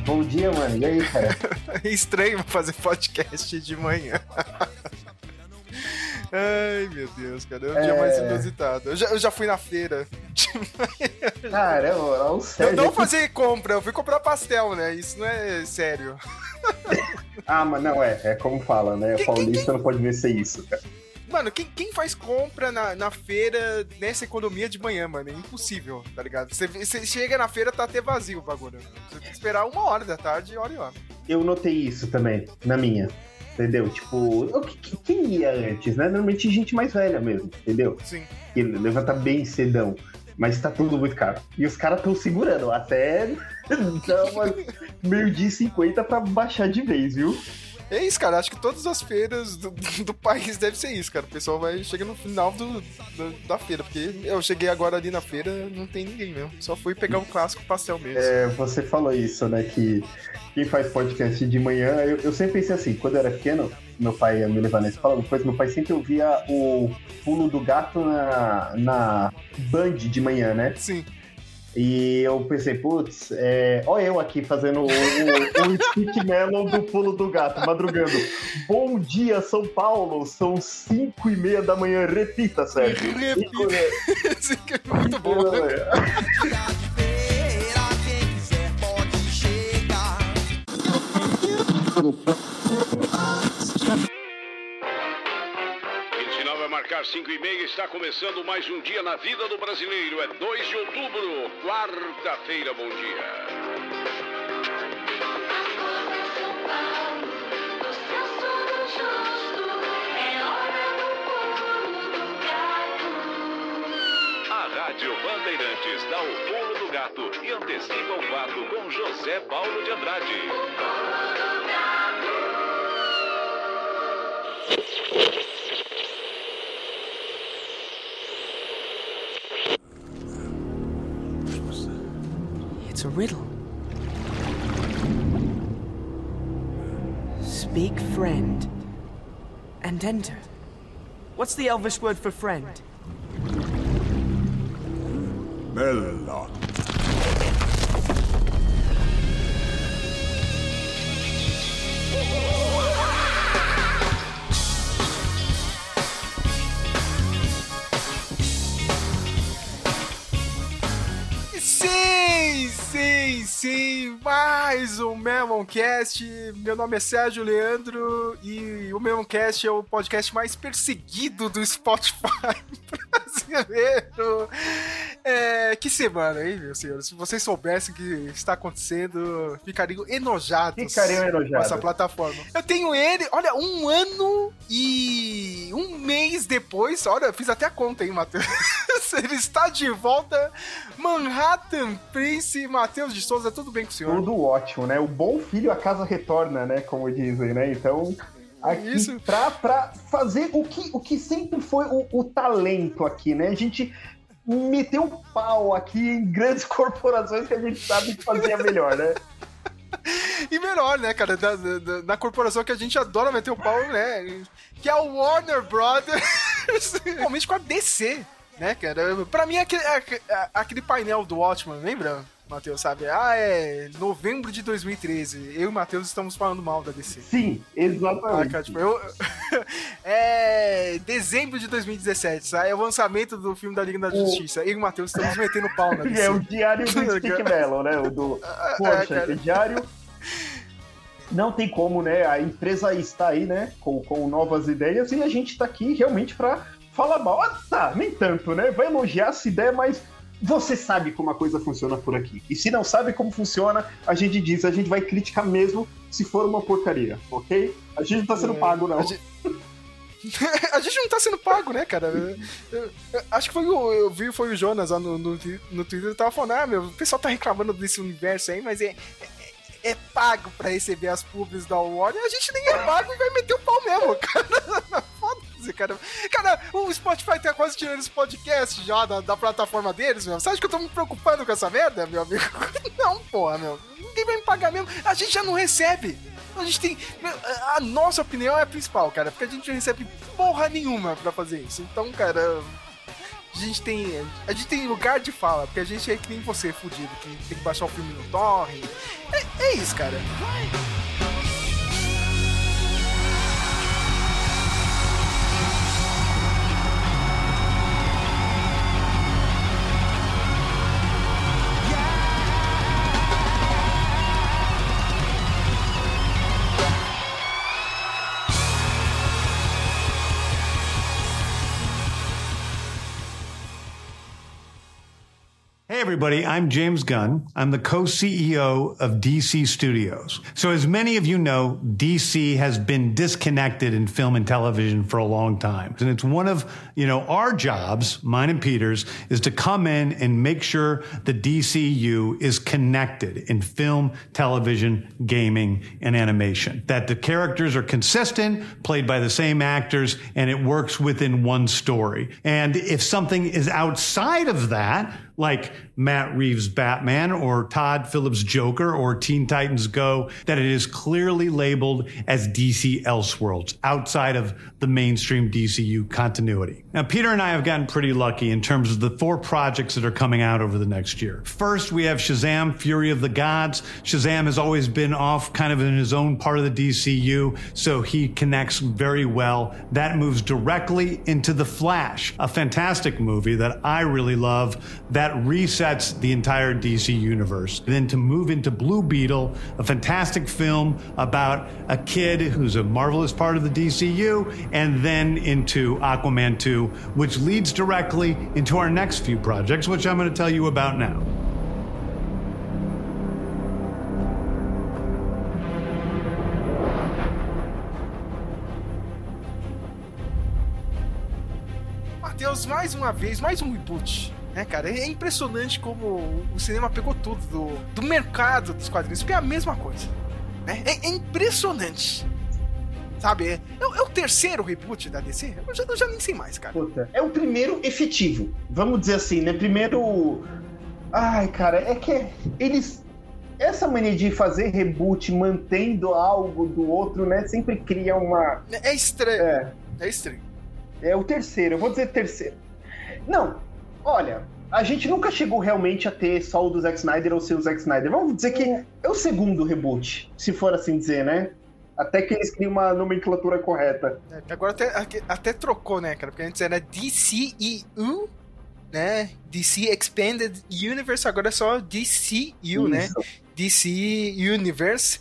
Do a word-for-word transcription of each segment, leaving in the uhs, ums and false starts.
Bom dia, mano. E aí, cara? É estranho fazer podcast de manhã. Ai, meu Deus, cara. É um é... dia mais inusitado. Eu já, eu já fui na feira de manhã. Caramba, não, sério. Eu não fazer compra, eu fui comprar pastel, né? Isso não é sério. Ah, mas não, é. É como fala, né? O paulista quem, quem... não pode vencer isso, cara. Mano, quem, quem faz compra na, na feira nessa economia de manhã, mano? É impossível, tá ligado? Você, você chega na feira, tá até vazio o bagulho. Você tem que esperar uma hora da tarde, hora e hora. Eu notei isso também, na minha. Entendeu? Tipo, quem ia antes, né? Normalmente gente mais velha mesmo, entendeu? Sim. Que levanta bem cedão. Mas tá tudo muito caro. E os caras tão segurando até meio-dia e cinquenta pra baixar de vez, viu? É isso, cara. Acho que todas as feiras do, do país devem ser isso, cara. O pessoal vai chega no final do, do, da feira. Porque eu cheguei agora ali na feira, não tem ninguém mesmo. Só fui pegar um clássico pastel mesmo. É, você falou isso, né? Que quem faz podcast de manhã... Eu, eu sempre pensei assim, quando eu era pequeno, meu pai ia me levar nesse fala, depois meu pai sempre ouvia o pulo do gato na, na Band de manhã, né? Sim. E eu pensei, putz, é... olha eu aqui fazendo o, o, o stick melon do pulo do gato, madrugando. Bom dia, São Paulo, são cinco e meia da manhã, repita, Sérgio. Repita. Esse aqui é muito bom, né? Marcar cinco e meia, está começando mais um dia na vida do brasileiro. É dois de outubro, quarta-feira. Bom dia. A Rádio Bandeirantes dá o pulo do gato e antecipa o fato com José Paulo de Andrade. It's a riddle. Speak friend and enter. What's the Elvish word for friend? Melon. Sim, sim, sim, mais um Memoncast. Meu nome é Sérgio Leandro e o Memoncast é o podcast mais perseguido do Spotify brasileiro. É, que semana, hein, meus senhores? Se vocês soubessem o que está acontecendo, ficariam enojados, ficariam enojados com essa plataforma. Eu tenho ele, olha, um ano e um mês depois, olha, fiz até a conta, hein, Matheus? Ele está de volta. Manhattan Prince, Matheus de Souza, tudo bem com o senhor? Tudo ótimo, né? O bom filho a casa retorna, né? Como dizem, né? Então, aqui Isso. Pra, pra fazer o que, o que sempre foi o, o talento aqui, né? A gente meteu o pau aqui em grandes corporações que a gente sabe que fazia melhor, né? E melhor, né, cara? Da, da, da corporação que a gente adora meter o pau, né? Que é o Warner Brothers, principalmente com a D C. Né, cara? Pra mim, aquele, aquele painel do Watchmen, lembra, Matheus, sabe? Ah, é novembro de dois mil e treze. Eu e o Matheus estamos falando mal da D C. Sim, exatamente. Ah, cara, tipo, eu... é dezembro de dois mil e dezessete, sabe? É o lançamento do filme da Liga da Justiça. Eu e o Matheus estamos metendo pau na D C. É o diário do Stick Melon, né? O do... Poxa, é, é diário... Não tem como, né? A empresa está aí, né? Com, com novas ideias e a gente tá aqui realmente pra... Fala mal, ah, tá, nem tanto, né? Vai elogiar essa ideia, mas você sabe como a coisa funciona por aqui. E se não sabe como funciona, a gente diz, a gente vai criticar mesmo se for uma porcaria, ok? A gente não tá sendo é, pago, não. A gente... a gente não tá sendo pago, né, cara? Eu, eu, eu, acho que foi o, eu vi, foi o Jonas lá no, no, no Twitter, ele tava falando, ah, meu, o pessoal tá reclamando desse universo aí, mas é... é pago pra receber as pubs da Warner, a gente nem é pago e vai meter o pau mesmo, cara. Foda-se, cara. Cara, o Spotify tá quase tirando esse podcast já da, da plataforma deles, meu. Você acha que eu tô me preocupando com essa merda, meu amigo? Não, porra, meu. Ninguém vai me pagar mesmo. A gente já não recebe. A gente tem... A nossa opinião é a principal, cara, porque a gente não recebe porra nenhuma pra fazer isso. Então, cara... gente tem, a gente tem lugar de fala, porque a gente é que nem você, fudido, que tem que baixar o filme no torrent. É, é isso, cara. Hey everybody, I'm James Gunn. I'm the co-C E O of D C Studios. So as many of you know, D C has been disconnected in film and television for a long time. And it's one of, you know, our jobs, mine and Peter's, is to come in and make sure the D C U is connected in film, television, gaming, and animation. That the characters are consistent, played by the same actors, and it works within one story. And if something is outside of that, like Matt Reeves' Batman or Todd Phillips' Joker or Teen Titans Go, that it is clearly labeled as D C Elseworlds, outside of the mainstream D C U continuity. Now, Peter and I have gotten pretty lucky in terms of the four projects that are coming out over the next year. First, we have Shazam! Fury of the Gods. Shazam has always been off kind of in his own part of the D C U, so he connects very well. That moves directly into The Flash, a fantastic movie that I really love, that resets the entire D C universe. Then to move into Blue Beetle, a fantastic film about a kid who's a marvelous part of the D C U, and then into Aquaman two, which leads directly into our next few projects, which I'm going to tell you about now. Matheus, mais uma vez, mais um reboot. É, cara, é impressionante como o cinema pegou tudo do, do mercado dos quadrinhos, porque é a mesma coisa. Né? É, é impressionante. Sabe, é, é o terceiro reboot da D C? Eu já, eu já nem sei mais, cara. Puta, é o primeiro efetivo. Vamos dizer assim, né? Primeiro... Ai, cara, é que eles... Essa mania de fazer reboot mantendo algo do outro, né? Sempre cria uma... É estranho. É, é estranho. É o terceiro, eu vou dizer terceiro. Não, olha, a gente nunca chegou realmente a ter só o do Zack Snyder ou sem o Zack Snyder. Vamos dizer que é o segundo reboot, se for assim dizer, né? Até que eles criam uma nomenclatura correta. É, agora até, até trocou, né, cara? Porque antes era D C E U, né? D C Expanded Universe, agora é só D C U, isso, né? D C Universe.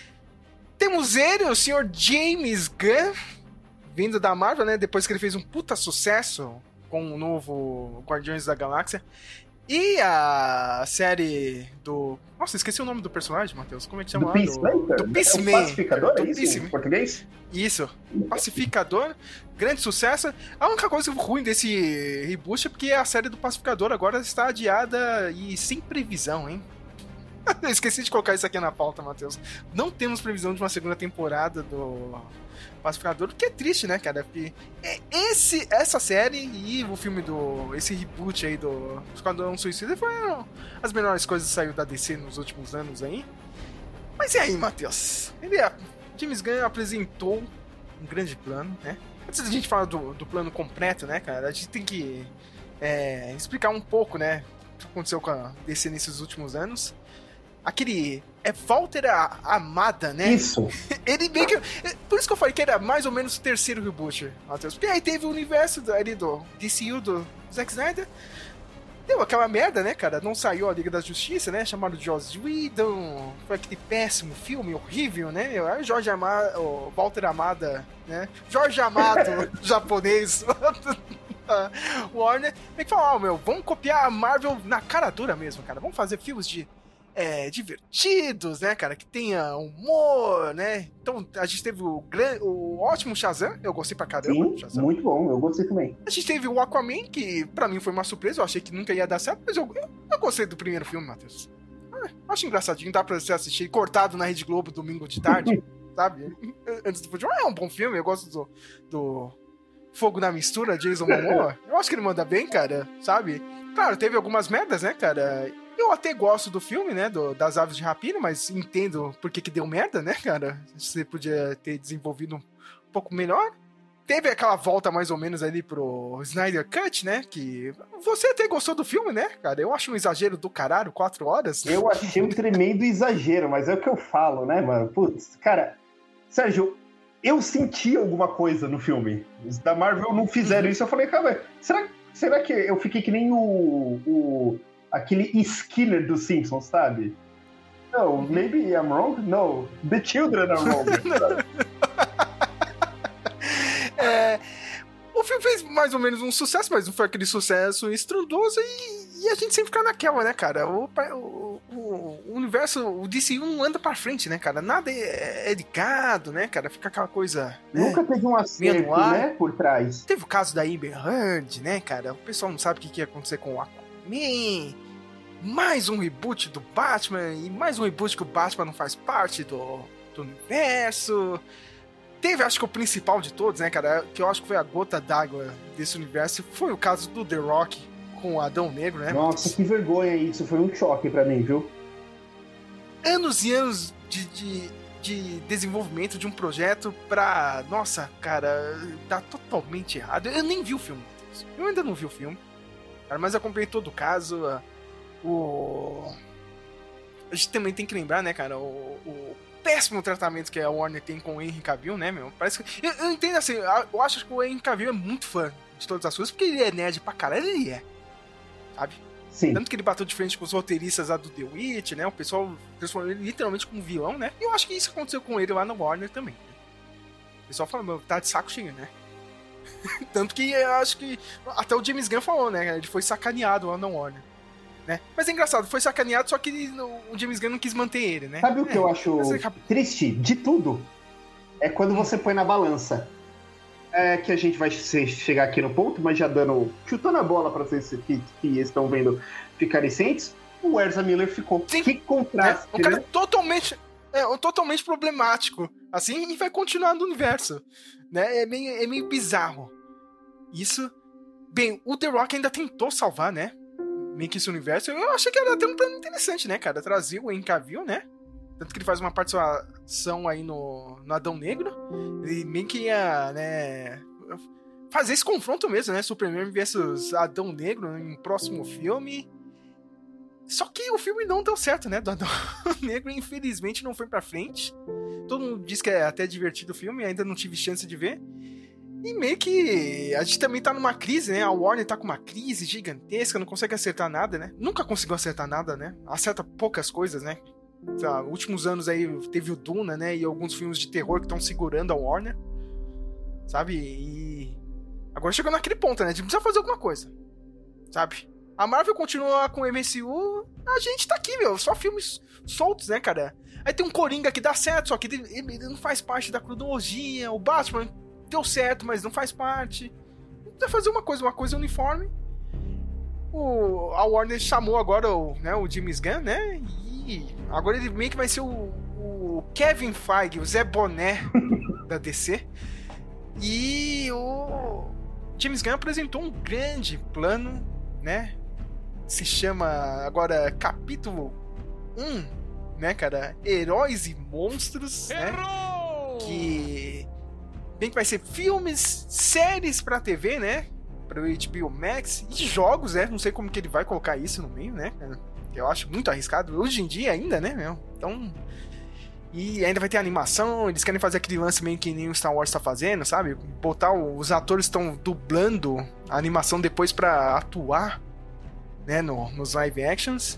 Temos ele, o senhor James Gunn, vindo da Marvel, né? Depois que ele fez um puta sucesso com o novo Guardiões da Galáxia. E a série do... Nossa, esqueci o nome do personagem, Matheus. Como é que chama? Do Peacemaker? Do Peacemaker. É o Pacificador, do é isso Peacemaker. em português? Isso. Pacificador. Grande sucesso. A única coisa ruim desse reboot é porque a série do Pacificador agora está adiada e sem previsão, hein? Eu esqueci de colocar isso aqui na pauta, Matheus. Não temos previsão de uma segunda temporada do Pacificador, o que é triste, né, cara? Porque esse, essa série e o filme do... Esse reboot aí do Esquadrão Suicida foram as melhores coisas que saiu da D C nos últimos anos aí. Mas e aí, Matheus? Ele, James Gunn apresentou um grande plano, né? Antes da gente falar do, do plano completo, né, cara? A gente tem que é, explicar um pouco, né? O que aconteceu com a D C nesses últimos anos. Aquele... É Walter Amada, né? Isso. Ele meio que... Por isso que eu falei que era mais ou menos o terceiro reboot, Matheus. Porque aí teve o universo ali do D C U, do Zack Snyder. Deu aquela merda, né, cara? Não saiu a Liga da Justiça, né? Chamaram de Joss Whedon. Foi aquele péssimo filme, horrível, né? Aí o Jorge Amada... O Walter Amada, né? Jorge Amado, japonês... Warner, tem que falar, oh, meu, vamos copiar a Marvel na cara dura mesmo, cara. Vamos fazer filmes de é, divertidos, né, cara, que tenha humor, né. Então a gente teve o, gran... o ótimo Shazam, eu gostei pra caramba. Sim, Shazam. Muito bom, eu gostei também. A gente teve o Aquaman, que pra mim foi uma surpresa, eu achei que nunca ia dar certo, mas eu, eu, eu gostei do primeiro filme, Matheus. Ah, acho engraçadinho, dá pra você assistir cortado na Rede Globo domingo de tarde, sabe? Antes do futebol, é um bom filme, eu gosto do... do... Fogo na Mistura, Jason Momoa, eu acho que ele manda bem, cara, sabe? Claro, teve algumas merdas, né, cara? Eu até gosto do filme, né, do, das Aves de Rapina, mas entendo por que que deu merda, né, cara? Você podia ter desenvolvido um pouco melhor. teve aquela volta mais ou menos ali pro Snyder Cut, né? Que você até gostou do filme, né, cara? Eu acho um exagero do caralho, quatro horas. Eu achei um tremendo exagero, mas é o que eu falo, né, mano? Putz, cara, Sérgio, eu senti alguma coisa no filme. Os da Marvel não fizeram uhum. isso. Eu falei, cara, será, será que eu fiquei que nem o, o aquele Skinner dos Simpsons, sabe? No, maybe I'm wrong. No, the children are wrong. é, o filme fez mais ou menos um sucesso, mas não foi aquele sucesso estrondoso e, e a gente sempre fica naquela, né, cara? O, o, o, o universo, o D C U não anda pra frente, né, cara? Nada é, é ligado, né, cara? Fica aquela coisa... Nunca né, teve um acerto, né, por trás. Teve o caso da Amber Heard, né, cara? O pessoal não sabe o que ia acontecer com o Aquaman... Mais um reboot do Batman, e mais um reboot que o Batman não faz parte do, do universo. Teve, acho que o principal de todos, né, cara, que eu acho que foi a gota d'água desse universo, foi o caso do The Rock com o Adão Negro, né? Nossa, que vergonha isso, foi um choque pra mim, viu? Anos e anos de, de, de desenvolvimento de um projeto pra, nossa, cara, tá totalmente errado. Eu nem vi o filme, eu ainda não vi o filme, cara, mas acompanhei todo o caso. O... A gente também tem que lembrar, né, cara, o, o péssimo tratamento que a Warner tem com o Henry Cavill, né, meu? Parece que... eu, eu entendo assim, eu acho que o Henry Cavill é muito fã de todas as coisas, porque ele é nerd pra caralho, ele é, sabe? Sim. Tanto que ele bateu de frente com os roteiristas lá do The Witch, né? O pessoal transformou ele literalmente como vilão, né? E eu acho que isso aconteceu com ele lá no Warner também. O pessoal fala, meu, tá de saco cheio, né? Tanto que eu acho que até o James Gunn falou, né? Ele foi sacaneado lá no Warner. Né? Mas é engraçado, foi sacaneado, só que ele, o James Gunn não quis manter ele, né? Sabe o que é, eu acho triste de tudo? É quando você põe na balança. É que a gente vai chegar aqui no ponto, mas já dando... chutando a bola para vocês que, que estão vendo ficarem cientes, o Ezra Miller ficou. Sim. Que contraste, é, um cara né? totalmente, é, totalmente problemático, assim, e vai continuar no universo. Né? É, meio, é meio bizarro. Isso... Bem, o The Rock ainda tentou salvar, né? Meio que esse universo, eu achei que era até um plano interessante, né, cara? Trazer o Henry Cavill, né? Tanto que ele faz uma participação aí no, no Adão Negro. Ele meio que ia, né, fazer esse confronto mesmo, né? Superman versus Adão Negro em próximo filme. Só que o filme não deu certo, né? Do Adão Negro, infelizmente, não foi pra frente. Todo mundo diz que é até divertido o filme, ainda não tive chance de ver. E meio que a gente também tá numa crise, né? A Warner tá com uma crise gigantesca, não consegue acertar nada, né? Nunca conseguiu acertar nada, né? Acerta poucas coisas, né? Lá, últimos anos aí teve o Duna, né? E alguns filmes de terror que estão segurando a Warner, sabe? E agora chegou naquele ponto, né? A gente precisa fazer alguma coisa, sabe? A Marvel continua com o M C U, a gente tá aqui, meu. Só filmes soltos, né, cara? Aí tem um Coringa que dá certo, só que ele, ele não faz parte da cronologia. O Batman deu certo, mas não faz parte. Precisa fazer uma coisa, uma coisa uniforme. O, a Warner chamou agora o, né, o James Gunn, né? E agora ele meio que vai ser o, o Kevin Feige, o Zé Boné da D C. E o James Gunn apresentou um grande plano, né? Se chama agora capítulo um, né, cara? Heróis e Monstros, né? Que bem que vai ser filmes, séries pra T V, né? Pro H B O Max e jogos, né? Não sei como que ele vai colocar isso no meio, né? Eu acho muito arriscado. Hoje em dia ainda, né, meu? Então... E ainda vai ter animação, eles querem fazer aquele lance meio que nem o Star Wars tá fazendo, sabe? Botar os atores estão dublando a animação depois pra atuar, né, no, nos live actions.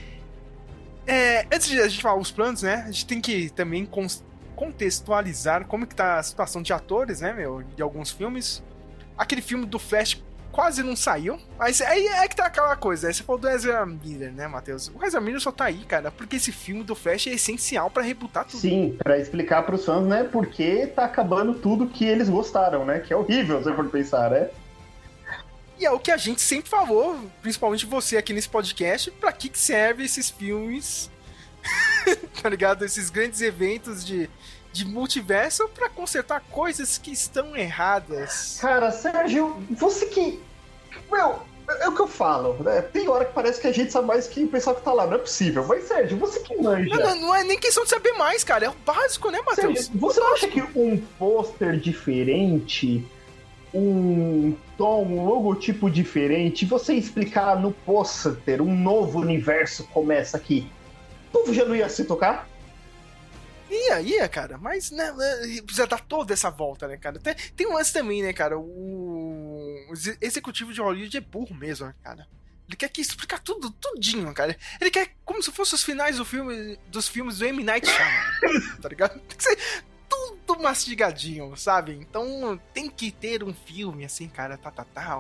É, antes de a gente falar os planos, né, a gente tem que também contextualizar como que tá a situação de atores, né, meu, de alguns filmes. Aquele filme do Flash quase não saiu, mas aí é que tá aquela coisa, né? Você falou do Ezra Miller, né, Matheus? O Ezra Miller só tá aí, cara, porque esse filme do Flash é essencial pra rebootar tudo. Sim, pra explicar pros fãs, né, porque tá acabando tudo que eles gostaram, né, que é horrível, se for pensar, né? E é o que a gente sempre falou, principalmente você aqui nesse podcast, pra que que serve esses filmes, tá ligado? Esses grandes eventos de... de multiverso pra consertar coisas que estão erradas. Cara, Sérgio, você que... Meu, é o que eu falo, né? Tem hora que parece que a gente sabe mais que o pessoal que tá lá. Não é possível. Mas, Sérgio, você que manja... Não, não, não é nem questão de saber mais, cara. É o básico, né, Matheus? Sérgio, você não acha que um pôster diferente um tom, um logotipo diferente, você explicar no pôster um novo universo começa aqui, o povo já não ia se tocar? Ia, ia, cara, mas né, precisa dar toda essa volta, né, cara? Tem, tem um lance também, né, cara? O, o executivo de Hollywood é burro mesmo, né, cara? Ele quer que explicar tudo, tudinho, cara. Ele quer como se fossem os finais do filme, dos filmes do M. Night Shyamalan, tá ligado? Tem que ser tudo mastigadinho, sabe? Então tem que ter um filme assim, cara, tá, tá, tá.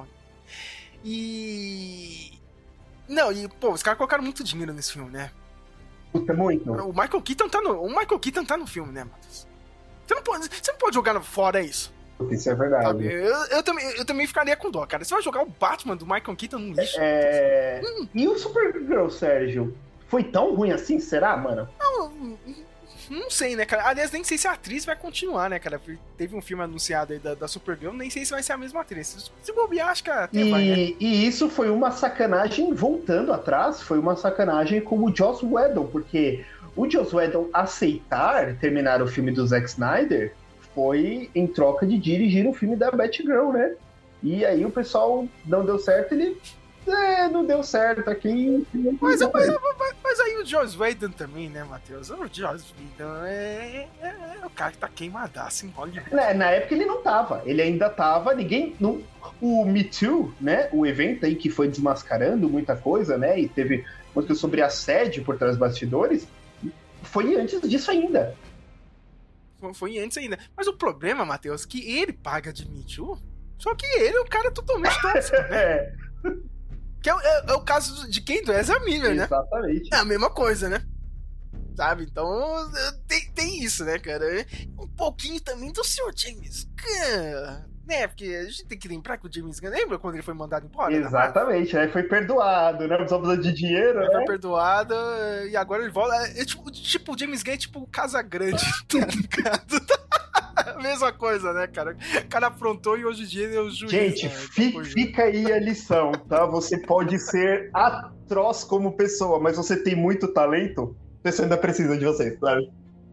E... Não, e, pô, os caras colocaram muito dinheiro nesse filme, né? Puta, muito. O Michael Keaton tá no, o Michael Keaton tá no filme, né, Matheus? Você não pode, você não pode jogar fora isso. Isso é verdade. Eu, eu, também, eu também ficaria com dó, cara. Você vai jogar o Batman do Michael Keaton no lixo. É... Hum. E o Supergirl, Sérgio? Foi tão ruim assim, será, mano? Não, não sei, né, cara? Aliás, nem sei se a atriz vai continuar, né, cara? Teve um filme anunciado aí da, da Supergirl, nem sei se vai ser a mesma atriz. Se bobear, acho que até e, vai, né? E isso foi uma sacanagem, voltando atrás, foi uma sacanagem com o Joss Whedon, porque o Joss Whedon aceitar terminar o filme do Zack Snyder foi em troca de dirigir o filme da Batgirl, né? E aí o pessoal não deu certo, ele... É, não deu certo aqui. Mas, mas, mas, mas aí o Joss Whedon também, né, Matheus? O Joss Whedon é, é, é o cara que tá queimadaço em Hollywood. Na, na época ele não tava, ele ainda tava, ninguém... Não, o Me Too, né, o evento aí que foi desmascarando muita coisa, né, e teve muita coisa sobre assédio por trás dos bastidores, foi antes disso ainda. Foi antes ainda. Mas o problema, Matheus, é que ele paga de Me Too, só que ele é um cara totalmente tóxico, né? É. Que é, é, é o caso de quem? Do Ezra Miller, né? Exatamente. É a mesma coisa, né? Sabe? Então, tem, tem isso, né, cara? Um pouquinho também do senhor James Gunn, né? Porque a gente tem que lembrar que o James Gunn, lembra quando ele foi mandado embora? Exatamente, né? Foi perdoado, né? Só precisa de dinheiro, né? Foi perdoado e agora ele volta. É, tipo, tipo, o James Gunn é tipo o Casagrande, tá ligado? A mesma coisa, né, cara? O cara aprontou e hoje em dia ele é o juiz. Gente, né? fi, fica aí a lição, tá? Você pode ser atroz como pessoa, mas você tem muito talento, a pessoa ainda precisa de você, sabe?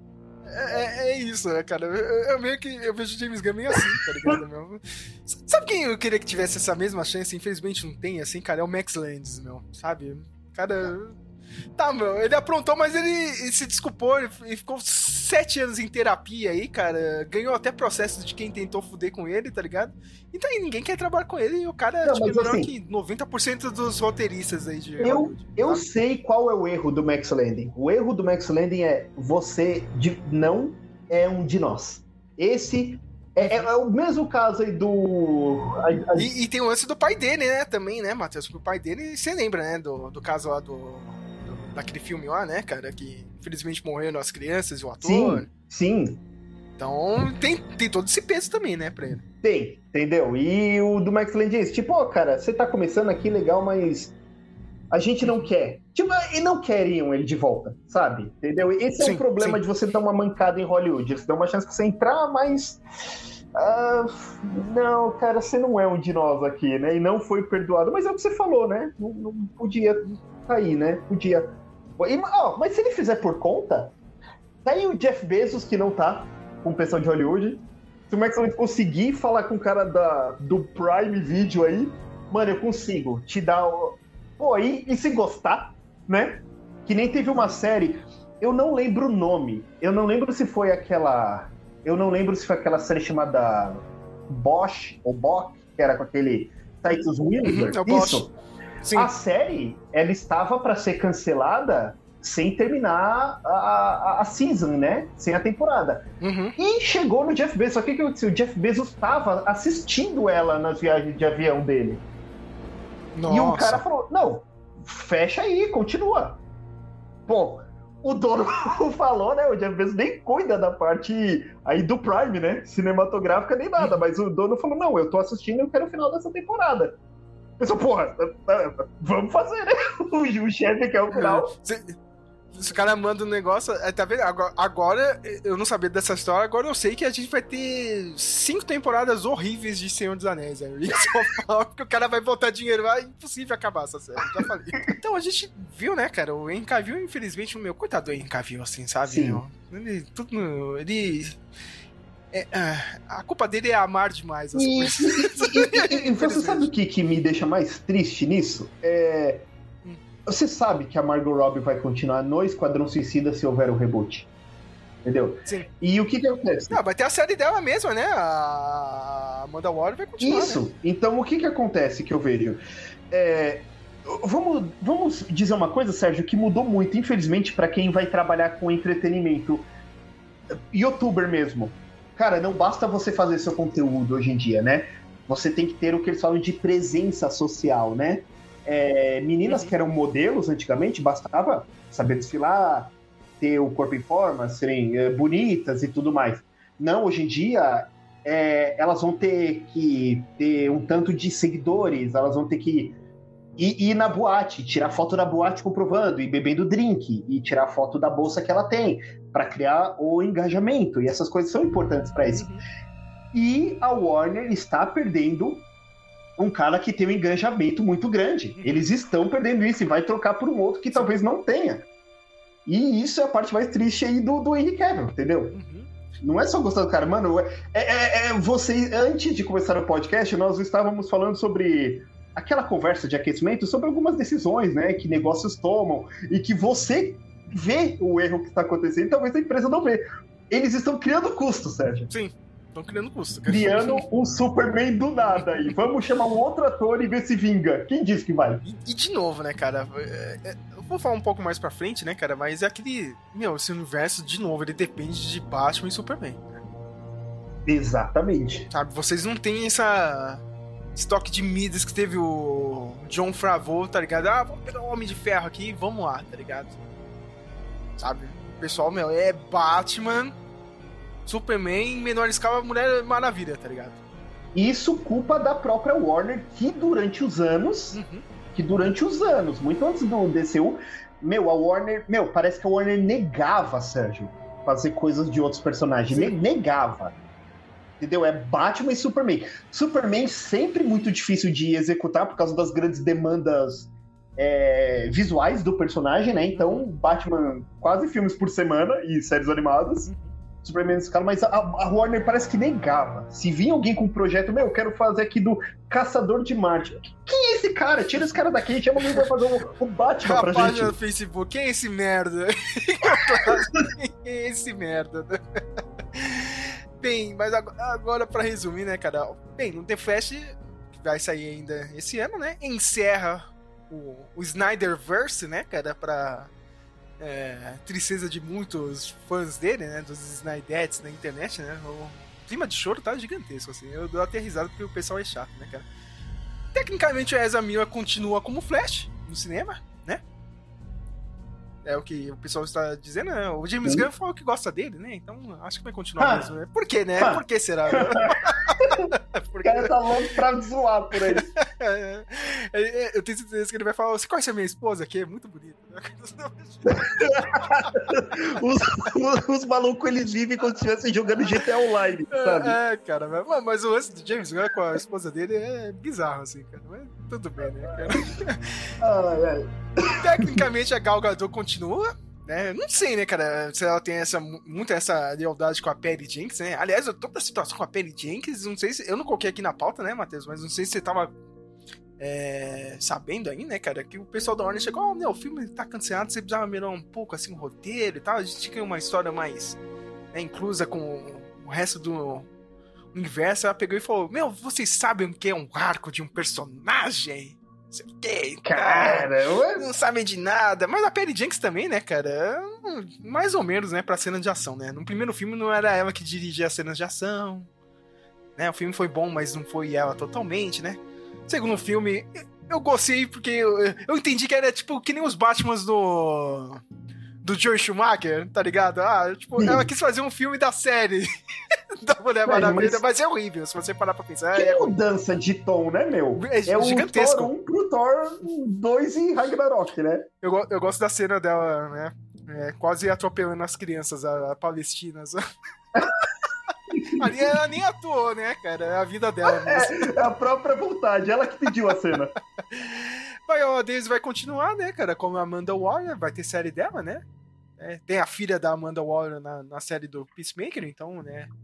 É, é isso, né, cara? Eu, eu meio que eu vejo o James Gunn meio assim, tá ligado? Meu? Sabe quem eu queria que tivesse essa mesma chance? Infelizmente não tem, assim, cara? É o Max Landis, meu, sabe? Cara... Tá, meu, ele aprontou, mas ele, ele se desculpou, ele, ele ficou sete anos em terapia aí, cara, ganhou até processo de quem tentou fuder com ele, tá ligado? Então aí ninguém quer trabalhar com ele e o cara não, tipo, é melhor assim, que noventa por cento dos roteiristas aí de Eu, Hollywood, eu sei qual é o erro do Max Landing. O erro do Max Landing é você de, não é um de nós. Esse é, é, é o mesmo caso aí do... A, a... E, e tem o lance do pai dele, né, também, né, Matheus? O pai dele, você lembra, né, do, do caso lá do... daquele filme lá, né, cara, que infelizmente morreram as crianças e o ator. Sim, sim. Então tem, tem todo esse peso também, né, pra ele. Tem, entendeu? E o do Max Landis diz, tipo, ó, oh, cara, você tá começando aqui legal, mas a gente não quer. Tipo, e não queriam ele de volta, sabe? Entendeu? Esse é sim, o problema sim. de você dar uma mancada em Hollywood. Eles dão uma chance pra você entrar, mas... Uh, não, cara, você não é um de nós aqui, né? E não foi perdoado. Mas é o que você falou, né? Não, não podia cair, né? Podia... E, oh, mas se ele fizer por conta, tá aí o Jeff Bezos, que não tá com o pessoal de Hollywood. Se o Max Landis conseguir falar com o cara da, do Prime Video aí, mano, eu consigo te dar... Pô, e, e se gostar, né? Que nem teve uma série, eu não lembro o nome, eu não lembro se foi aquela... Eu não lembro se foi aquela série chamada Bosch, ou Bock, que era com aquele Titus Winter. Uhum, Isso. Sim. A série, ela estava para ser cancelada sem terminar a, a, a season, né? Sem a temporada. Uhum. E chegou no Jeff Bezos. Só que o que aconteceu? O Jeff Bezos estava assistindo ela nas viagens de avião dele. Nossa. E o cara falou, não, fecha aí, continua. Pô, o dono falou, né? O Jeff Bezos nem cuida da parte aí do Prime, né? Cinematográfica nem nada. Uhum. Mas o dono falou, não, eu tô assistindo e eu quero o final dessa temporada. Pensou, porra, vamos fazer, né? O chefe quer o final. Se, se o cara manda um negócio, tá vendo? Agora, agora, eu não sabia dessa história, agora eu sei que a gente vai ter cinco temporadas horríveis de Senhor dos Anéis. Né? Porque o cara vai botar dinheiro lá, é impossível acabar essa série, já falei. Então a gente viu, né, cara? O Henry Cavill, infelizmente, o meu coitado do Henry Cavill, assim, sabe? Sim. Ele, tudo, ele... É, a culpa dele é amar demais as E, coisas. e, e, e você sabe o que, que me deixa mais triste nisso? É, Hum. você sabe que a Margot Robbie vai continuar no Esquadrão Suicida se houver um reboot. Entendeu? Sim. E o que que acontece? Não, vai ter a série dela mesma, né? A Amanda Waller vai continuar, Isso. né? Então, o que que acontece que eu vejo? É, vamos, vamos dizer uma coisa, Sérgio, que mudou muito, infelizmente, para quem vai trabalhar com entretenimento. YouTuber mesmo. Cara, não basta você fazer seu conteúdo hoje em dia, né? Você tem que ter o que eles falam de presença social, né? É, meninas que eram modelos antigamente, bastava saber desfilar, ter o corpo em forma, serem é, bonitas e tudo mais. Não, hoje em dia, é, elas vão ter que ter um tanto de seguidores, elas vão ter que ir, ir na boate, tirar foto da boate comprovando, e bebendo drink, e tirar foto da bolsa que ela tem, para criar o engajamento, e essas coisas são importantes para isso. Uhum. E a Warner está perdendo um cara que tem um engajamento muito grande. Eles estão perdendo isso e vai trocar por um outro que talvez não tenha. E isso é a parte mais triste aí do, do Henry Cavill, entendeu? Uhum. Não é só gostar do cara, mano. É, é, é, você, antes de começar o podcast, nós estávamos falando sobre aquela conversa de aquecimento, sobre algumas decisões, né, que negócios tomam e que você vê o erro que está acontecendo e talvez a empresa não vê. Eles estão criando custo, Sérgio. Sim, estão criando custo. Cara. Criando um Superman do nada aí. Vamos chamar um outro ator e ver se vinga. Quem disse que vai? E, e de novo, né, cara? É, é, eu vou falar um pouco mais pra frente, né, cara? Mas é aquele. Meu, esse universo, de novo, ele depende de Batman e Superman. Né? Exatamente. Sabe? Vocês não têm essa. Estoque de mídias que teve o John Favreau, tá ligado? Ah, vamos pegar o Homem de Ferro aqui e vamos lá, tá ligado? Sabe? O pessoal, meu, é Batman, Superman, em menor escala, Mulher Maravilha, tá ligado? Isso culpa da própria Warner, que durante os anos, Uhum. que durante os anos, muito antes do D C U, meu, a Warner, meu, parece que a Warner negava, Sérgio, fazer coisas de outros personagens, ne- negava. Entendeu? É Batman e Superman. Superman sempre muito difícil de executar por causa das grandes demandas é, visuais do personagem, né? Então, Batman quase filmes por semana e séries animadas. Superman nesse caso, mas a, a Warner parece que negava. Se vinha alguém com um projeto, meu, eu quero fazer aqui do Caçador de Marte. Quem é esse cara? Tira esse cara daqui, chama alguém pra fazer o, o Batman pra A página gente. do Facebook, quem é esse merda? Quem é esse merda? Bem, mas agora, agora pra resumir, né, cara? Bem, no The Flash, que vai sair ainda esse ano, né? Encerra o, o Snyderverse, né, cara? Pra é, tristeza de muitos fãs dele, né? Dos Snydettes na internet, né? O clima de choro tá gigantesco, assim. Eu dou até risada porque o pessoal é chato, né, cara? Tecnicamente, o Ezra Miller continua como Flash no cinema, né? É o que o pessoal está dizendo, né? O James Sim. Gunn falou que gosta dele, né? Então acho que vai continuar Ah. mesmo, né? Por quê, né? Ah. Por que será? Né? O Porque... cara tá louco pra zoar por aí. É, é, eu tenho certeza que ele vai falar: você conhece a minha esposa aqui? É muito bonita. Né? os, os, os malucos, eles vivem como se estivessem jogando G T A Online, sabe? É, é, cara, mas, mas o lance do James Gunn com a esposa dele é bizarro, assim, cara. Mas tudo bem, né, cara? Ai, ai. Tecnicamente a Gal Gadot continua, né? Não sei, né, cara, se ela tem essa, muito essa lealdade com a Patty Jenkins, né? Aliás, toda a situação com a Patty Jenkins, não sei se... Eu não coloquei aqui na pauta, né, Matheus? Mas não sei se você tava é, sabendo aí, né, cara? Que o pessoal da Warner chegou, oh, meu, o filme tá cancelado, você precisava melhorar um pouco, assim, o roteiro e tal. A gente tinha uma história mais né, inclusa com o resto do universo. Ela pegou e falou, meu, vocês sabem o que é um arco de um personagem? Sei o quê, Cara, ué. não sabem de nada. Mas a Patty Jenkins também, né, cara? Mais ou menos, né, pra cena de ação, né? No primeiro filme não era ela que dirigia as cenas de ação, né? O filme foi bom, mas não foi ela totalmente, né? Segundo filme, eu gostei porque eu, eu entendi que era tipo que nem os Batmans do... do Joe Schumacher, tá ligado? Ah, tipo, Sim. ela quis fazer um filme da série da Mulher Velho, Maravilha, mas... mas- mas é horrível, se você parar pra pensar. Que É, mudança de tom, né, meu? É É o gigantesco. Thor um pro Thor dois em Ragnarok, né? eu, go- eu gosto da cena dela, né? É, quase atropelando as crianças a, a palestinas. Ali ela nem atuou, né, cara? É a vida dela mesmo. É a própria vontade, ela que pediu a cena. Viola Davis vai continuar, né, cara? Como a Amanda Waller, vai ter série dela, né? É, tem a filha da Amanda Waller na, na série do Peacemaker, então, né?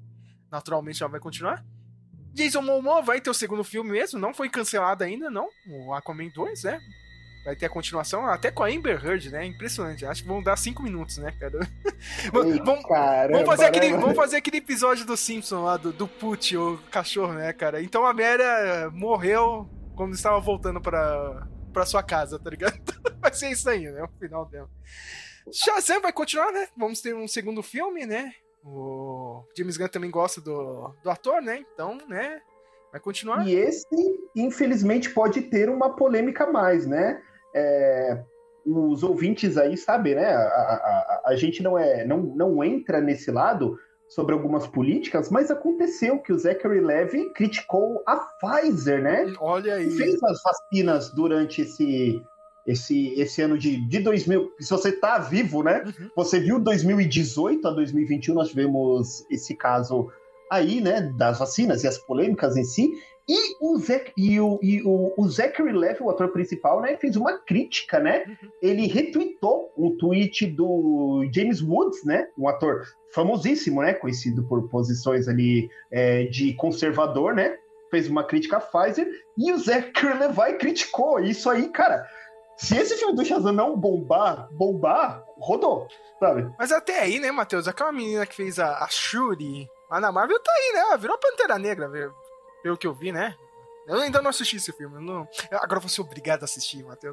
naturalmente ela vai continuar. Jason Momoa vai ter o segundo filme mesmo, não foi cancelado ainda, não. O Aquaman dois, né? Vai ter a continuação, até com a Amber Heard, né? Impressionante. Acho que vão dar cinco minutos, né, cara? Ei, vamos, caramba, vamos, fazer aquele, né? vamos fazer aquele episódio do Simpson lá, do, do Put, o cachorro, né, cara? Então a Mera morreu quando estava voltando pra, pra sua casa, tá ligado? Vai ser isso aí, né? O final dela. Shazam vai continuar, né? Vamos ter um segundo filme, né? O James Gunn também gosta do, do ator, né? Então, né? Vai continuar. E esse, infelizmente, pode ter uma polêmica a mais, né? É, os ouvintes aí sabem, né? A, a, a, a gente não, é, não, não entra nesse lado sobre algumas políticas, mas aconteceu que o Zachary Levi criticou a Pfizer, né? Olha aí. Fez as vacinas durante esse... Esse, esse ano de, de dois mil, se você tá vivo, né? Uhum. Você viu dois mil e dezoito a dois mil e vinte e um, nós tivemos esse caso aí, né? Das vacinas e as polêmicas em si. E o, Zach, e o, e o, o Zachary Levi, o ator principal, né? Fez uma crítica, né? Uhum. Ele retweetou um tweet do James Woods, né? Um ator famosíssimo, né? Conhecido por posições ali é, de conservador, né? Fez uma crítica à Pfizer. E o Zachary Levi criticou isso aí, cara. Se esse filme do Shazam não bombar, bombar, rodou, sabe? Mas até aí, né, Matheus? Aquela menina que fez a, a Shuri lá na Marvel tá aí, né? Ela virou Pantera Negra, pelo que eu vi, né? Eu ainda não assisti esse filme. Não... Agora eu vou ser obrigado a assistir, Matheus.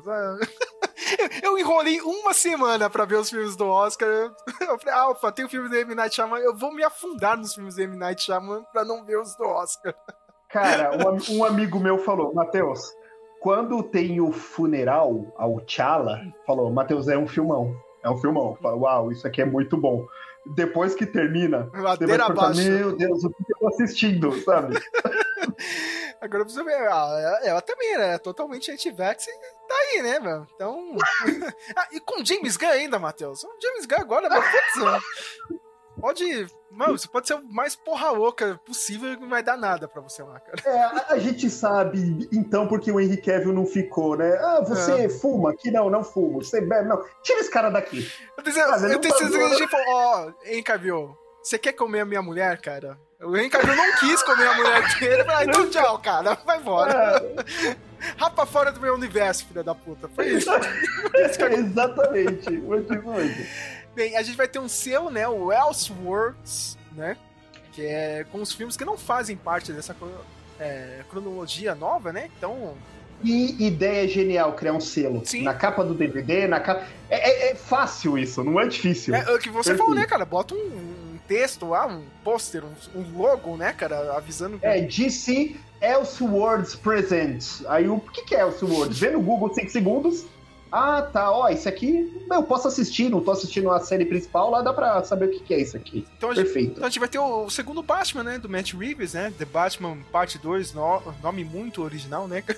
Eu enrolei uma semana pra ver os filmes do Oscar. Eu falei, Alfa, tem o filme do M. Night Shyamalan. Eu vou me afundar nos filmes do M. Night Shyamalan pra não ver os do Oscar. Cara, um, um amigo meu falou, Matheus... Quando tem o funeral ao T'Challa, falou, Matheus, é um filmão. É um filmão. Fala, uau, isso aqui é muito bom. Depois que termina, ladeira você vai abaixo. Meu Deus, o que eu tô assistindo, sabe? Agora precisa ver. Ela, ela também, né? Totalmente anti-vax. Tá aí, né, meu? Então. Ah, e com James Gunn ainda, Matheus. O James Gunn agora, meu, putz, pode. Mano, você pode ser o mais porra louca possível e não vai dar nada pra você lá, cara. É, a, a gente sabe, então, porque o Henry Cavill não ficou, né? Ah, você é. fuma aqui? Não, não fumo. Você bebe? Não. Tira esse cara daqui. Eu tenho certeza eu tenho certeza que a gente falou, ó, Henry Cavill, você quer comer a minha mulher, cara? O Henry Cavill não quis comer a mulher dele. Falei, ah, então tchau, cara. Vai embora. É. Rapa fora do meu universo, filha da puta. Foi isso. Exatamente. Muito bom. Bem, a gente vai ter um selo, né, o Elseworlds, né, que é com os filmes que não fazem parte dessa é, cronologia nova, né, então... Que ideia genial criar um selo. Sim. Na capa do D V D, na capa... É, é, é fácil isso, não é difícil. É o que você Perfeito. falou, né, cara, bota um, um texto lá, um pôster, um, um logo, né, cara, avisando... Que... É, D C Elseworlds Presents. Aí o que, que é Elseworlds? Vê no Google cinco segundos... Ah, tá, ó, isso aqui eu posso assistir, não tô assistindo a série principal, lá dá pra saber o que, que é isso aqui. Então, Perfeito. Gente, então a gente vai ter o, o segundo Batman, né, do Matt Reeves, né, The Batman Parte dois, no, nome muito original, né?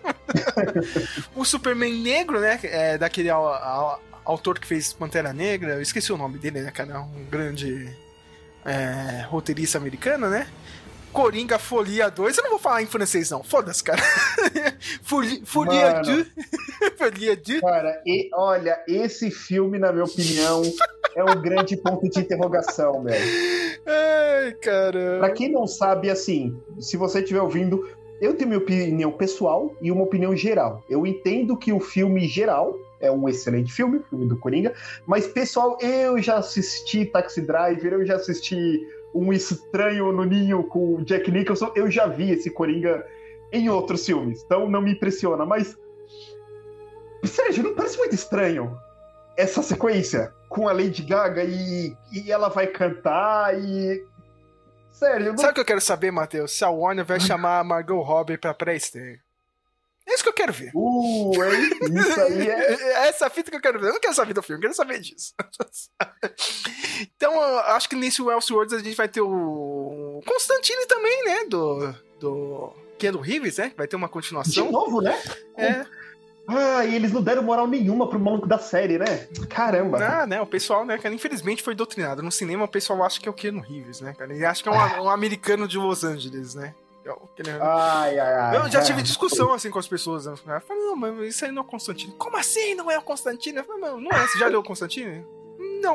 O Superman negro, né, é, daquele a, a, autor que fez Pantera Negra, eu esqueci o nome dele, né, cara, um grande é, roteirista americano, né? Coringa Folia dois, eu não vou falar em francês não, foda-se, cara. Folia, Folia dois. Folia dois. Cara, e, olha, esse filme, na minha opinião, é um grande ponto de interrogação, velho. Ai, cara. Pra quem não sabe, assim, se você estiver ouvindo, eu tenho minha opinião pessoal e uma opinião geral. Eu entendo que o filme geral é um excelente filme, o filme do Coringa, mas, pessoal, eu já assisti Taxi Driver, eu já assisti Um Estranho no Ninho com o Jack Nicholson, eu já vi esse Coringa em outros filmes, então não me impressiona, mas Sérgio, não parece muito estranho essa sequência com a Lady Gaga e, e ela vai cantar e... Sério, não... Sabe o que eu quero saber, Matheus? Se a Warner vai chamar a Margot Robbie pra pré-estreia. É isso que eu quero ver. Uh, hein? Isso aí é... Essa fita que eu quero ver. Eu não quero saber do filme, eu quero saber disso. Então, eu acho que nesse Elseworlds a gente vai ter o Constantine também, né? Do... do... Keanu Reeves, né? Vai ter uma continuação. De novo, né? É. Ah, e eles não deram moral nenhuma pro maluco da série, né? Caramba. Ah, né? O pessoal, né, cara, infelizmente foi doutrinado. No cinema o pessoal acha que é o Keanu Reeves, né, cara? Ele acha que é um, um americano de Los Angeles, né? Ai, ai, ai. Eu já tive discussão assim com as pessoas. Né? Eu falei, não, mas isso aí não é o Constantine. Como assim não é o Constantine? Eu falei, não é. Você já leu o Constantine? Não.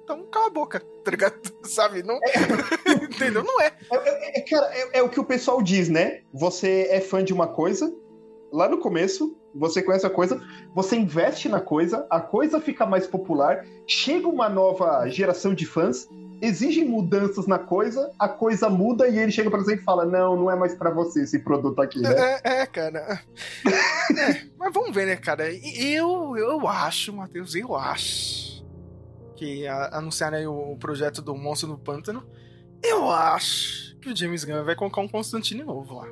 Então, cala a boca, tá ligado? Sabe? Não... Entendeu? Não é. É, é, é cara, é, é o que o pessoal diz, né? Você é fã de uma coisa, lá no começo, você conhece a coisa, você investe na coisa, a coisa fica mais popular, chega uma nova geração de fãs, exigem mudanças na coisa, a coisa muda e ele chega pra você e fala, não, não é mais pra você esse produto aqui, né? É, é cara. É, mas vamos ver, né, cara? Eu, eu acho, Matheus, eu acho que a, anunciaram aí o, o projeto do Monstro no Pântano. Eu acho que o James Gunn vai colocar um Constantine novo lá.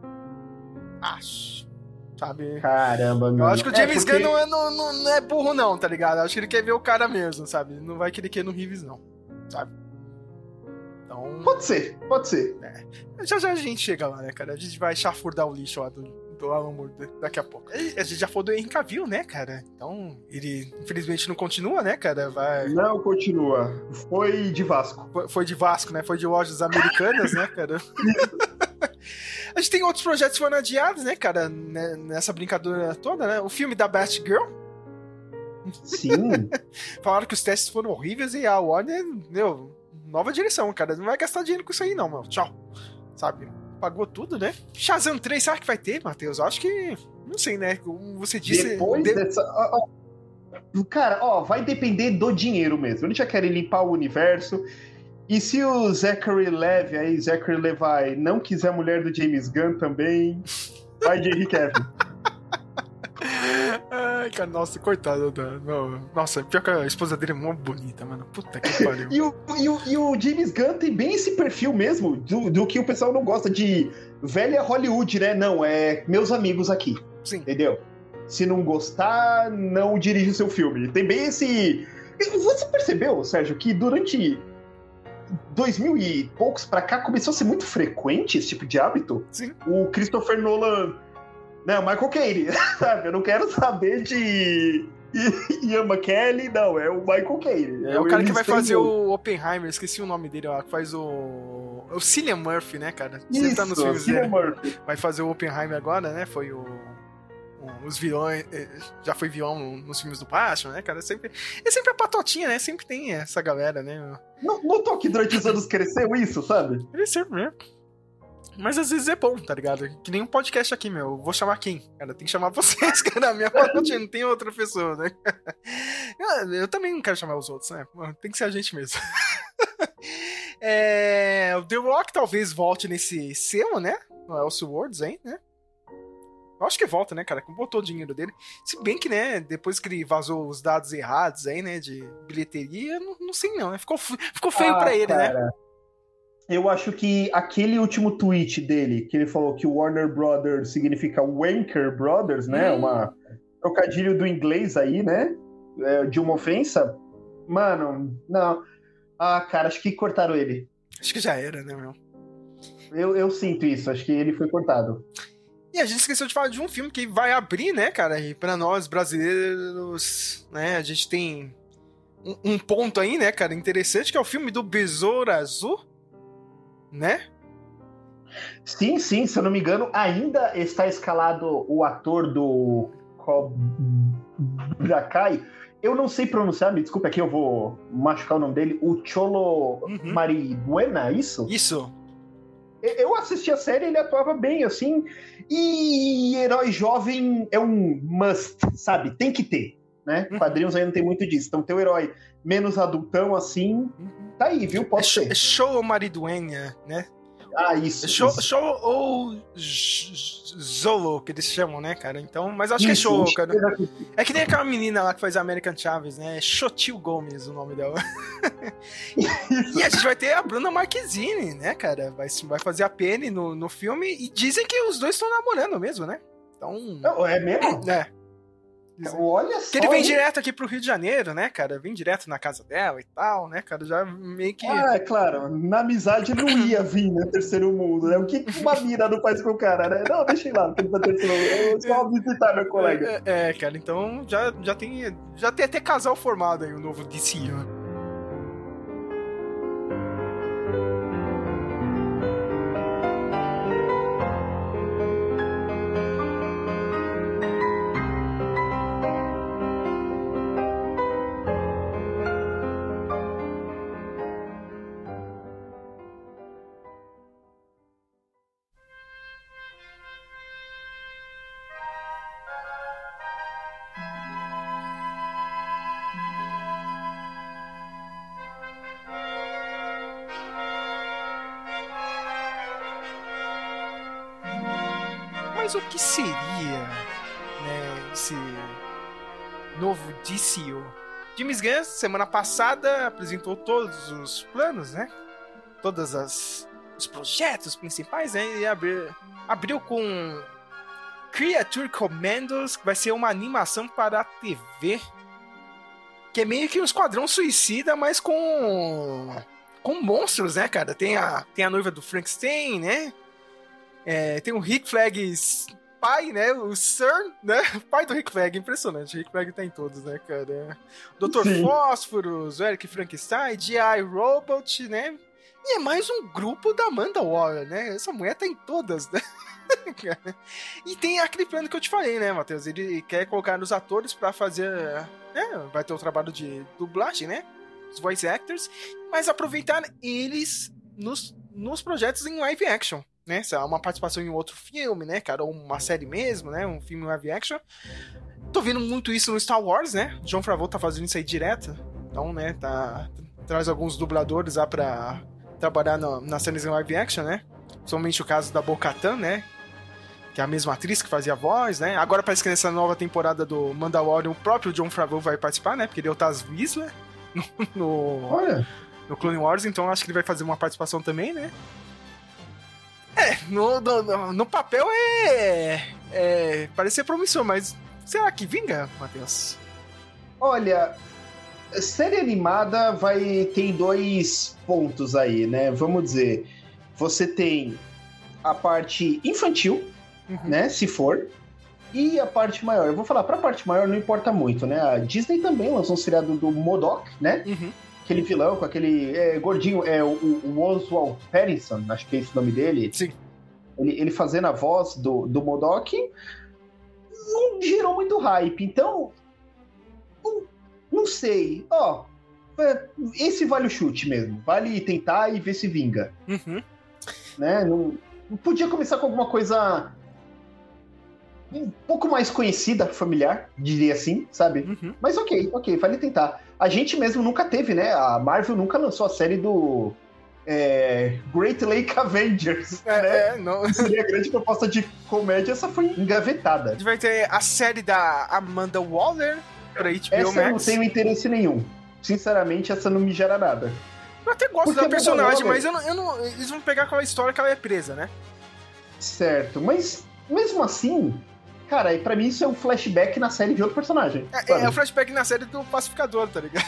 Acho. Sabe? Caramba, meu. Eu acho que o James é porque... Gunn não é, não, não, não é burro, não, tá ligado? Eu acho que ele quer ver o cara mesmo, sabe? Não vai querer que no Reeves, não. Sabe? Então. Pode ser, pode ser. É. Já já a gente chega lá, né, cara? A gente vai chafurdar o lixo lá do, do Alan Moore daqui a pouco. A gente já falou do Henry Cavill, né, cara? Então, ele infelizmente não continua, né, cara? Vai... Não continua. Foi de Vasco. Foi, foi de Vasco, né? Foi de lojas americanas, né, cara? A gente tem outros projetos que foram adiados, né, cara? Nessa brincadeira toda, né? O filme da Batgirl. Sim. Falaram que os testes foram horríveis e a Warner, meu, nova direção, cara. Não vai gastar dinheiro com isso aí, não, meu. Tchau. Sabe? Pagou tudo, né? Shazam três, será que vai ter, Matheus? Eu acho que. Não sei, né? Como você disse. Depois de... dessa. Ó, ó, cara, ó, vai depender do dinheiro mesmo. Eles já querem limpar o universo. E se o Zachary Levi, aí, Zachary Levi, não quiser a mulher do James Gunn também, vai de Henry Cavill. Ai, cara, nossa, coitado da... Nossa, pior que a esposa dele é muito bonita, mano. Puta que pariu. e, o, e, o, e o James Gunn tem bem esse perfil mesmo, do, do que o pessoal não gosta de velha Hollywood, né? Não, é meus amigos aqui. Sim. Entendeu? Se não gostar, não dirige o seu filme. Tem bem esse... Você percebeu, Sérgio, que durante dois mil e poucos pra cá começou a ser muito frequente esse tipo de hábito? Sim. O Christopher Nolan... Não, Michael Caine, sabe? Eu não quero saber de Ian McKellen, não, é o Michael Caine. É, é o cara que vai fazer o Oppenheimer, esqueci o nome dele, ó, que faz o... o Cillian Murphy, né, cara? Isso, tá nos filmes Cillian dele. Murphy. Vai fazer o Oppenheimer agora, né? Foi o... os vilões... Já foi vilão nos filmes do Batman, né, cara? É sempre, é sempre a patotinha, né? Sempre tem essa galera, né? Não, notou que durante os anos cresceu isso, sabe? Ele sempre mesmo. Mas às vezes é bom, tá ligado? Que nem um podcast aqui, meu. Eu vou chamar quem? Cara, tem que chamar vocês, cara. A minha patotinha, não tem outra pessoa, né? Eu, eu também não quero chamar os outros, né? Tem que ser a gente mesmo. É, o The Rock talvez volte nesse selo, né? No Elseworlds, hein, né? Eu acho que volta, né, cara? Que botou o dinheiro dele. Se bem que, né, depois que ele vazou os dados errados aí, né, de bilheteria, não, não sei não, né? Ficou, ficou feio ah, pra ele, cara. Né? Eu acho que aquele último tweet dele, que ele falou que o Warner Brothers significa Wanker Brothers, né? Hum. Uma trocadilho do inglês aí, né? De uma ofensa. Mano, não. Ah, cara, acho que cortaram ele. Acho que já era, né, meu? Eu, eu sinto isso, acho que ele foi cortado. E a gente esqueceu de falar de um filme que vai abrir, né, cara? E pra nós brasileiros, né, a gente tem um, um ponto aí, né, cara, interessante, que é o filme do Besouro Azul, né? Sim, sim, se eu não me engano, ainda está escalado o ator do Cobra Kai. Eu não sei pronunciar, me desculpa aqui, eu vou machucar o nome dele. O Cholo uhum. Mariduena, isso? Isso. Eu assisti a série, ele atuava bem, assim. E herói jovem é um must, sabe? Tem que ter, né? Uhum. Quadrinhos aí não tem muito disso. Então, ter um herói menos adultão, assim, uhum. tá aí, viu? Pode é ser. É Show Mariduena, né? Ah, isso. É show, isso. show ou Zolo, que eles chamam, né, cara? Então, mas acho isso, que é show, cara. É que nem aquela menina lá que faz a American Chaves, né? É Xotil Gomes o nome dela. E a gente vai ter a Bruna Marquezine, né, cara? Vai, vai fazer a Penny no, no filme e dizem que os dois estão namorando mesmo, né? Então... Não, é mesmo? É. Olha só. Que ele vem hein? direto aqui pro Rio de Janeiro, né, cara? Vem direto na casa dela e tal, né, cara? Já meio que... Ah, é claro. Na amizade não ia vir, né? Terceiro mundo, né? O que uma mina não faz com o cara, né? Não, deixa eu ir lá. Pra terceiro mundo. Eu só visitar meu colega. É, é, cara. Então já, já, tem, já tem até casal formado aí, o novo D C, né? Mas o que seria, né, esse novo D C U? James Gunn, semana passada, apresentou todos os planos, né? Todos as, os projetos principais, né? E abriu, abriu com Creature Commandos, que vai ser uma animação para a T V, que é meio que um Esquadrão Suicida, mas com com monstros, né, cara? Tem a, tem a noiva do Frankenstein, né? É, tem o Rick Flags pai, né? O Sir, né? Pai do Rick Flag, impressionante. O Rick Flag tá em todos, né, cara? doutor Sim. Fósforos, o Eric Frankenstein, G I Robot, né? E é mais um grupo da Amanda Waller, né? Essa mulher tá em todas, né? E tem aquele plano que eu te falei, né, Matheus? Ele quer colocar os atores pra fazer... É, vai ter o trabalho de dublagem, né? Os voice actors. Mas aproveitar eles nos, nos projetos em live action, né? Se é uma participação em outro filme, né, cara? Ou uma série mesmo, né? Um filme live action. Tô vendo muito isso no Star Wars, né? Jon Favreau tá fazendo isso aí direto. Então, né, tá... Traz alguns dubladores lá pra trabalhar no, nas séries em live action, né? Somente o caso da Bo-Katan, né? Que é a mesma atriz que fazia a voz, né? Agora parece que nessa nova temporada do Mandalorian o próprio Jon Favreau vai participar, né? Porque ele é o Taz Whistler no, no, Olha. no Clone Wars, então acho que ele vai fazer uma participação também, né? É, no, no, no papel é, é... parece ser promissor, mas será que vinga, Matheus? Olha, série animada vai ter dois pontos aí, né? Vamos dizer, você tem a parte infantil, uhum. né? Se for, e a parte maior. Eu vou falar, pra parte maior não importa muito, né? A Disney também lançou um seriado do MODOK, né? Uhum. Aquele vilão com aquele é, gordinho, é o, o Oswald Pattinson, acho que é esse o nome dele. Sim. Ele, ele fazendo a voz do, do MODOK, não gerou muito hype. Então, não, não sei. Ó, esse vale o chute mesmo. Vale tentar e ver se vinga. Uhum. Né? Não, não podia começar com alguma coisa um pouco mais conhecida, familiar, diria assim, sabe? Uhum. Mas ok, ok, vale tentar. A gente mesmo nunca teve, né? A Marvel nunca lançou a série do é, Great Lake Avengers. É, né? é, não. Seria a grande proposta de comédia, essa foi engavetada. A gente vai ter a série da Amanda Waller pra H B O essa Max. Eu não tenho interesse nenhum. Sinceramente, essa não me gera nada. Eu até gosto Porque da personagem, mas eu não, eu não, eles vão pegar aquela história que ela é presa, né? Certo, mas mesmo assim, cara, pra mim isso é um flashback na série de outro personagem. É, é o flashback na série do Pacificador, tá ligado?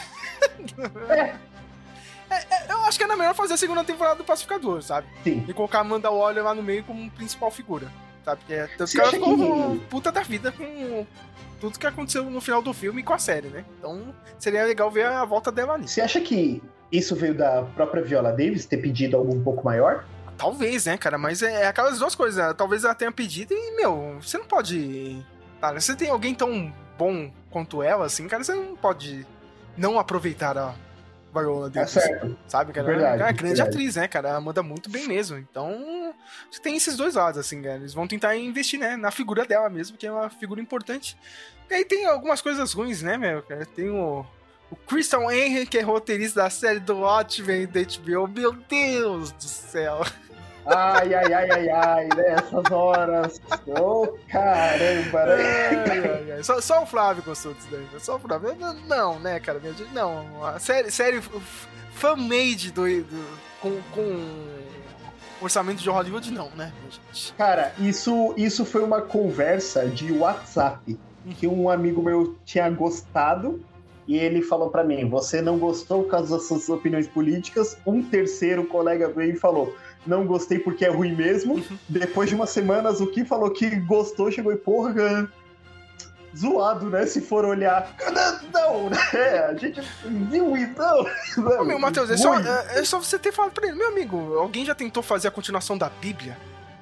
É. É, é. Eu acho que era melhor fazer a segunda temporada do Pacificador, sabe? Sim. E colocar a Amanda Waller lá no meio como principal figura, sabe? Porque é, tanto que ela ficou que... puta da vida com tudo que aconteceu no final do filme e com a série, né? Então seria legal ver a volta dela ali. Você acha que isso veio da própria Viola Davis ter pedido algo um pouco maior? Talvez, né, cara? Mas é aquelas duas coisas. Né? Talvez ela tenha pedido e, meu, você não pode... Cara, você tem alguém tão bom quanto ela, assim, cara, você não pode não aproveitar a Viola Davis. É certo. Sabe, cara? Verdade, ela é uma grande verdade. atriz, né, cara? Ela manda muito bem mesmo. Então, você tem esses dois lados, assim, cara. Eles vão tentar investir, né, na figura dela mesmo, que é uma figura importante. E aí tem algumas coisas ruins, né, meu, cara? Tem o... O Christian Henry, que é roteirista da série do Watchmen da H B O. Meu Deus do céu. Ai, ai, ai, ai, ai, nessas horas. Ô, oh, caramba, né? Ai, ai, ai. Só, só o Flávio gostou disso daí. Só o Flávio. Não, né, cara? Não. A série, série fan-made do, do, com, com orçamento de Hollywood, não, né, gente? Cara, isso, isso foi uma conversa de WhatsApp que um amigo meu tinha gostado. E ele falou pra mim, você não gostou por causa das suas opiniões políticas? Um terceiro colega veio e falou, não gostei porque é ruim mesmo. Uhum. Depois de umas semanas, o que falou que gostou, chegou e, porra, zoado, né? Se for olhar. Não, né? A gente viu então. Ô, meu, Matheus, é só, é, é só você ter falado pra ele, meu amigo, alguém já tentou fazer a continuação da Bíblia?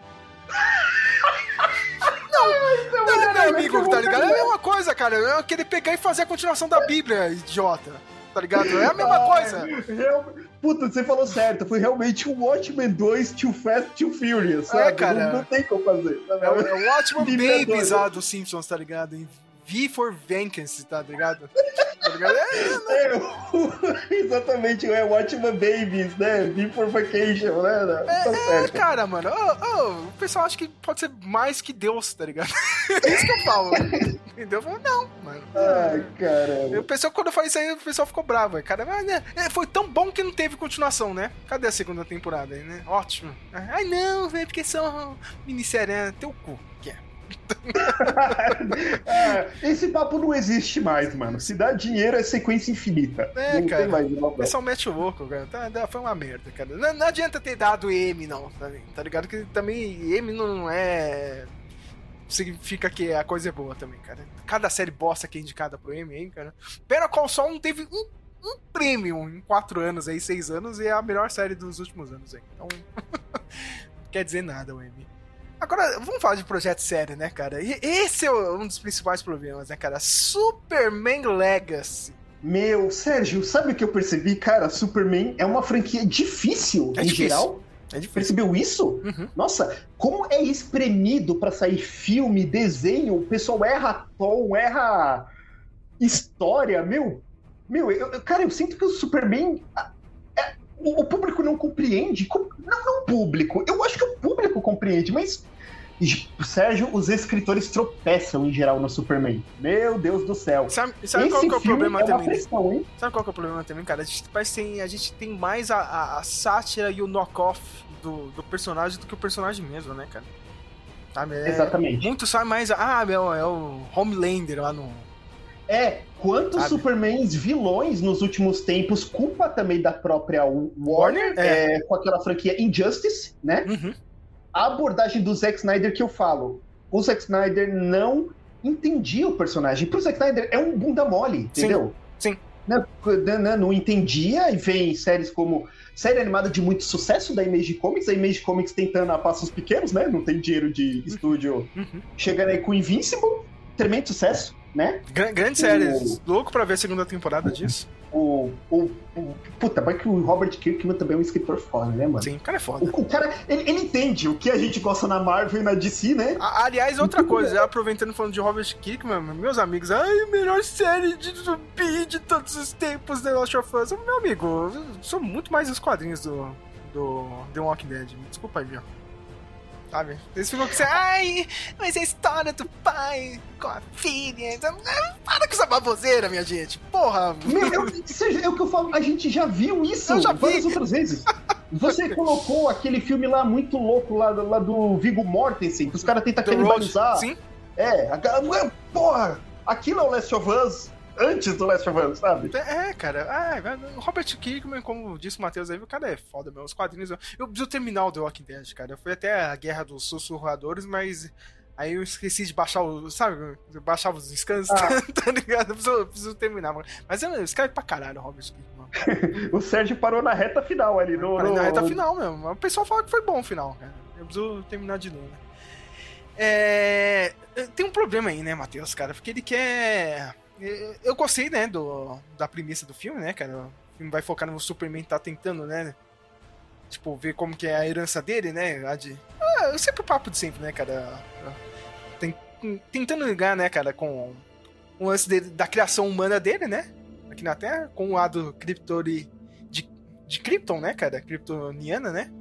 Não, não, meu amigo, tá ligado? É a mesma coisa, cara. Eu querer pegar e fazer a continuação da Bíblia, idiota. Tá ligado? É a mesma coisa. Real... Puta, você falou certo. Foi realmente um Watchmen dois, Too Fast, Too Furious, sabe? É, cara. Não, não tem como fazer. Sabe? É o, é o Watchmen Babies lá dos Simpsons, tá ligado? Em V for Vacancy, tá ligado? tá ligado? É, é, exatamente, é Watchman Babies, né? Before Vacation, né? É, tá é cara, mano, oh, oh, o pessoal acha que pode ser mais que Deus, tá ligado? É isso que eu falo. Entendeu? Eu falo, não, mano. Ai, caramba. O pessoal, quando eu falei isso aí, o pessoal ficou bravo, cara. Mas, né, foi tão bom que não teve continuação, né? Cadê a segunda temporada aí, né? Ótimo. Ai, não, velho, porque são minissérie, né? Teu cu, que é. ah, esse papo não existe mais, mano. Se dá dinheiro é sequência infinita. É, não cara. Tem mais o pessoal mete o louco, cara. Tá, foi uma merda, cara. Não, não adianta ter dado M, não. Tá ligado? Que também M não é. Significa que a coisa é boa também, cara. Cada série bosta que é indicada pro M, hein, cara. Better Call Saul não teve um, um prêmio em quatro anos aí, seis anos, e é a melhor série dos últimos anos aí. Então, não quer dizer nada o M. Agora, vamos falar de projeto sério, né, cara? E esse é um dos principais problemas, né, cara? Superman Legacy. Meu, Sérgio, sabe o que eu percebi? Cara, Superman é uma franquia difícil, é em difícil. geral. É difícil. Percebeu isso? Uhum. Nossa, como é espremido pra sair filme, desenho, o pessoal erra tom, erra história, meu. Meu, eu, cara, eu sinto que o Superman... É, o, o público não compreende. Não, não o público. Eu acho que o público compreende, mas... Sérgio, os escritores tropeçam em geral no Superman. Meu Deus do céu. Sabe, sabe qual que é o problema é também? Pressão, hein? Sabe qual que é o problema também, cara? A gente, parece que tem, a gente tem mais a, a, a sátira e o knock-off do, do personagem do que o personagem mesmo, né, cara? Sabe? É, exatamente. Muito sabe mais. Ah, meu, é o Homelander lá no. É, quantos sabe? Supermans vilões nos últimos tempos, culpa também da própria Warner, Warner? É. É, com aquela franquia Injustice, né? Uhum. A abordagem do Zack Snyder que eu falo. O Zack Snyder não entendia o personagem. Pro Zack Snyder é um bunda mole, entendeu? Sim. Sim. Não, não, não entendia, e vem séries como série animada de muito sucesso da Image Comics, a Image Comics tentando a passos pequenos, né? Não tem dinheiro de estúdio. Uhum. Chegando aí com Invincible, tremendo sucesso, né? Grande, grande série. O... Louco pra ver a segunda temporada disso. O, o, o, puta, mas que o Robert Kirkman também é um escritor foda, né, mano? Sim, o cara é foda. O, o cara, ele, ele entende o que a gente gosta na Marvel e na D C, né? A, aliás, outra coisa, já aproveitando falando de Robert Kirkman, meus amigos, ai, melhor série de zumbi de todos os tempos da Last of Us. Meu amigo, eu sou muito mais os quadrinhos do, do The Walking Dead. Desculpa aí, ó. Sabe? Eles ficam com você, ai, mas é a história do pai com a filha. Para com essa baboseira, minha gente. Porra. Meu, eu, é o que eu falo, a gente já viu isso eu já várias vi. outras vezes. Você colocou aquele filme lá muito louco, lá, lá do Viggo Mortensen, que os caras tentam canibalizar. Sim. É, a, porra, aquilo é o Last of Us. Antes do Last of Us, sabe? É, cara. Ah, o Robert Kirkman, como disse o Matheus aí, o cara é foda, meu. Os quadrinhos... Eu preciso terminar o The Walking Dead, cara. Eu fui até a Guerra dos Sussurradores, mas... Aí eu esqueci de baixar o... Sabe? Baixar os descansos, ah. Tá ligado? Eu preciso, eu preciso terminar. Mas eu escrevo pra caralho o Robert Kirkman. O Sérgio parou na reta final ali. No, Parei no... na reta final mesmo. O pessoal fala que foi bom o final, cara. Eu preciso terminar de novo. É... Tem um problema aí, né, Matheus, cara? Porque ele quer... Eu gostei, né, do, da premissa do filme, né, cara? O filme vai focar no Superman tá tentando, né? Tipo, ver como que é a herança dele, né? A de... Ah, sempre o papo de sempre, né, cara? Tem, tentando ligar, né, cara, com o lance dele, da criação humana dele, né? Aqui na Terra, com o lado Kryptori de, de Krypton, né, cara? Kryptoniana, né?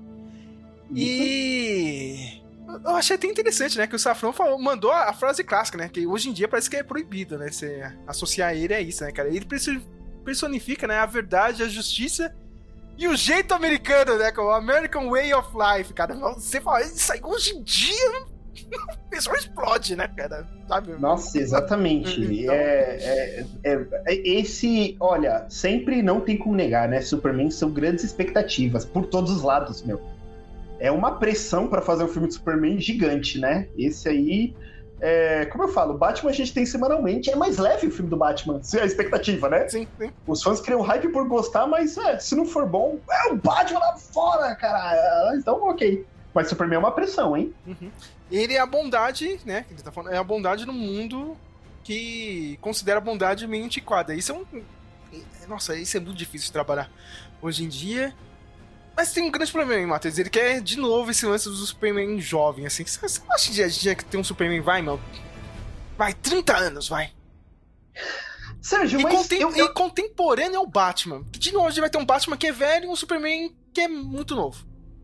E... Eu achei até interessante, né, que o Safran falou, mandou a, a frase clássica, né, que hoje em dia parece que é proibido, né, você associar ele a isso, né, cara. Ele personifica, né, a verdade, a justiça e o jeito americano, né, o American Way of Life, cara. Você fala isso aí hoje em dia, a pessoa explode, né, cara, sabe? Nossa, exatamente. Então... É, é, é, esse, olha, sempre não tem como negar, né, Superman são grandes expectativas, por todos os lados, meu. É uma pressão pra fazer um filme de Superman gigante, né? Esse aí, é, como eu falo, Batman a gente tem semanalmente, é mais leve o filme do Batman, a expectativa, né? Sim, sim. Os fãs criam hype por gostar, mas é, se não for bom, é o Batman lá fora, cara. Então, ok. Mas Superman é uma pressão, hein? Uhum. Ele é a bondade, né? Ele tá falando, é a bondade no mundo que considera a bondade meio antiquada. Isso é um... Nossa, isso é muito difícil de trabalhar hoje em dia. Mas tem um grande problema, hein, Matheus? Ele quer, de novo, esse lance do Superman jovem, assim. Você acha que dia que tem um Superman, vai, meu? Vai, trinta anos, vai. Sérgio, e, mas contem- eu, eu... e contemporâneo é o Batman. Que de novo a gente vai ter um Batman que é velho e um Superman que é muito novo.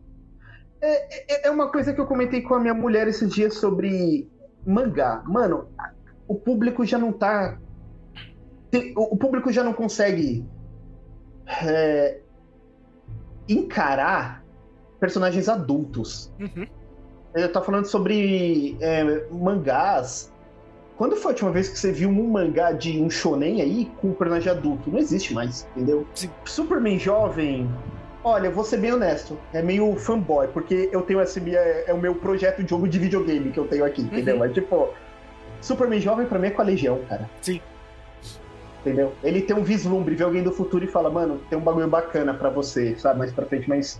É, é uma coisa que eu comentei com a minha mulher esses dias sobre mangá. Mano, o público já não tá... O público já não consegue é, encarar personagens adultos. Uhum. Eu tava falando sobre é, mangás. Quando foi a última vez que você viu um mangá de um shonen aí com um personagem adulto? Não existe mais, entendeu? Sim. Superman jovem... Olha, eu vou ser bem honesto, é meio fanboy, porque eu tenho essa minha... É o meu projeto de jogo de videogame que eu tenho aqui, entendeu? Uhum. Mas, tipo, Superman jovem pra mim é com a Legião, cara. Sim. Entendeu? Ele tem um vislumbre, vê alguém do futuro e fala, mano, tem um bagulho bacana pra você, sabe? Mais pra frente, mas...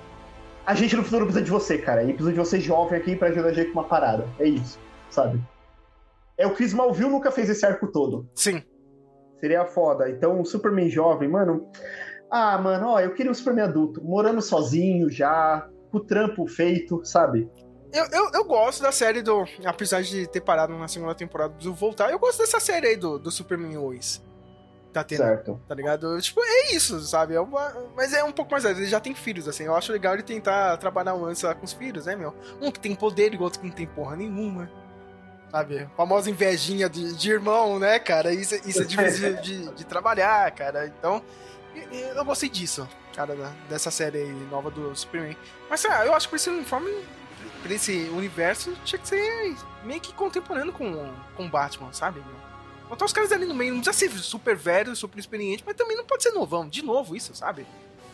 A gente no futuro precisa de você, cara. E precisa de você jovem aqui pra ajudar a gente com uma parada. É isso, sabe? É o que o Smallville nunca fez esse arco todo. Sim. Seria foda. Então, o Superman jovem, mano... Ah, mano, ó, eu queria um Superman adulto, morando sozinho já, com o trampo feito, sabe? Eu, eu, eu gosto da série do... Apesar de ter parado na segunda temporada do voltar, eu gosto dessa série aí do, do Superman Lois. Tá tendo, Certo. tá ligado? Tipo, é isso, sabe? É uma, mas é um pouco mais velho, ele já tem filhos, assim. Eu acho legal ele tentar trabalhar um lance lá com os filhos, né, meu? Um que tem poder e o outro que não tem porra nenhuma. Sabe? A famosa invejinha de, de irmão, né, cara? Isso, isso é difícil de, de, de trabalhar, cara. Então... Eu gostei disso, cara, dessa série aí nova do Superman. Mas, sei lá, eu acho que pra esse uniforme, pra esse universo, tinha que ser meio que contemporâneo com o Batman, sabe? Botar os caras ali no meio, não precisa ser super velho, super experiente, mas também não pode ser novão. De novo isso, sabe?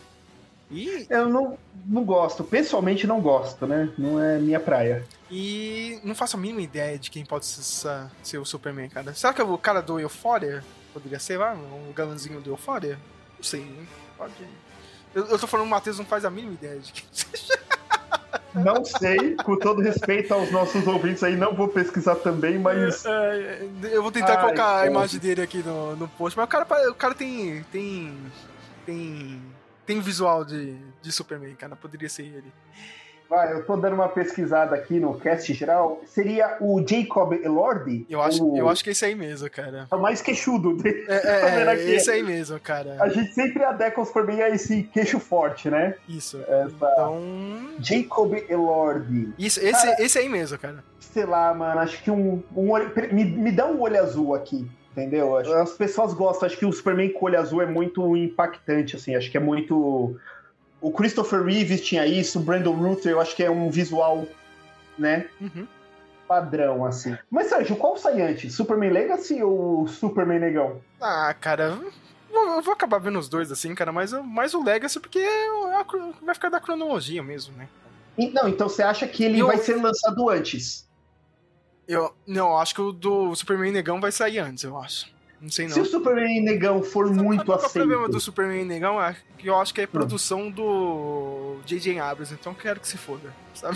E... Eu não, não gosto, pessoalmente não gosto, né? Não é minha praia. E não faço a mínima ideia de quem pode ser, ser o Superman, cara. Será que é o cara do Euphoria? Poderia ser lá, um galãzinho do Euphoria? Não sei, hein? Pode. Eu, eu tô falando, o Matheus não faz a mínima ideia de quem seja. Não sei, com todo respeito aos nossos ouvintes aí, não vou pesquisar também, mas. É, eu vou tentar Ai, colocar cara. a imagem dele aqui no, no post, mas o cara, o cara tem. tem. tem. tem visual de, de Superman, cara. Poderia ser ele. Vai, eu tô dando uma pesquisada aqui no cast geral. Seria o Jacob Elordi? Eu acho, o... eu acho que é esse aí mesmo, cara. É o mais queixudo. É, é, é esse aí mesmo, cara. A gente sempre adequa os Superman a esse queixo forte, né? Isso. Essa... Então. Jacob Elordi. Isso, esse, cara, esse aí mesmo, cara. Sei lá, mano, acho que um. um olho... me, me dá um olho azul aqui. Entendeu? As pessoas gostam, acho que o Superman com olho azul é muito impactante, assim, acho que é muito... O Christopher Reeves tinha isso, o Brandon Ruther, eu acho que é um visual, né, uhum. padrão, assim. Mas, Sérgio, qual sai antes? Superman Legacy ou Superman Negão? Ah, cara, eu vou acabar vendo os dois, assim, cara, mas mais o Legacy, porque vai ficar da cronologia mesmo, né? Não, então você acha que ele eu... vai ser lançado antes? Eu não, acho que o do Superman Negão vai sair antes, eu acho. Não sei não. Se o Superman Negão for Sabe muito qual aceito... Qual é o problema do Superman Negão? É que eu acho que é produção do J J Abrams, então quero que se foda, sabe?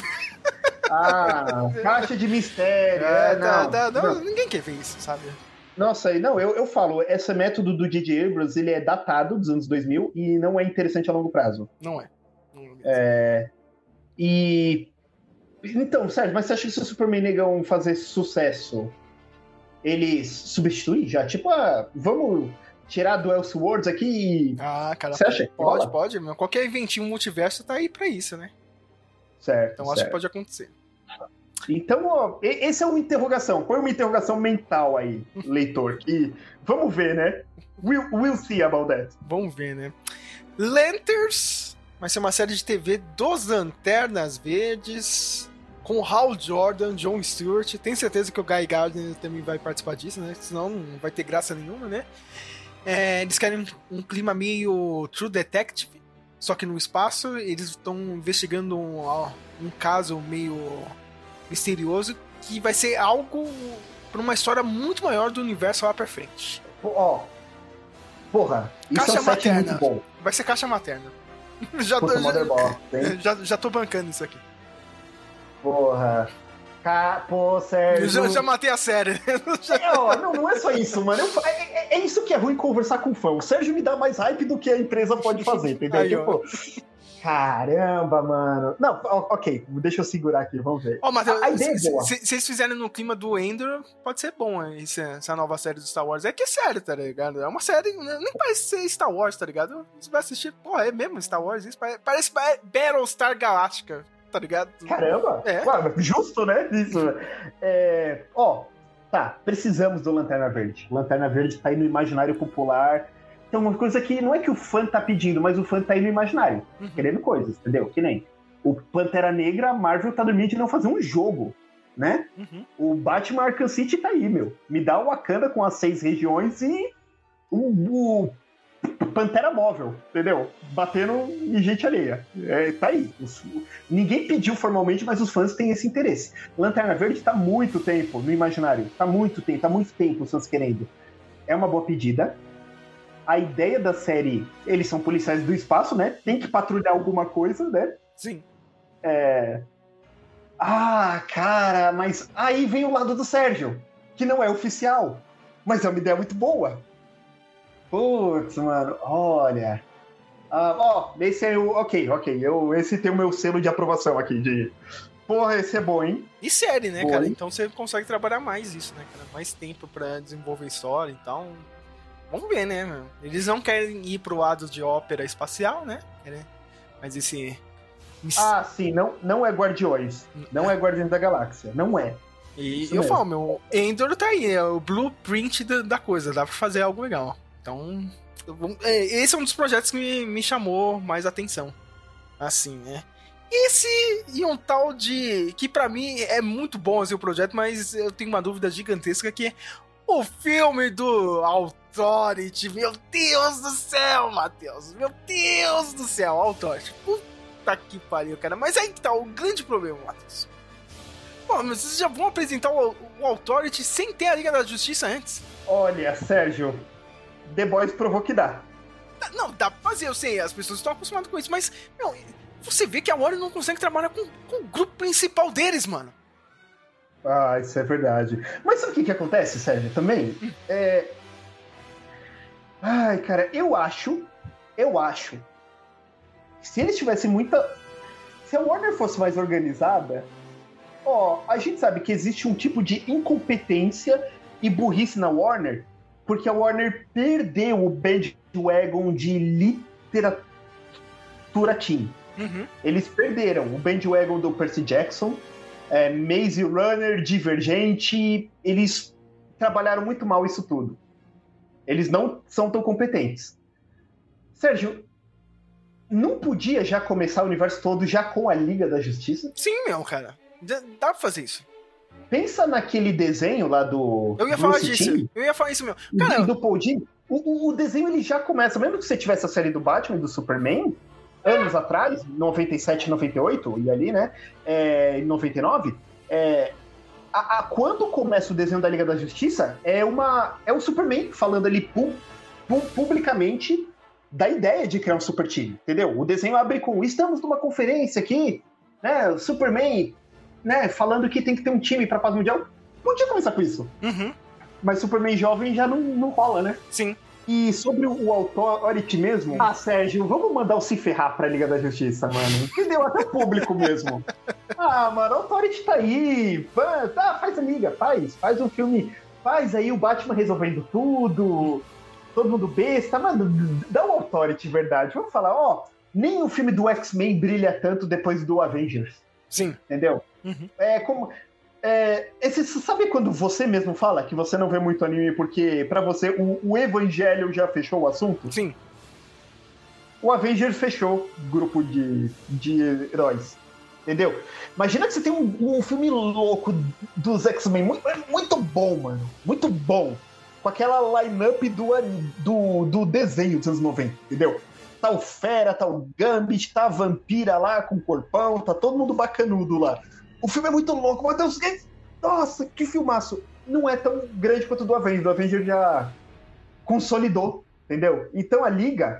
Ah, caixa de mistério. É, é, não, tá, tá, não, não, ninguém quer ver isso, sabe? Nossa, não, eu, eu falo, esse método do J J Abrams, ele é datado dos anos dois mil e não é interessante a longo prazo. Não é. Não é, é e... Então, Sérgio, mas você acha que se o Superman Negão fazer sucesso, ele substitui já? Tipo, ah, vamos tirar do Elseworlds aqui e... Ah, cara, você acha? Pode, Rola? pode. Meu. Qualquer eventinho multiverso tá aí pra isso, né? Certo, Então certo. acho que pode acontecer. Então, ó, esse é uma interrogação. Põe uma interrogação mental aí, leitor. Que vamos ver, né? We'll, we'll see about that. Vamos ver, né? Lanterns vai ser uma série de T V dos Lanternas Verdes com Hal Jordan, Jon Stewart. Tenho certeza que o Guy Gardner também vai participar disso, né? Senão não vai ter graça nenhuma, né? É, eles querem um clima meio True Detective, só que no espaço. Eles estão investigando um, ó, um caso meio misterioso que vai ser algo para uma história muito maior do universo lá pra frente. Ó, porra, isso Caixa é um set materna. muito bom. Vai ser caixa materna. já, Puta, já, Motherbox, hein? já, já tô bancando isso aqui. Porra. Ca... Pô, Sérgio. Já, já matei a série. É, ó, não, não é só isso, mano. Eu, é, é, é isso que é ruim conversar com fã. O Sérgio me dá mais hype do que a empresa pode fazer, entendeu? Aí, tipo, Caramba, mano. Não, ok, deixa eu segurar aqui, vamos ver. Ó, oh, Matheus, a ideia se, é boa. Se, se eles fizerem no clima do Endor, pode ser bom essa, essa nova série do Star Wars. É que é sério, tá ligado? É uma série, nem parece ser Star Wars, tá ligado? Você vai assistir, pô, é mesmo Star Wars? Isso parece, parece Battlestar Galactica, tá ligado? Caramba! É. Ué, justo, né? Isso. É, ó, tá, precisamos do Lanterna Verde. Lanterna Verde tá aí no imaginário popular. Então, uma coisa que não é que o fã tá pedindo, mas o fã tá aí no imaginário, uhum. querendo coisas, entendeu? Que nem o Pantera Negra, a Marvel tá dormindo de não fazer um jogo, né? Uhum. O Batman Arkham City tá aí, meu. Me dá o Wakanda com as seis regiões e o, o Pantera Móvel, entendeu? Batendo em gente alheia. É, tá aí. Os, ninguém pediu formalmente, mas os fãs têm esse interesse. Lanterna Verde tá muito tempo no imaginário. Tá muito tempo, tá muito tempo os fãs querendo. É uma boa pedida. A ideia da série, eles são policiais do espaço, né? Tem que patrulhar alguma coisa, né? Sim. É... Ah, cara, mas aí vem o lado do Sérgio, que não é oficial, mas é uma ideia muito boa. Putz, mano, olha... Ah, ó, esse é o... Ok, ok, eu, esse tem o meu selo de aprovação aqui, de... Porra, esse é bom, hein? E série, né, bom, cara? Hein? Então você consegue trabalhar mais isso, né, cara? Mais tempo pra desenvolver história, então... Vamos ver, né, meu? Eles não querem ir pro lado de ópera espacial, né? Mas esse... Ah, sim, não, não é Guardiões. Não é Guardiões da Galáxia. Não é. E Isso eu mesmo. falo, meu, Endor tá aí, é o blueprint da, da coisa, dá pra fazer algo legal. Então, eu, é, esse é um dos projetos que me, me chamou mais atenção. Assim, né? Esse e um tal de... Que pra mim é muito bom assim, o projeto, mas eu tenho uma dúvida gigantesca que é o filme do Authority. Meu Deus do céu, Matheus. Meu Deus do céu, Authority. Puta que pariu, cara. Mas aí que tá o grande problema, Matheus. Pô, mas vocês já vão apresentar o, o Authority sem ter a Liga da Justiça antes? Olha, Sérgio, The Boys provou que dá. Não, dá pra fazer, eu sei, as pessoas estão acostumadas com isso, mas, meu, você vê que a Warner não consegue trabalhar com, com o grupo principal deles, mano. Ah, isso é verdade. Mas sabe o que que acontece, Sérgio, também? Hum. É... Ai, cara, eu acho, eu acho, se eles tivessem muita... Se a Warner fosse mais organizada, ó, a gente sabe que existe um tipo de incompetência e burrice na Warner, porque a Warner perdeu o bandwagon de literatura teen. Uhum. Eles perderam o bandwagon do Percy Jackson, é, Maze Runner, Divergente, eles trabalharam muito mal isso tudo. Eles não são tão competentes. Sérgio, não podia já começar o universo todo já com a Liga da Justiça? Sim, meu, cara. Dá pra fazer isso. Pensa naquele desenho lá do... Eu ia falar disso. Team, eu ia falar isso, meu. Cara, do Paul Dini. O, o, o desenho ele já começa, mesmo que você tivesse a série do Batman e do Superman, anos atrás, noventa e sete, noventa e oito, e ali, né, é, em noventa e nove, é, a, a, quando começa o desenho da Liga da Justiça, é, uma, é o Superman falando ali pu, pu, publicamente da ideia de criar um super time, entendeu? O desenho abre com, estamos numa conferência aqui, né, o Superman, né, falando que tem que ter um time pra paz mundial. Podia começar com isso. Uhum. Mas Superman jovem já não, não rola, né? Sim. E sobre o Authority mesmo, ah, Sérgio, vamos mandar o se ferrar pra Liga da Justiça, mano. Entendeu? Até o público mesmo. Ah, mano, o Authority tá aí. Tá, faz a Liga, faz. Faz um filme, faz aí o Batman resolvendo tudo, todo mundo besta. Mano, dá o Authority, verdade. Vamos falar, ó, nem o filme do X-Men brilha tanto depois do Avengers. Sim. Entendeu? Uhum. É como... É, esse, sabe quando você mesmo fala que você não vê muito anime porque pra você o, o Evangelho já fechou o assunto? Sim. O Avengers fechou o grupo de, de heróis, entendeu? Imagina que você tem um, um filme louco dos X-Men, muito, muito bom, mano, muito bom, com aquela line-up do, do, do desenho dos anos noventa, entendeu? Tá o Fera, tá o Gambit, tá a Vampira lá com o corpão, tá todo mundo bacanudo lá. O filme é muito louco, meu Deus, que... nossa, que filmaço. Não é tão grande quanto o do Avengers, o Avengers já consolidou, entendeu? Então a Liga,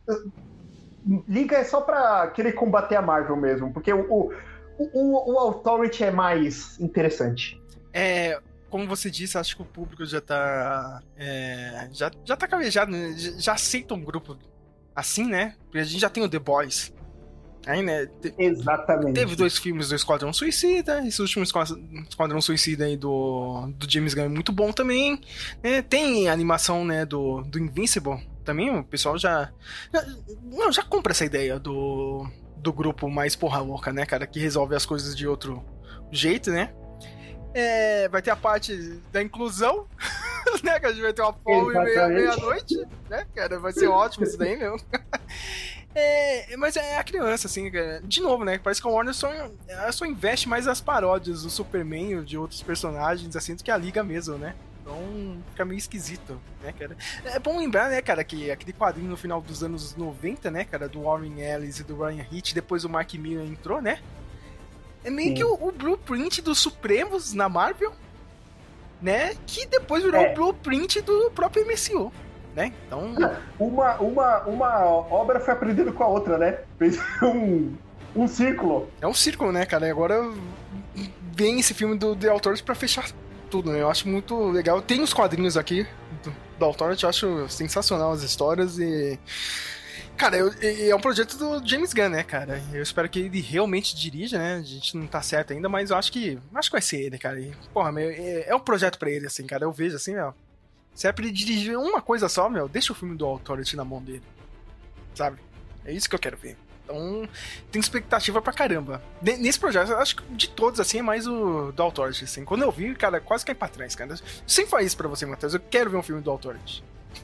Liga é só pra querer combater a Marvel mesmo, porque o, o, o, o Authority é mais interessante. É, como você disse, acho que o público já tá, é, já, já tá calejado, né? já, já aceita um grupo assim, né? Porque a gente já tem o The Boys. Aí, né? Te... Exatamente. Teve dois filmes do Esquadrão Suicida. Esse último Esquadrão Suicida aí do, do James Gunn é muito bom também. É, tem a animação, né, do, do Invincible também. O pessoal já, já. Não, já compra essa ideia do, do grupo mais porra louca, né, cara? Que resolve as coisas de outro jeito, né? É, vai ter a parte da inclusão, né? Que a gente vai ter uma fome meia-noite, né, cara? Vai ser ótimo isso daí, meu. É, mas é a criança, assim, cara. De novo, né? Parece que a Warner só, só investe mais nas paródias do Superman ou de outros personagens, assim, do que a Liga mesmo, né? Então fica meio esquisito, né, cara? É bom lembrar, né, cara, que aquele quadrinho no final dos anos noventa, né, cara, do Warren Ellis e do Ryan Hitch, depois o Mark Millar entrou, né? É meio Sim. que o, o blueprint dos Supremos na Marvel, né? Que depois virou é. o blueprint do próprio M C U. Né? Então... Uma, uma, uma obra foi aprendendo com a outra, né? Fez um, um círculo. É um círculo, né, cara? E agora vem esse filme do The Authority pra fechar tudo, né? Eu acho muito legal. Tem os quadrinhos aqui do, do Authority, eu acho sensacional as histórias e... Cara, eu, é um projeto do James Gunn, né, cara? Eu espero que ele realmente dirija, né? A gente não tá certo ainda, mas eu acho que acho que vai ser ele, cara. E, porra, meu, é, é um projeto pra ele, assim, cara. Eu vejo assim, meu... Se é pra ele dirigir uma coisa só, meu, deixa o filme do Authority na mão dele. Sabe? É isso que eu quero ver. Então, tem expectativa pra caramba. Nesse projeto, eu acho que de todos, assim, é mais o do Authority, assim. Quando eu vi, cara, quase cai pra trás, cara. Eu sempre falei isso pra você, Matheus. Eu quero ver um filme do Authority.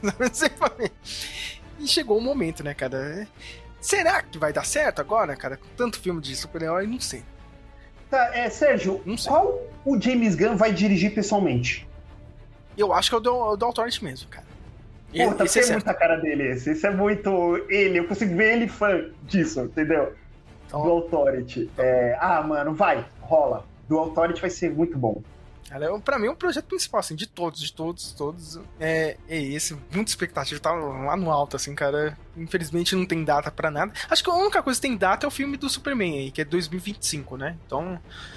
E chegou o momento, né, cara? Será que vai dar certo agora, cara? Com tanto filme de super-herói, não sei. Tá, é, Sérgio, qual o James Gunn vai dirigir pessoalmente? Eu acho que é o do, o do Authority mesmo, cara. Pô, tá é muita cara dele esse. Esse é muito ele. Eu consigo ver ele fã disso, entendeu? Então, do Authority. É... Ah, mano, vai. Rola. Do Authority vai ser muito bom. Cara, pra mim, o projeto principal, assim, de todos, de todos, todos, é, é esse. Muita expectativa. Tá lá no alto, assim, cara. Infelizmente não tem data pra nada. Acho que a única coisa que tem data é o filme do Superman aí, que é dois mil e vinte e cinco, né? Então...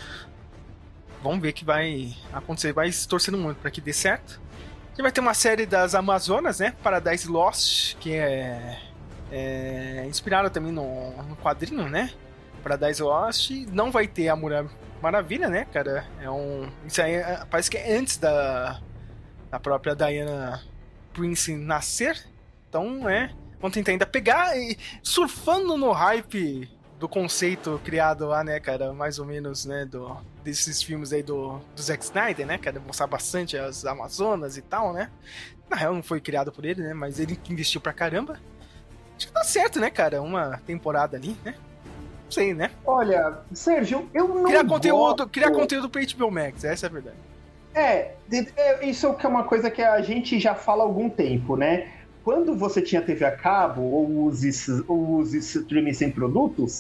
Vamos ver o que vai acontecer. Vai se torcendo muito para que dê certo. A gente vai ter uma série das Amazonas, né? Paradise Lost, que é, é inspirada também no, no quadrinho, né? Paradise Lost. Não vai ter a Mulher Maravilha, né, cara? É um... Isso aí é, parece que é antes da, da própria Diana Prince nascer. Então, é... Vamos tentar ainda pegar e surfando no hype do conceito criado lá, né, cara, mais ou menos, né, do, desses filmes aí do, do Zack Snyder, né, cara, mostrar bastante as Amazonas e tal, né. Na real não foi criado por ele, né, mas ele investiu pra caramba. Acho que tá certo, né, cara, uma temporada ali, né. Não sei, né. Olha, Sérgio, eu não criar conteúdo, gosto... Criar conteúdo pro H B O Max, essa é a verdade. É, isso é uma coisa que a gente já fala há algum tempo, né. Quando você tinha T V a cabo ou os, ou os streaming sem produtos,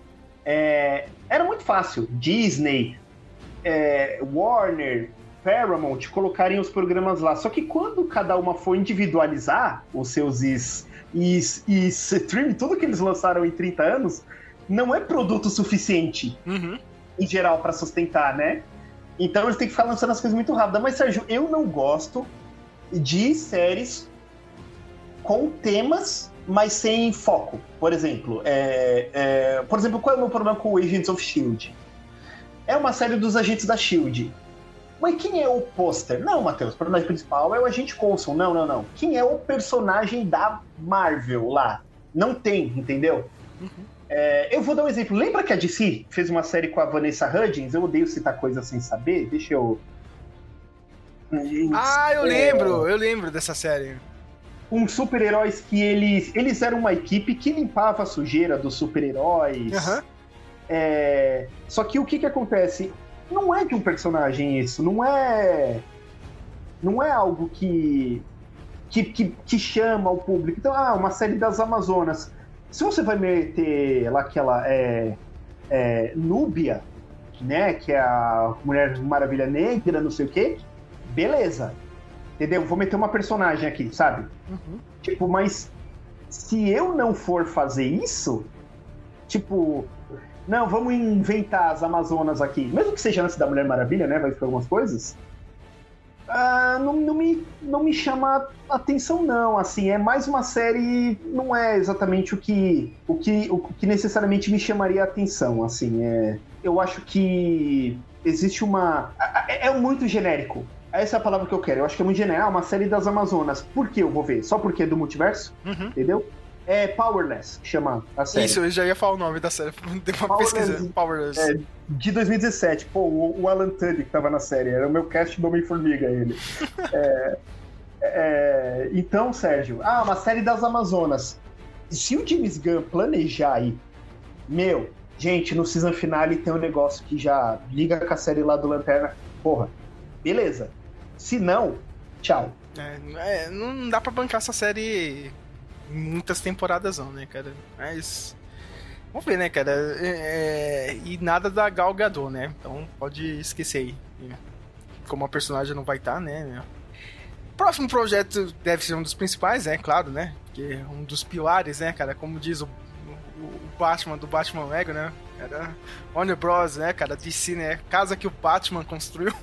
é, era muito fácil. Disney, é, Warner, Paramount colocarem os programas lá. Só que quando cada uma for individualizar os seus is, is, is, streaming, tudo que eles lançaram em trinta anos, não é produto suficiente, uhum. em geral, para sustentar, né? Então eles têm que ficar lançando as coisas muito rápido. Mas, Sérgio, eu não gosto de séries com temas, mas sem foco. Por exemplo, é, é, por exemplo, qual é o meu problema com o Agents of S H I E L D? É uma série dos agentes da S H I E L D. Mas quem é o pôster? Não, Matheus, o personagem principal é o agente Coulson. Não, não, não. Quem é o personagem da Marvel lá? Não tem, entendeu? Uhum. É, eu vou dar um exemplo. Lembra que a D C fez uma série com a Vanessa Hudgens? Eu odeio citar coisas sem saber. Deixa eu... Ah, eu é... lembro. Eu lembro dessa série. Uns super-heróis que eles... Eles eram uma equipe que limpava a sujeira dos super-heróis. Uhum. É, só que o que que acontece? Não é de um personagem isso. Não é... Não é algo que... Que, que, que chama o público. Então, ah, uma série das Amazonas. Se você vai meter lá aquela... É, é, Núbia, né? Que é a Mulher Maravilha Negra, não sei o quê. Beleza. Entendeu? Vou meter uma personagem aqui, sabe? Uhum. Tipo, mas se eu não for fazer isso, tipo, não, vamos inventar as Amazonas aqui, mesmo que seja antes da Mulher Maravilha, né? Vai ter algumas coisas. Ah, não, não, me, não me chama atenção, não. Assim, é mais uma série. Não é exatamente o que, o que, o que necessariamente me chamaria a atenção. Assim, é, eu acho que existe uma. É, é muito genérico. Essa é a palavra que eu quero. Eu acho que é muito genérico. Ah, uma série das Amazonas. Por que eu vou ver? Só porque é do multiverso? Uhum. Entendeu? É Powerless, chama a série. Isso, eu já ia falar o nome da série. Deu uma Powerless, pesquisa. Powerless. É, de dois mil e dezessete. Pô, o, o Alan Tudyk que tava na série. Era o meu cast do Homem-Formiga, ele. é, é, então, Sérgio, ah, uma série das Amazonas. Se o James Gunn planejar aí, meu, gente, no season finale tem um negócio que já liga com a série lá do Lanterna. Porra, beleza. Se não, tchau. É, é, não dá pra bancar essa série muitas temporadas não, né, cara? Mas vamos ver, né, cara? É... E nada da Gal Gadot, né? Então pode esquecer aí. Como a personagem não vai estar, né? Próximo projeto deve ser um dos principais, né? Claro, né? Porque é um dos pilares, né, cara? Como diz o, o, o Batman do Batman Lego, né? Cara, Warner Bros, né, cara? D C, né? Casa que o Batman construiu.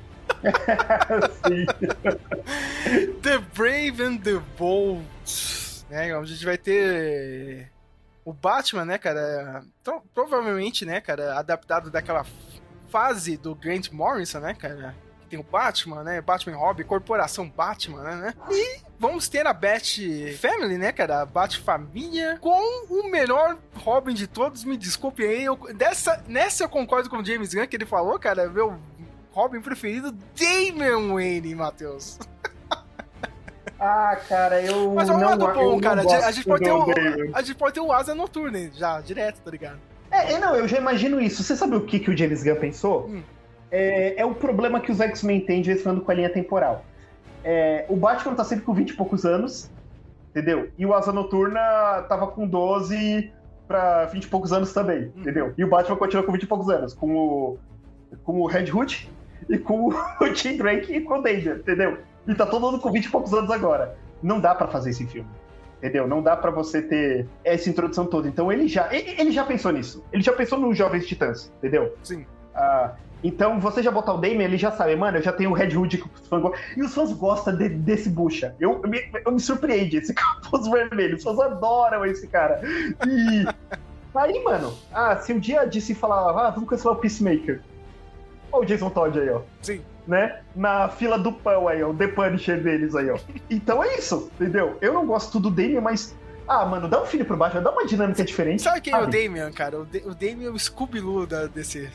Sim. The Brave and the Bold, né? Onde a gente vai ter o Batman, né, cara? Então, provavelmente, né, cara, adaptado daquela fase do Grant Morrison, né, cara? Tem o Batman, né? Batman Robin, Corporação Batman, né? E vamos ter a Bat Family, né, cara? A Bat Família com o melhor Robin de todos. Me desculpe aí. Eu, dessa, nessa eu concordo com o James Gunn que ele falou, cara. Meu Robin preferido, Damian Wayne, Matheus. Ah, cara, eu Mas é um não, lado bom, eu cara. não A gente, pode ter o, Damian. a gente pode ter o Asa Noturna já, direto, tá ligado? É, não, eu já imagino isso. Você sabe o que, que o James Gunn pensou? Hum. É, é o problema que os X-Men têm de vez em quando com a linha temporal. É, o Batman tá sempre com vinte e poucos anos, entendeu? E o Asa Noturna tava com doze pra vinte e poucos anos também, hum. entendeu? E o Batman continua com vinte e poucos anos, com o, com o Red Hood e com o Tim Drake e com o Danger, entendeu? E tá todo mundo com vinte e poucos anos agora. Não dá pra fazer esse filme, entendeu? Não dá pra você ter essa introdução toda. Então ele já, ele, ele já pensou nisso. Ele já pensou nos Jovens Titãs, entendeu? Sim. Ah, então você já botar o Damian, ele já sabe, mano, eu já tenho o Red Hood que os fãs gostam. E os fãs gostam de, desse bucha. Eu, eu, me, eu me surpreende, esse capuz vermelho. Os fãs adoram esse cara. E aí, mano, ah, se um dia a D C falar, ah, vamos cancelar o Peacemaker. Olha o Jason Todd aí, ó. Sim. Né? Na fila do pão aí, ó. O The Punisher deles aí, ó. Então é isso, entendeu? Eu não gosto do Damian, mas... Ah, mano, dá um filho por baixo, dá uma dinâmica diferente. Sabe quem sabe? É o Damian, cara? O, D- o Damian é o Scooby-Doo da D C.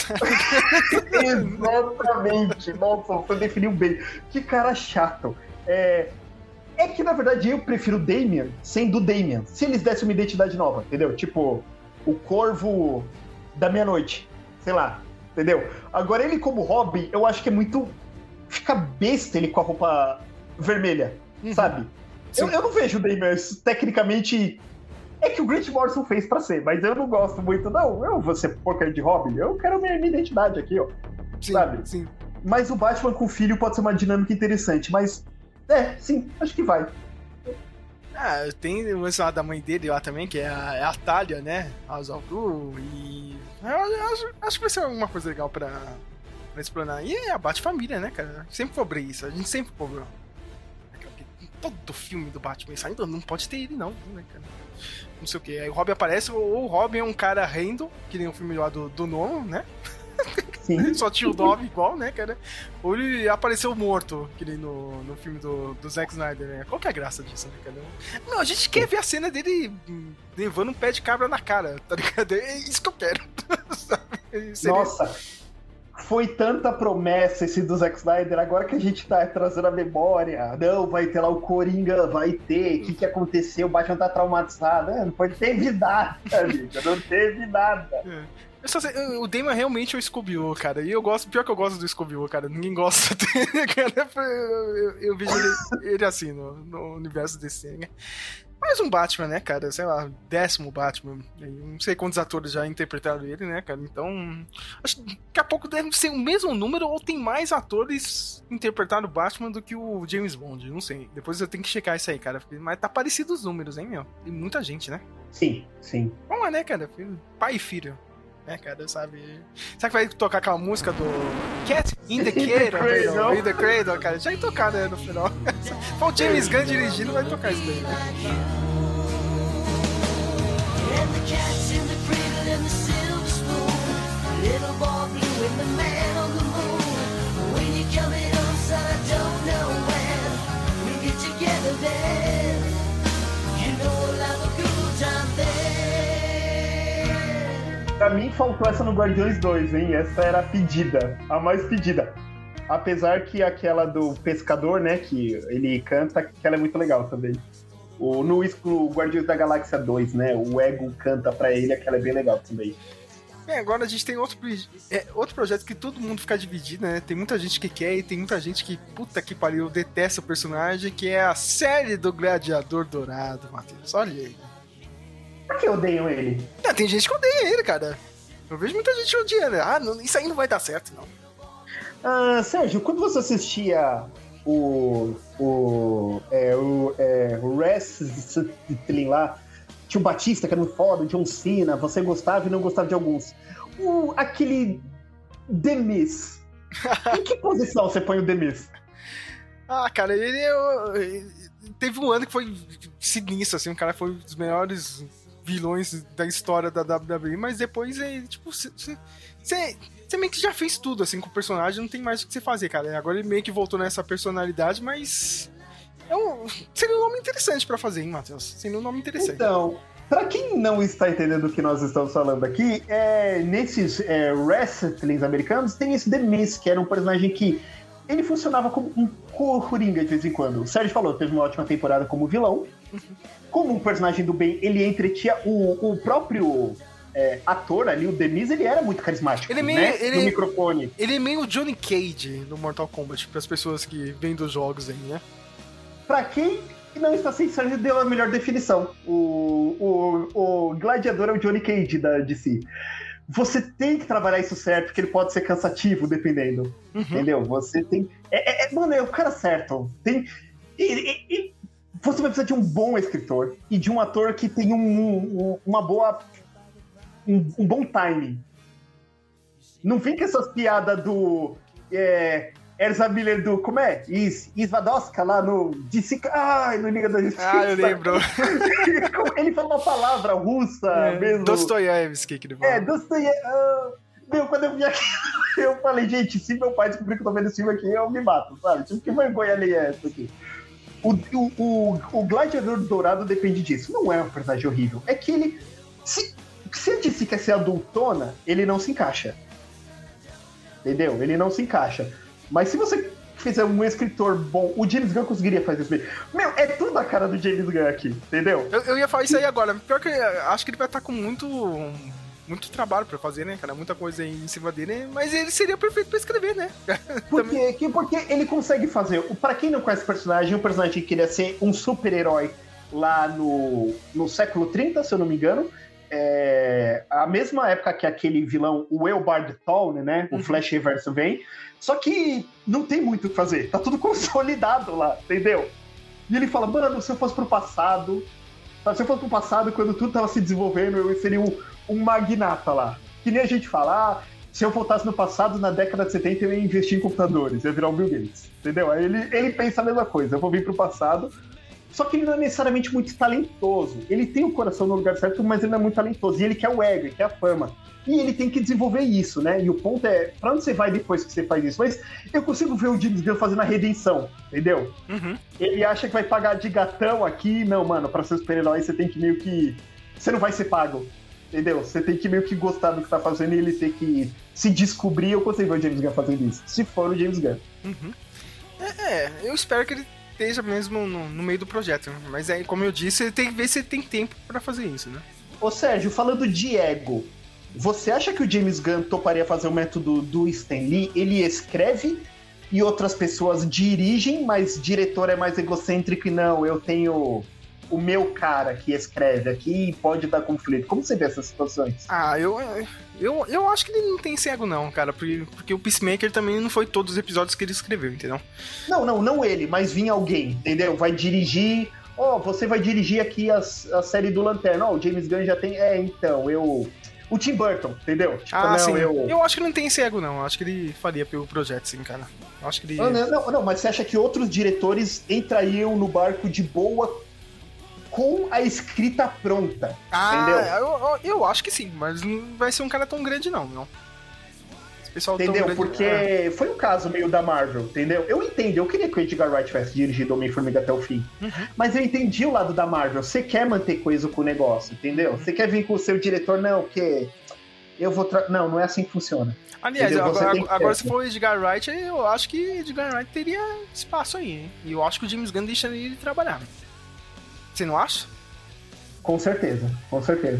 Exatamente. Nossa, você definiu bem. Que cara chato. É... é que, na verdade, eu prefiro o Damian sendo o Damian. Se eles dessem uma identidade nova, entendeu? Tipo, o Corvo da Meia-Noite. Sei lá. Entendeu? Agora, ele como Robin, eu acho que é muito... Fica besta ele com a roupa vermelha, uhum. sabe? Eu, eu não vejo o Damian tecnicamente... É que o Grant Morrison fez pra ser, mas eu não gosto muito, não. Eu vou ser porcaria de Robin. Eu quero minha, minha identidade aqui, ó. Sim, sabe? Sim. Mas o Batman com o filho pode ser uma dinâmica interessante, mas... É, sim, acho que vai. Ah, tem o lance lá da mãe dele lá também, que é a, é a Talia, né? A Zaldu, e... Eu acho, acho que vai ser uma coisa legal pra, pra explorar. E é a Bat-Família, né, cara? Sempre cobrei isso, a gente sempre cobrou. Todo filme do Batman ainda não pode ter ele, não, né, cara? Não sei o que. Aí o Robin aparece, ou o Robin é um cara random, que nem o filme lá do, do Nolan, né? Sim. Só tinha o nome igual, né, cara? Ou ele apareceu morto, que nem no, no filme do, do Zack Snyder, né? Qual que é a graça disso, né, cara? Não, a gente quer ver a cena dele levando um pé de cabra na cara, tá ligado? É isso que eu quero. Seria... Nossa, foi tanta promessa esse do Zack Snyder, agora que a gente tá trazendo a memória. Não, vai ter lá o Coringa, vai ter, o que que aconteceu, o Batman tá traumatizado. Não teve nada, amiga, não teve nada. É. Eu só sei, o Damian realmente é o Scooby-Doo, cara. E eu gosto, pior que eu gosto do Scooby-Doo, cara. Ninguém gosta dele, cara. Eu, eu, eu vejo ele, ele assim no, no universo desse, né? Mais um Batman, né, cara? Sei lá, décimo Batman. Eu não sei quantos atores já interpretaram ele, né, cara? Então, acho que daqui a pouco deve ser o mesmo número ou tem mais atores interpretando o Batman do que o James Bond. Não sei. Depois eu tenho que checar isso aí, cara. Mas tá parecido os números, hein, meu? Tem muita gente, né? Sim, sim. Vamos lá, né, cara? Pai e filho. né, cara, sabe? Será que vai tocar aquela música do Cat in the Cradle? In the Cradle, cara, já ia tocar, né, no final. Foi o James Gunn dirigindo, vai tocar isso daí, né? Pra mim faltou essa no Guardiões dois, hein? Essa era a pedida, a mais pedida. Apesar que aquela do pescador, né, que ele canta, que ela é muito legal também. O, no, no Guardiões da Galáxia dois, né, o Ego canta pra ele, aquela é bem legal também. É, agora a gente tem outro, é, outro projeto que todo mundo fica dividido, né? Tem muita gente que quer e tem muita gente que, puta que pariu, detesta o personagem, que é a série do Gladiador Dourado, Matheus. Olha aí. Por que odeiam ele? Não, tem gente que odeia ele, cara. Eu vejo muita gente odiando. Ah, não, isso aí não vai dar certo, não. Ah, Sérgio, quando você assistia o... o... É, o... É, o Wrestling lá, tinha o Batista, que era muito foda, o John Cena, você gostava e não gostava de alguns. O, aquele The Miz. Em que posição você põe o The Miz? Ah, cara, ele, ele teve um ano que foi sinistro, assim, o cara foi um dos melhores vilões da história da W W E, mas depois, é, tipo, você meio que já fez tudo, assim, com o personagem, não tem mais o que você fazer, cara. Agora ele meio que voltou nessa personalidade, mas... É um, seria um nome interessante pra fazer, hein, Matheus? Seria um nome interessante. Então, pra quem não está entendendo o que nós estamos falando aqui, é, nesses é, wrestlings americanos tem esse The Miz, que era um personagem que ele funcionava como um coringa de vez em quando. O Sérgio falou, teve uma ótima temporada como vilão. Como um personagem do bem, ele entretinha o, o próprio é, ator ali, o The Miz, ele era muito carismático, ele é meio, né? Ele, no microfone. Ele é meio o Johnny Cage no Mortal Kombat, para as pessoas que vêm dos jogos aí, né? Pra quem não está sem Sérgio, deu a melhor definição. O, o, o gladiador é o Johnny Cage da D C. Você tem que trabalhar isso certo, porque ele pode ser cansativo, dependendo. Uhum. Entendeu? Você tem... É, é, mano, é o cara certo. Tem... E, e, e você vai precisar de um bom escritor e de um ator que tem um, um, uma boa... Um, um bom timing. Não vem com essas piadas do... É, Erza Miller do... Como é? Is, Isvadoska lá no... D C... Ai, no Liga da Justiça. Ah, eu lembro. Ele fala uma palavra russa é, mesmo. Dostoiévski que ele fala. É, Dostoiévski. Uh, meu, quando eu vi aquilo, eu falei, gente, se meu pai descobrir que eu tô vendo esse filme aqui, eu me mato, sabe? Tipo, que vergonha ali é essa aqui? O, o, o, o Gladiador Dourado depende disso. Não é um personagem horrível. É que ele... Se, se ele disse que quer ser adultona, ele não se encaixa. Entendeu? Ele não se encaixa. Mas se você fizer um escritor bom, o James Gunn conseguiria fazer isso bem. Meu, é tudo a cara do James Gunn aqui, entendeu? Eu, eu ia falar isso aí agora. Pior que eu acho que ele vai estar com muito, muito trabalho pra fazer, né, cara? Muita coisa aí em cima dele, mas ele seria perfeito pra escrever, né? Porque, que, porque ele consegue fazer... Pra quem não conhece o personagem, o personagem queria ser um super-herói lá no, no século trinta, se eu não me engano. É, a mesma época que aquele vilão, o Eobard Thawne, né? O Flash Reverso vem. Só que não tem muito o que fazer. Tá tudo consolidado lá, entendeu? E ele fala, mano, se eu fosse pro passado... Se eu fosse pro passado, quando tudo tava se desenvolvendo, eu seria um, um magnata lá. Que nem a gente fala, ah, se eu voltasse no passado, na década de setenta, eu ia investir em computadores. Eu ia virar o Bill Gates, entendeu? Aí ele, ele pensa a mesma coisa. Eu vou vir pro passado... Só que ele não é necessariamente muito talentoso. Ele tem o coração no lugar certo, mas ele não é muito talentoso. E ele quer o ego, ele quer a fama. E ele tem que desenvolver isso, né? E o ponto é, pra onde você vai depois que você faz isso? Mas eu consigo ver o James Gunn fazendo a redenção, entendeu? Uhum. Ele acha que vai pagar de gatão aqui. Não, mano, pra ser super-herói você tem que meio que... Você não vai ser pago, entendeu? Você tem que meio que gostar do que tá fazendo e ele tem que se descobrir. Eu consigo ver o James Gunn fazendo isso, se for o James Gunn. Uhum. É, é, eu espero que ele esteja mesmo no, no meio do projeto, mas aí, como eu disse, ele tem que ver se ele tem tempo pra fazer isso, né? Ô Sérgio, falando de ego, você acha que o James Gunn toparia fazer o método do Stan Lee? Ele escreve e outras pessoas dirigem, mas diretor é mais egocêntrico e não, eu tenho o meu cara que escreve aqui e pode dar conflito. Como você vê essas situações? Ah, eu, eu, eu acho que ele não tem esse ego não, cara, porque, porque o Peacemaker também não foi todos os episódios que ele escreveu, entendeu? Não, não, não ele, mas vinha alguém, entendeu? Vai dirigir, ó, oh, você vai dirigir aqui a, a série do Lanterna, ó, oh, o James Gunn já tem, é, então, eu... o Tim Burton, entendeu? Tipo, ah, não, sim. Eu... eu acho que não tem esse ego, não. Eu acho que ele faria pelo projeto, sim, cara. Eu acho que ele... Não, não, não, mas você acha que outros diretores entrariam no barco de boa com a escrita pronta, ah, entendeu? Eu, eu, eu acho que sim, mas não vai ser um cara tão grande, não, não. Esse pessoal Entendeu? tão grande, Porque é. foi um caso meio da Marvel, entendeu? Eu entendo, eu queria que o Edgar Wright tivesse dirigido Homem-Formiga até o fim. Uhum. Mas eu entendi o lado da Marvel. Você quer manter coisa com o negócio, entendeu? Você quer vir com o seu diretor, não, que eu vou... Tra... Não, não é assim que funciona. Aliás, agora, agora se for o Edgar Wright, eu acho que o Edgar Wright teria espaço aí, hein? E eu acho que o James Gunn deixaria ele trabalhar. Você não acha? Com certeza, com certeza.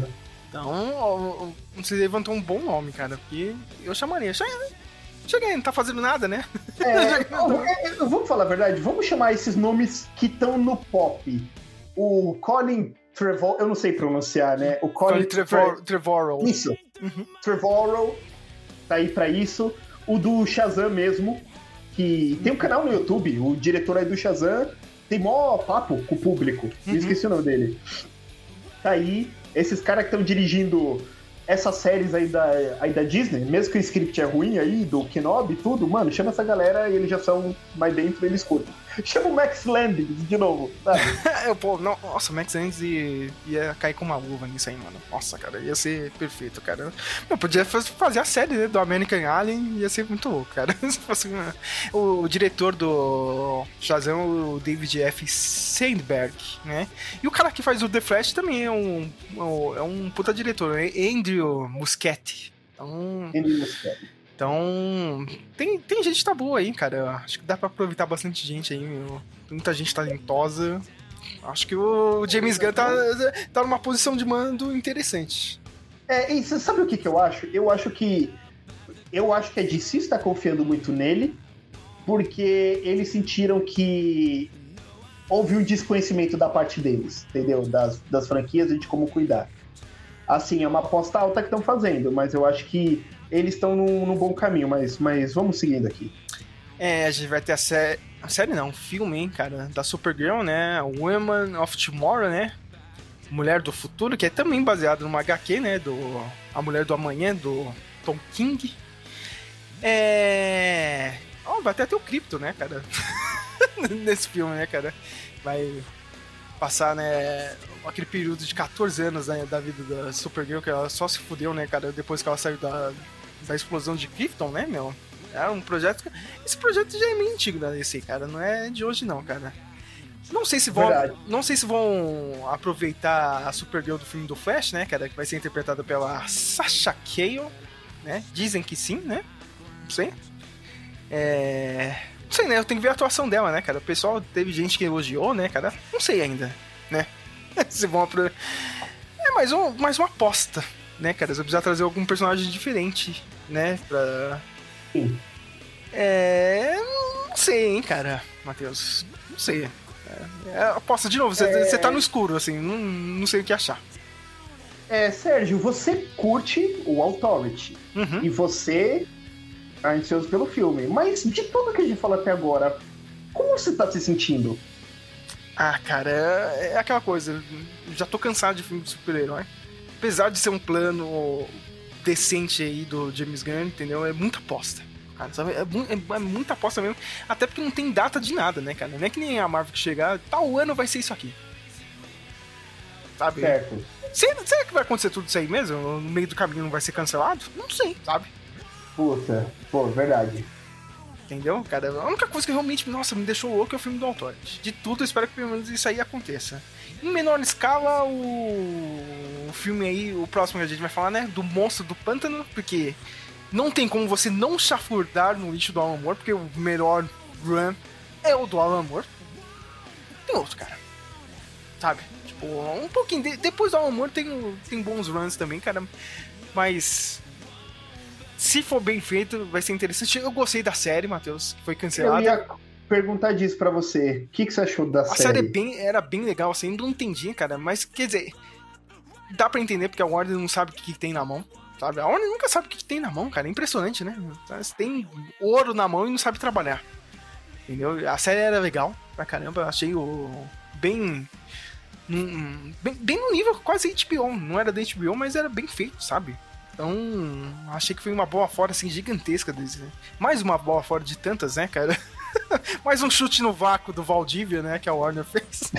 Então, você levantou um bom nome, cara, porque eu chamaria. Cheguei, não tá fazendo nada, né? É, vamos falar a verdade, vamos chamar esses nomes que estão no pop. O Colin Trevorrow, eu não sei pronunciar, né? O Colin, Colin Trevor, Trevorrow. Isso. Uhum. Trevorrow tá aí pra isso. O do Shazam mesmo, que tem um canal no YouTube, o diretor aí do Shazam tem mó papo com o público. Uhum. Me esqueci o nome dele. Tá aí, esses caras que estão dirigindo essas séries aí da, aí da Disney, mesmo que o script é ruim aí, do Kenobi e tudo, mano, chama essa galera e eles já são mais dentro, eles curtem. Chama o Max Landis de novo, sabe? Eu, pô, não, nossa, o Max Landis ia, ia cair com uma luva nisso aí, mano. Nossa, cara, ia ser perfeito, cara. Eu podia fazer a série, né, do American Alien, ia ser muito louco, cara. Se fosse uma... o, o diretor do Shazam, o David F. Sandberg, né? E o cara que faz o The Flash também é um, é um puta diretor, né? Andrew Muschietti. Então... Andrew Muschietti. Então, tem, tem gente que tá boa aí, cara. Acho que dá pra aproveitar bastante gente aí, meu. Muita gente talentosa. Acho que o James Gunn tá, tá numa posição de mando interessante. É, e você sabe o que, que eu acho? Eu acho que. Eu acho que a D C está confiando muito nele, porque eles sentiram que houve um desconhecimento da parte deles, entendeu? Das, das franquias e de como cuidar. Assim, é uma aposta alta que estão fazendo, mas eu acho que eles estão num, num bom caminho, mas, mas vamos seguindo aqui. É, a gente vai ter a série... A série não, um filme, hein, cara, da Supergirl, né? Woman of Tomorrow, né? Mulher do Futuro, que é também baseado numa H Q, né? Do A Mulher do Amanhã, do Tom King. É... Oh, vai até ter o Krypto, né, cara? Nesse filme, né, cara? Vai passar, né, aquele período de catorze anos, né, da vida da Supergirl, que ela só se fudeu, né, cara, depois que ela saiu da, da explosão de Krypton, né, meu? Era um projeto... Esse projeto já é meio antigo da D C, cara, não é de hoje não, cara. Não sei se vão, não sei se vão aproveitar a Supergirl do filme do Flash, né, cara, que vai ser interpretada pela Sasha Calle, né? Dizem que sim, né? Não sei. É... Não sei, né? Eu tenho que ver a atuação dela, né, cara? O pessoal, teve gente que elogiou, né, cara? Não sei ainda, né? Se vão apro... É mais, um, mais uma aposta, né, cara? Você precisa trazer algum personagem diferente, né? Pra... Sim. É... Não sei, hein, cara, Matheus. Não sei. É, é aposta de novo. Você, é... você tá no escuro, assim. Não, não sei o que achar. É, Sérgio, você curte o Authority. Uhum. E você... tá ansioso pelo filme. Mas de tudo que a gente falou até agora, como você tá se sentindo? Ah, cara, é, é aquela coisa. Já tô cansado de filme de super-herói. Apesar de ser um plano decente aí do James Gunn, entendeu? É muita aposta. Cara, sabe? É, é, é muita aposta mesmo. Até porque não tem data de nada, né, cara? Não é que nem a Marvel que chegar, tal ano vai ser isso aqui. Sabe? Certo. Será, será que vai acontecer tudo isso aí mesmo? No meio do caminho não vai ser cancelado? Não sei, sabe? Puta, pô, verdade. Entendeu, cara? A única coisa que realmente, nossa, me deixou louco é o filme do Authority. De tudo, eu espero que pelo menos isso aí aconteça. Em menor escala, o... o filme aí, o próximo que a gente vai falar, né? Do Monstro do Pântano, porque não tem como você não chafurdar no lixo do Alan Moore, porque o melhor run é o do Alan Moore. Tem outro, cara. Sabe? Tipo, um pouquinho... De... Depois do Alan Moore tem, tem bons runs também, cara. Mas... se for bem feito, vai ser interessante. Eu gostei da série, Matheus, que foi cancelada. Eu ia perguntar disso pra você. O que, que você achou da a série? A série é bem, era bem legal, assim, não entendi, cara. Mas, quer dizer, dá pra entender porque a Warner não sabe o que, que tem na mão, sabe? A Warner nunca sabe o que, que tem na mão, cara. É impressionante, né? Você tem ouro na mão e não sabe trabalhar. Entendeu? A série era legal pra caramba. Eu achei o... bem... Bem, bem no nível quase H B O. Não era da H B O, mas era bem feito, sabe? Então, achei que foi uma boa fora, assim, gigantesca deles, né? Mais uma boa fora de tantas, né, cara? Mais um chute no vácuo do Valdívia, né, que a Warner fez.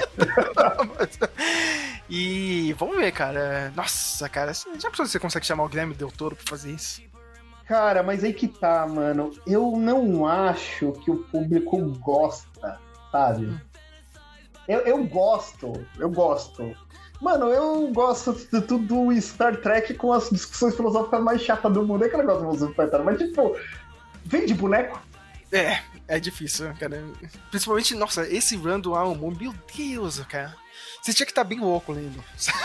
E vamos ver, cara. Nossa, cara, já pensou se você consegue chamar o Guilherme Del Toro pra fazer isso? Cara, mas aí que tá, mano. Eu não acho que o público gosta, sabe? Hum. Eu, eu gosto, eu gosto. Mano, eu gosto de tudo do Star Trek com as discussões filosóficas mais chatas do mundo. É que eu gosto do Star Trek, mas tipo, vem de boneco. É, é difícil, cara. Principalmente, nossa, esse run do Alan Moore, meu Deus, cara. Você tinha que estar bem louco lendo.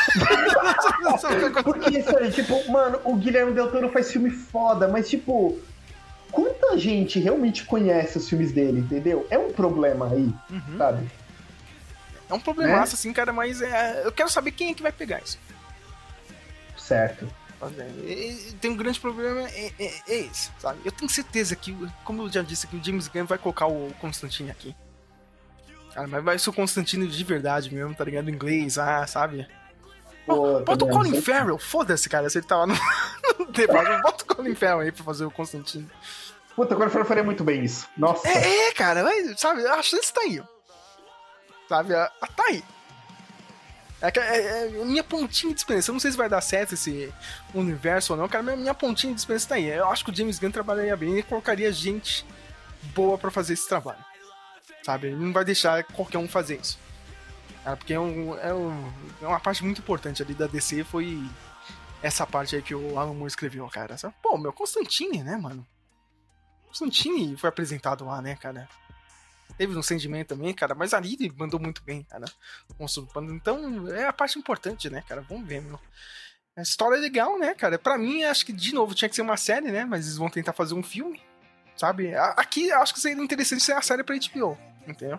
Porque, sério, tipo, mano, o Guilherme Del Toro faz filme foda, mas, tipo, quanta gente realmente conhece os filmes dele, entendeu? É um problema aí, uhum. sabe? É um problemaço, é? assim, cara, mas é, eu quero saber quem é que vai pegar isso. Certo. Tem um grande problema, é, é, é esse, sabe? Eu tenho certeza que, como eu já disse, que o James Gunn vai colocar o Constantine aqui. Cara, mas vai ser o Constantine de verdade mesmo, tá ligado? Em inglês, ah, sabe? Pô, bota o Colin Farrell, foda-se, cara, se ele tava no, no debate, bota o Colin Farrell aí pra fazer o Constantine. Puta, o Colin Farrell faria muito bem isso. Nossa. É, é cara, mas, sabe? A chance tá aí, ó. Sabe? A, a, tá aí. É, é, é minha pontinha de experiência. Eu não sei se vai dar certo esse universo ou não, cara, mas minha pontinha de experiência tá aí. Eu acho que o James Gunn trabalharia bem e colocaria gente boa pra fazer esse trabalho. Sabe? Ele não vai deixar qualquer um fazer isso. Cara, porque é, um, é, um, é uma parte muito importante ali da D C, foi essa parte aí que o Alan Moore escreveu, cara. Pô, meu, Constantine, né, mano? Constantine foi apresentado lá, né, cara? Teve um Sandman também, cara, mas ali ele mandou muito bem, cara. Então, é a parte importante, né, cara? Vamos ver, meu. A história é legal, né, cara? Pra mim, acho que, de novo, tinha que ser uma série, né? Mas eles vão tentar fazer um filme, sabe? Aqui, acho que seria interessante ser a série pra H B O, entendeu?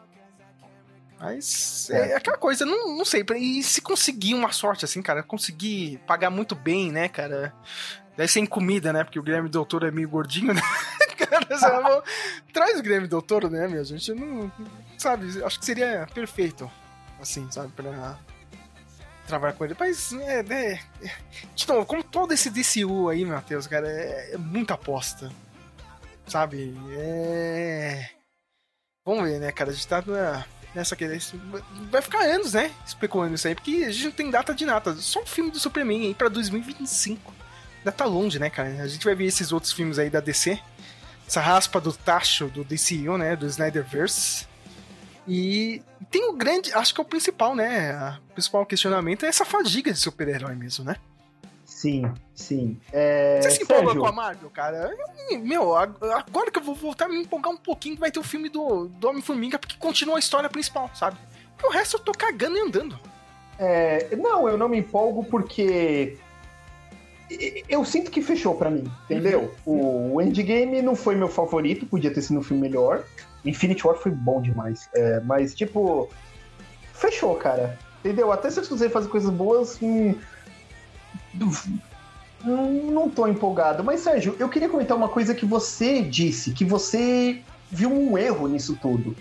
Mas é, é aquela coisa, não, não sei. E se conseguir uma sorte, assim, cara, conseguir pagar muito bem, né, cara? Daí sem comida, né? Porque o Guilherme Del Toro é meio gordinho, né? Cara, traz o Guilherme Del Toro, né, minha gente? Não, sabe, acho que seria perfeito, assim, sabe, pra trabalhar com ele. Mas, é, é, é de novo, como todo esse D C U aí, Matheus, cara, é, é muita aposta, sabe? É... Vamos ver, né, cara, a gente tá na, nessa... Vai ficar anos, né, especulando isso aí, porque a gente não tem data de nada. Só um filme do Superman aí pra dois mil e vinte e cinco. Ainda tá longe, né, cara? A gente vai ver esses outros filmes aí da D C. Essa raspa do tacho do D C U, né? Do Snyderverse. E tem o grande... Acho que é o principal, né? O principal questionamento é essa fadiga de super-herói mesmo, né? Sim, sim. É... Você se empolga com a Marvel, cara? Meu, agora que eu vou voltar a me empolgar um pouquinho, vai ter o filme do, do Homem-Formiga, porque continua a história principal, sabe? E o resto eu tô cagando e andando. É... Não, eu não me empolgo porque... Eu sinto que fechou pra mim, entendeu? Uhum. O Endgame não foi meu favorito, podia ter sido um filme melhor. Infinity War foi bom demais. É, mas, tipo, fechou, cara. Entendeu? Até se eu quiser fazer coisas boas, hum, não tô empolgado. Mas, Sérgio, eu queria comentar uma coisa que você disse, que você viu um erro nisso tudo.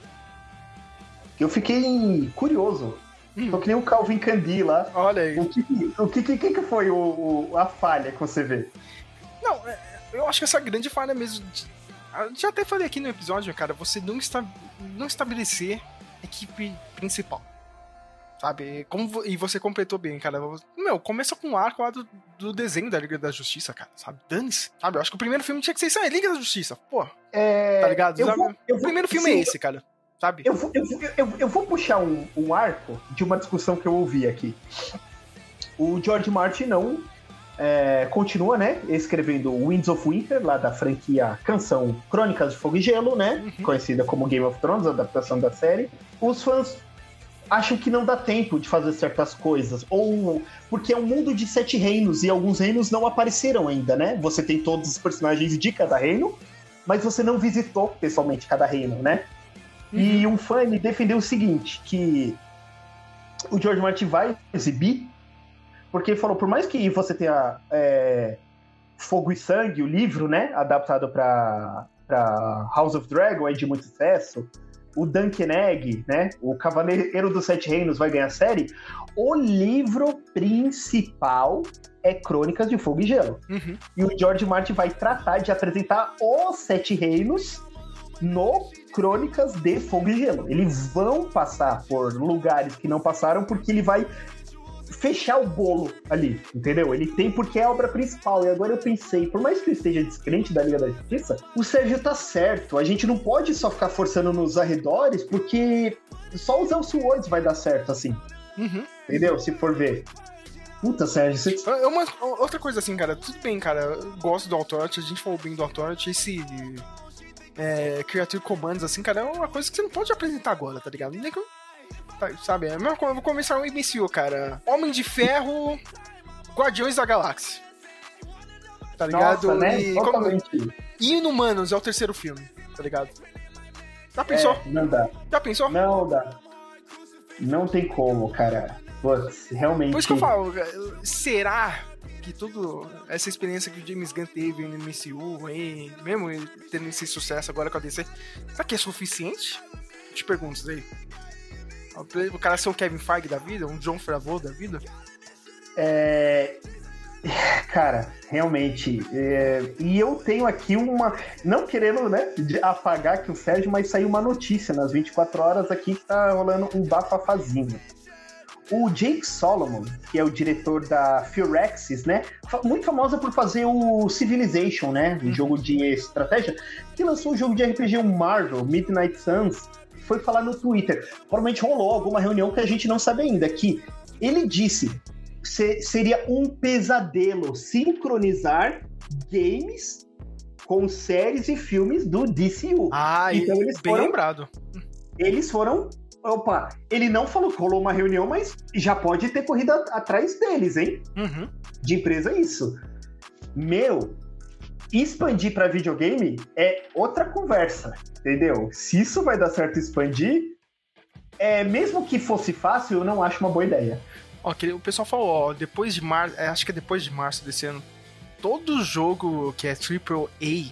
Eu fiquei curioso. Hum. Tô que nem o Calvin Candy lá. Olha aí. O que, o que, que, que foi o, o, a falha que você vê? Não, eu acho que essa grande falha mesmo... De, já até falei aqui no episódio, cara, você não, está, não estabelecer equipe principal. Sabe? Como, e você completou bem, cara. Meu, começa com o arco lá do, do desenho da Liga da Justiça, cara. Sabe? Dane-se. Sabe? Eu acho que o primeiro filme tinha que ser isso aí, Liga da Justiça. Pô. É... Tá ligado? Eu vou, eu o primeiro vou, filme sim, é esse, cara. Sabe? Eu vou, eu, eu, eu vou puxar um, um arco de uma discussão que eu ouvi aqui. O George Martin não é, continua, né, escrevendo Winds of Winter, lá da franquia Canção Crônicas de Fogo e Gelo, né, uhum. conhecida como Game of Thrones, a adaptação da série. Os fãs acham que não dá tempo de fazer certas coisas, ou porque é um mundo de sete reinos e alguns reinos não apareceram ainda, né? Você tem todos os personagens de cada reino, mas você não visitou pessoalmente cada reino, né? Uhum. E um fã ele defendeu o seguinte, que o George Martin vai exibir, porque ele falou, por mais que você tenha é, Fogo e Sangue, o livro, né, adaptado para House of Dragon, aí de muito sucesso, o Duncan Egg, né? O Cavaleiro dos Sete Reinos vai ganhar a série. O livro principal é Crônicas de Fogo e Gelo. Uhum. E o George Martin vai tratar de apresentar os Sete Reinos no Crônicas de Fogo e Gelo. Eles vão passar por lugares que não passaram porque ele vai fechar o bolo ali, entendeu? Ele tem porque é a obra principal. E agora eu pensei, por mais que eu esteja descrente da Liga da Justiça, o Sérgio tá certo. A gente não pode só ficar forçando nos arredores, porque só os Elseworlds vai dar certo, assim. Uhum. Entendeu? Se for ver. Puta, Sérgio, você... Uma, outra coisa assim, cara, tudo bem, cara, eu gosto do Authority, a gente falou bem do Authority, esse é, Creative Commands, assim, cara, é uma coisa que você não pode apresentar agora, tá ligado? Nem que eu, tá, sabe, é a mesma coisa, eu vou começar um M C U, cara, Homem de Ferro, Guardiões da Galáxia, tá ligado? Nossa, né? E, Totalmente. como, Inumanos é o terceiro filme, tá ligado? Já pensou? É, não dá. Já pensou? Não dá. Não tem como, cara. Putz, realmente... Por isso que eu falo, será que toda essa experiência que o James Gunn teve no M C U, hein, mesmo ele tendo esse sucesso agora com a D C, será que é suficiente? Eu te pergunto isso aí. O cara ser um Kevin Feige da vida, um Jon Favreau da vida? É... Cara, realmente. É... E eu tenho aqui uma... Não querendo, né, apagar aqui o Sérgio, mas saiu uma notícia nas vinte e quatro horas aqui que tá rolando um bafafazinho. O Jake Solomon, que é o diretor da Firaxis, né? Muito famosa por fazer o Civilization, né? Um jogo de estratégia, que lançou o jogo de R P G um Marvel, Midnight Suns, foi falar no Twitter. Provavelmente rolou alguma reunião que a gente não sabe ainda, que ele disse que seria um pesadelo sincronizar games com séries e filmes do D C U. Ah, então eles bem foram, lembrado. Eles foram... Opa, ele não falou que rolou uma reunião, mas já pode ter corrido a- atrás deles, hein? Uhum. De empresa, isso. Meu, expandir pra videogame é outra conversa, entendeu? Se isso vai dar certo expandir, é, mesmo que fosse fácil, eu não acho uma boa ideia. Ó, o pessoal falou, ó, depois de março, acho que é depois de março desse ano, todo jogo que é Triple A,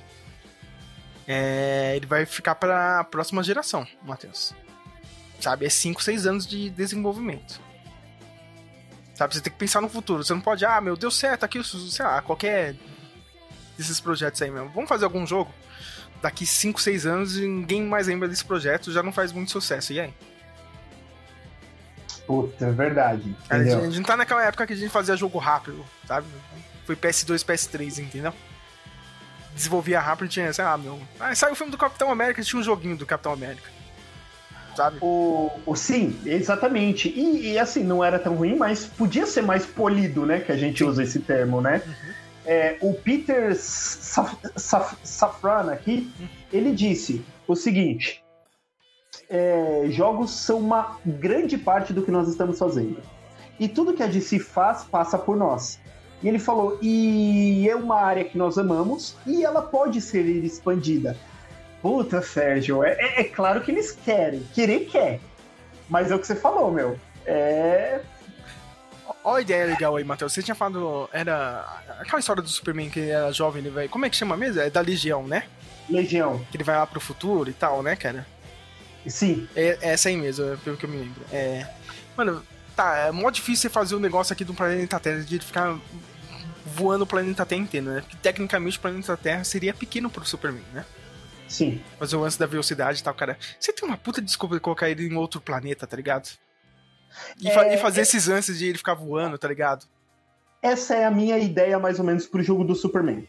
é, ele vai ficar pra próxima geração, Matheus. Sabe, é cinco, seis anos de desenvolvimento. Sabe, você tem que pensar no futuro. Você não pode, ah, meu, deu certo aqui, sei lá, qualquer desses projetos aí mesmo. Vamos fazer algum jogo? Daqui cinco, seis anos e ninguém mais lembra desse projeto, já não faz muito sucesso. E aí? Puta, é verdade. A gente, a gente não tá naquela época que a gente fazia jogo rápido, sabe? Foi P S dois, P S três, entendeu? Desenvolvia rápido, tinha, sei lá, meu... Ah, saiu o filme do Capitão América, tinha um joguinho do Capitão América. Sabe? O, o, sim, exatamente. E, e assim, não era tão ruim, mas podia ser mais polido, né? Que a gente sim. usa esse termo, né? Uhum. É, o Peter Saf, Saf, Safran aqui, uhum. ele disse o seguinte: é, jogos são uma grande parte do que nós estamos fazendo. E tudo que a D C faz passa por nós. E ele falou, e é uma área que nós amamos e ela pode ser expandida. Puta, Sérgio, é, é, é claro que eles querem. Querer quer. Mas é o que você falou, meu. É... Olha a ideia legal aí, Matheus. Você tinha falado... Era aquela história do Superman que ele era jovem, ele vai... Como é que chama mesmo? É da Legião, né? Legião. Que ele vai lá pro futuro e tal, né, cara? Sim. É, é essa aí mesmo, pelo que eu me lembro. É... Mano, tá, é mó difícil você fazer um negócio aqui do planeta Terra, de ficar voando o planeta Terra inteiro, né? Porque tecnicamente o planeta Terra seria pequeno pro Superman, né? Sim. Fazer o lance da velocidade e tal, cara. Você tem uma puta desculpa de colocar ele em outro planeta, tá ligado? E, é, fa- e fazer é... esses lances de ele ficar voando, tá ligado? Essa é a minha ideia, mais ou menos, pro jogo do Superman.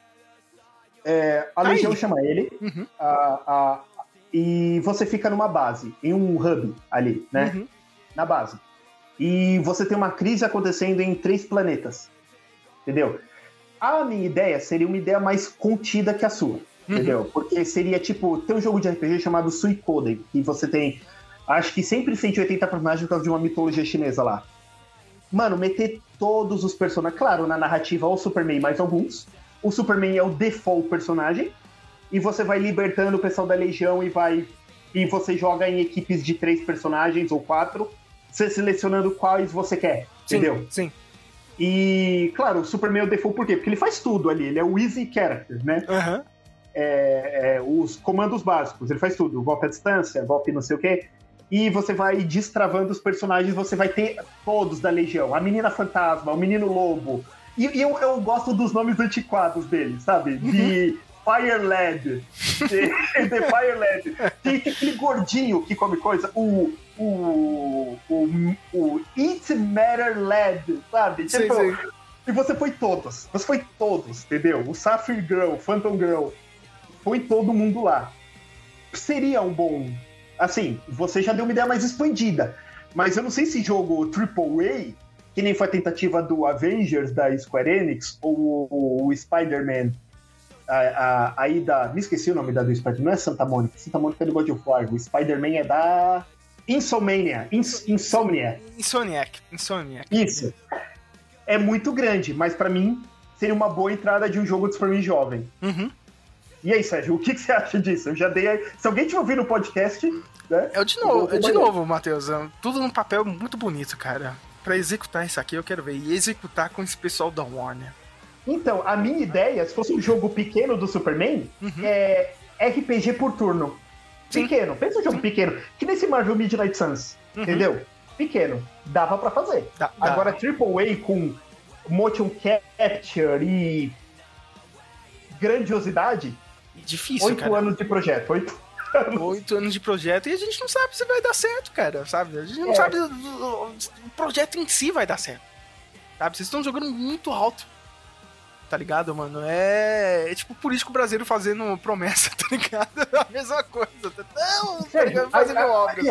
É, a Legião Aí. chama ele, uhum. a, a, e você fica numa base, em um hub ali, né? Uhum. Na base. E você tem uma crise acontecendo em três planetas. Entendeu? A minha ideia seria uma ideia mais contida que a sua. Entendeu? Uhum. Porque seria tipo, tem um jogo de R P G chamado Suikoden, que você tem, acho que sempre cento e oitenta personagens por causa de uma mitologia chinesa lá. Mano, meter todos os personagens, claro, na narrativa o Superman mais alguns. O Superman é o default personagem, e você vai libertando o pessoal da Legião e vai. E você joga em equipes de três personagens ou quatro, você selecionando quais você quer, sim, entendeu? Sim. E, claro, o Superman é o default por quê? Porque ele faz tudo ali, ele é o easy character, né? Aham. Uhum. é, é, os comandos básicos, ele faz tudo, golpe à distância, golpe não sei o quê, e você vai destravando os personagens, você vai ter todos da Legião, a Menina Fantasma, o Menino Lobo, e, e eu, eu gosto dos nomes antiquados dele, sabe? De Fire Lad, de, de Fire Lad, tem aquele gordinho que come coisa, o o, o, o It Matter Lad, sabe? Sim, tipo, sim. E você foi todos, você foi todos, entendeu? O Sapphire Girl, o Phantom Girl, foi todo mundo lá. Seria um bom... Assim, você já deu uma ideia mais expandida, mas eu não sei se jogo triple A, que nem foi a tentativa do Avengers da Square Enix, ou o, o Spider-Man, a, a, aí da... Me esqueci o nome da do Spider-Man, não é Santa Mônica, Santa Mônica é do God of War, o Spider-Man é da... Insomnia, Ins, Insomnia. Insomniac, Insomniac. Isso. É muito grande, mas pra mim seria uma boa entrada de um jogo de Superman jovem. Uhum. E aí, Sérgio, o que, que você acha disso? Eu já dei aí... Se alguém te ouvir no podcast, né? É de novo, é de novo, Matheus. Tudo num papel muito bonito, cara. Pra executar isso aqui, eu quero ver. E executar com esse pessoal da Warner. Então, a minha ideia, se fosse um jogo pequeno do Superman, uhum. é R P G por turno. Sim. Pequeno, pensa um jogo Sim. pequeno, que nesse Marvel Midnight Suns, uhum. entendeu? Pequeno, dava pra fazer. Dá, Agora, dá. triple A com motion capture e grandiosidade, difícil, oito cara. anos de projeto, oito anos. Oito anos de projeto e a gente não sabe se vai dar certo, cara, sabe? A gente não é. sabe, o projeto em si vai dar certo, sabe? Vocês estão jogando muito alto. Tá ligado, mano? É... é tipo político brasileiro fazendo promessa, tá ligado? É a mesma coisa. Não, tá ligado? Fazendo obras.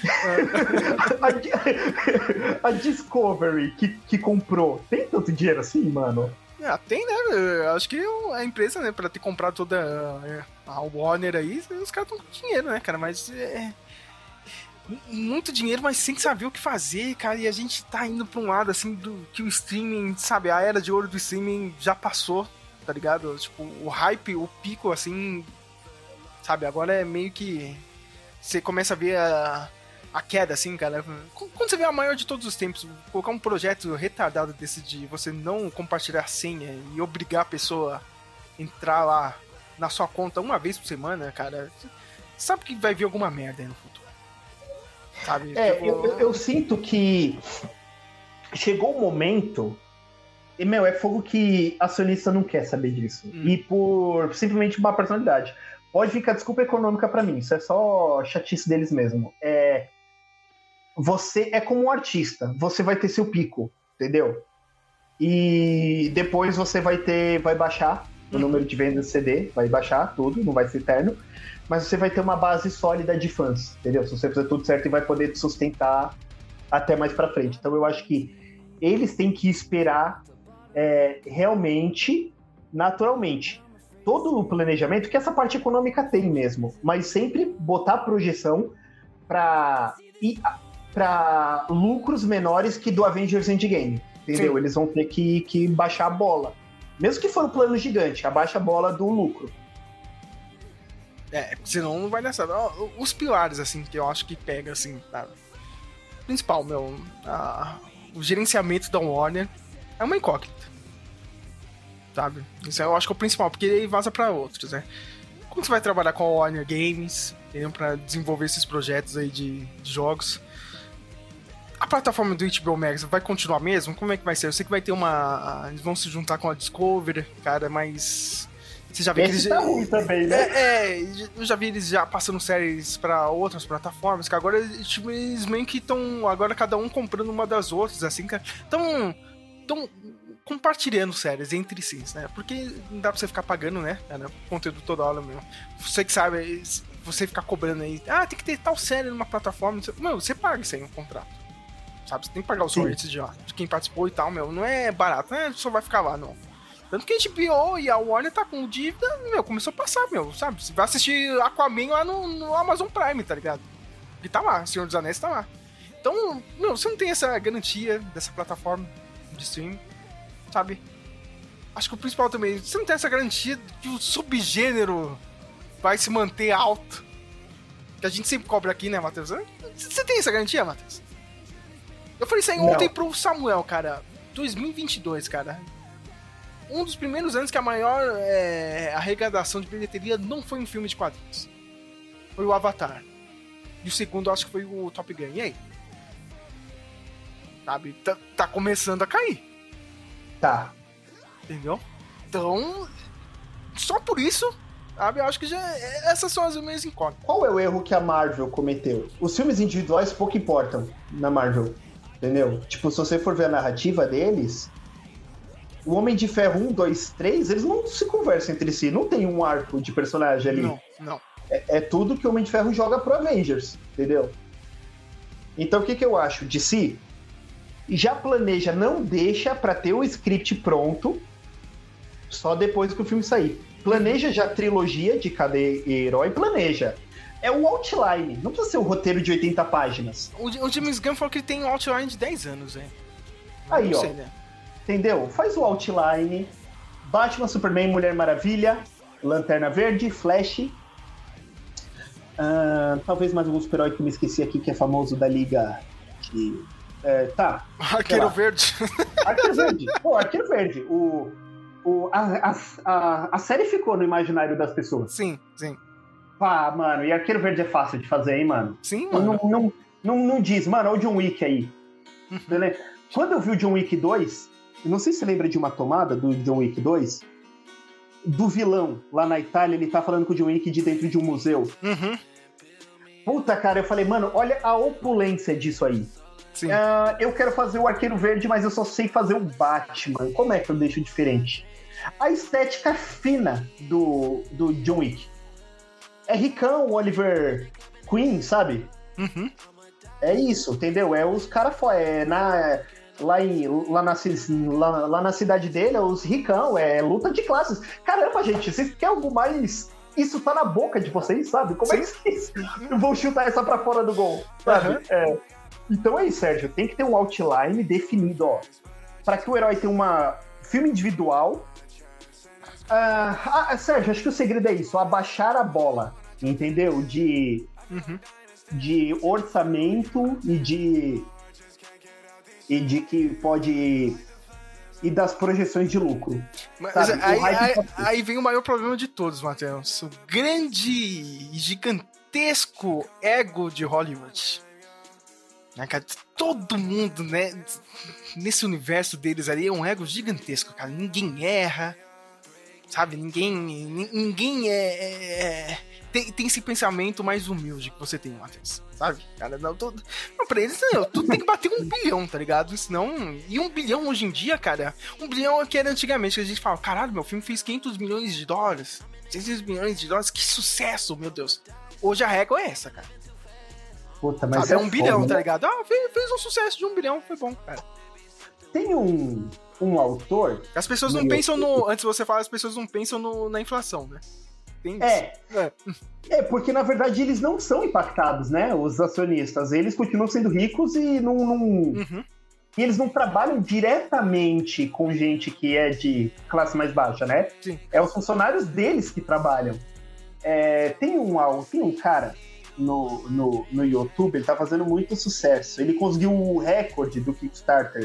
A, a Discovery que, que comprou, tem tanto dinheiro assim, mano? Ah, tem, né? Eu acho que a empresa, né, pra ter comprado toda a Warner aí, os caras estão com dinheiro, né, cara? Mas é... muito dinheiro, mas sem saber o que fazer, cara, e a gente tá indo pra um lado, assim, do que o streaming, sabe, a era de ouro do streaming já passou, tá ligado? Tipo, o hype, o pico, assim, sabe, agora é meio que você começa a ver a, a queda, assim, cara. Quando você vê a maior de todos os tempos, colocar um projeto retardado desse de você não compartilhar a senha e obrigar a pessoa a entrar lá na sua conta uma vez por semana, cara, sabe que vai vir alguma merda aí no futuro. Sabe? É, tipo... eu, eu, eu sinto que chegou um momento e, meu, é fogo que acionista não quer saber disso. Hum. E por simplesmente uma personalidade. Pode ficar desculpa econômica pra mim, isso é só chatice deles mesmo. É, você é como um artista, você vai ter seu pico, entendeu? E depois você vai ter, vai baixar hum. o número de vendas de C D, vai baixar tudo, não vai ser eterno. Mas você vai ter uma base sólida de fãs, entendeu? Se você fizer tudo certo, e vai poder te sustentar até mais pra frente. Então eu acho que eles têm que esperar é, realmente, naturalmente, todo o planejamento, que essa parte econômica tem mesmo, mas sempre botar projeção para para lucros menores que do Avengers Endgame, entendeu? Sim. Eles vão ter que, que baixar a bola. Mesmo que for um plano gigante, abaixa a bola do lucro. É, senão não vai nessa. Os pilares, assim, que eu acho que pega, assim, tá? Principal, meu, a, o gerenciamento da Warner é uma incógnita, sabe? Isso eu acho que é o principal, porque aí vaza pra outros, né? Como você vai trabalhar com a Warner Games, entendeu? Pra desenvolver esses projetos aí de, de jogos? A plataforma do H B O Max vai continuar mesmo? Como é que vai ser? Eu sei que vai ter uma... Eles vão se juntar com a Discovery, cara, mas... Você já vê Esse que eles... tá ruim também, né? É, é, eu já vi eles já passando séries pra outras plataformas, que agora tipo, eles meio que estão... Agora cada um comprando uma das outras, assim, cara. Então, estão compartilhando séries entre si, né? Porque não dá pra você ficar pagando, né? É, né? Conteúdo toda hora mesmo. Você que sabe, você ficar cobrando aí, ah, tem que ter tal série numa plataforma. Meu, você paga isso aí no contrato. Sabe? Você tem que pagar os royalties de, de quem participou e tal, meu. Não é barato, né? Só vai ficar lá, não. Tanto que a H B O e a Warner tá com dívida, meu, começou a passar, meu, sabe? Você vai assistir Aquaman lá no, no Amazon Prime, tá ligado? E tá lá, Senhor dos Anéis tá lá. Então, meu, você não tem essa garantia dessa plataforma de streaming, sabe? Acho que o principal também, você não tem essa garantia de que o subgênero vai se manter alto. Que a gente sempre cobra aqui, né, Matheus? Você tem essa garantia, Matheus? Eu falei isso aí ontem não. pro Samuel, cara. dois mil e vinte e dois, cara. um dos primeiros anos que a maior é, arrecadação de bilheteria não foi um filme de quadrinhos. Foi o Avatar. E o segundo, acho que foi o Top Gun. E aí? Sabe? Tá, tá começando a cair. Tá. Entendeu? Então, só por isso, sabe? Eu acho que já essas são as minhas incógnitas. Qual é o erro que a Marvel cometeu? Os filmes individuais pouco importam na Marvel. Entendeu? Tipo, se você for ver a narrativa deles, o Homem de Ferro um, dois, três, eles não se conversam entre si. Não tem um arco de personagem ali. Não, não. É, é tudo que o Homem de Ferro joga pro Avengers, entendeu? Então, o que que eu acho? D C já planeja, não deixa pra ter o script pronto só depois que o filme sair. Planeja já a trilogia de cada herói, planeja. É o outline, não precisa ser um roteiro de oitenta páginas. O, o James Gunn falou que ele tem um outline de dez anos, hein? Aí, não ó. sei, né? Entendeu? Faz o outline. Batman, Superman, Mulher Maravilha, Lanterna Verde, Flash. Uh, talvez mais algum super-herói que eu me esqueci aqui, que é famoso da Liga. Que, é, tá. Arqueiro Verde. Arqueiro Verde. Pô, Arqueiro Verde. O, o, a, a, a, a série ficou no imaginário das pessoas. Sim, sim. Ah, mano, e Arqueiro Verde é fácil de fazer, hein, mano? Sim, mano. Não, não, não, não diz, mano, olha o John Wick aí. Uhum. Quando eu vi o John Wick dois, eu não sei se você lembra de uma tomada do John Wick dois, do vilão lá na Itália, ele tá falando com o John Wick de dentro de um museu. Uhum. Puta, cara, eu falei, mano, olha a opulência disso aí. Sim. Uh, eu quero fazer o Arqueiro Verde, mas eu só sei fazer o Batman. Como é que eu deixo diferente? A estética fina do, do John Wick. É ricão, Oliver Queen, sabe? Uhum. É isso, entendeu? É os caras é na lá, em, lá, na, lá, lá na cidade dele, é os ricão, é luta de classes. Caramba, gente, vocês querem algo mais... Isso tá na boca de vocês, sabe? Como Sim. é que vocês vão chutar essa pra fora do gol, sabe? Uhum. É. Então é isso, Sérgio. Tem que ter um outline definido, ó. Pra que o herói tenha uma filme individual. Ah, ah, Sérgio, acho que o segredo é isso. Abaixar a bola, entendeu? De... Uhum. de orçamento e de e de que pode e das projeções de lucro. Mas aí, aí, aí vem o maior problema de todos, Matheus. O grande e gigantesco ego de Hollywood. Né, cara? Todo mundo, né, nesse universo deles ali é um ego gigantesco, cara. Ninguém erra, sabe? Ninguém, ninguém é... é... Tem, tem esse pensamento mais humilde que você tem, Matheus, sabe? Cara, não, tô, não, pra eles, não, tu tem que bater um bilhão, tá ligado? Senão, e um bilhão hoje em dia, cara, um bilhão que era antigamente, que a gente fala, caralho, meu filme fez quinhentos milhões de dólares, seiscentos milhões de dólares, que sucesso, meu Deus. Hoje a régua é essa, cara. Puta, mas sabe, é um foda, bilhão, né? tá ligado? Ah, fez, fez um sucesso de um bilhão, foi bom, cara. Tem um, um autor... As pessoas não pensam no... Antes de você falar, as pessoas não pensam no, na inflação, né? É. é, é, porque na verdade eles não são impactados, né? Os acionistas, eles continuam sendo ricos e não, não uhum. e eles não trabalham diretamente com gente que é de classe mais baixa, né? Sim. É os funcionários deles que trabalham. É, tem, um, tem um cara no, no, no YouTube, ele tá fazendo muito sucesso. Ele conseguiu o recorde do Kickstarter.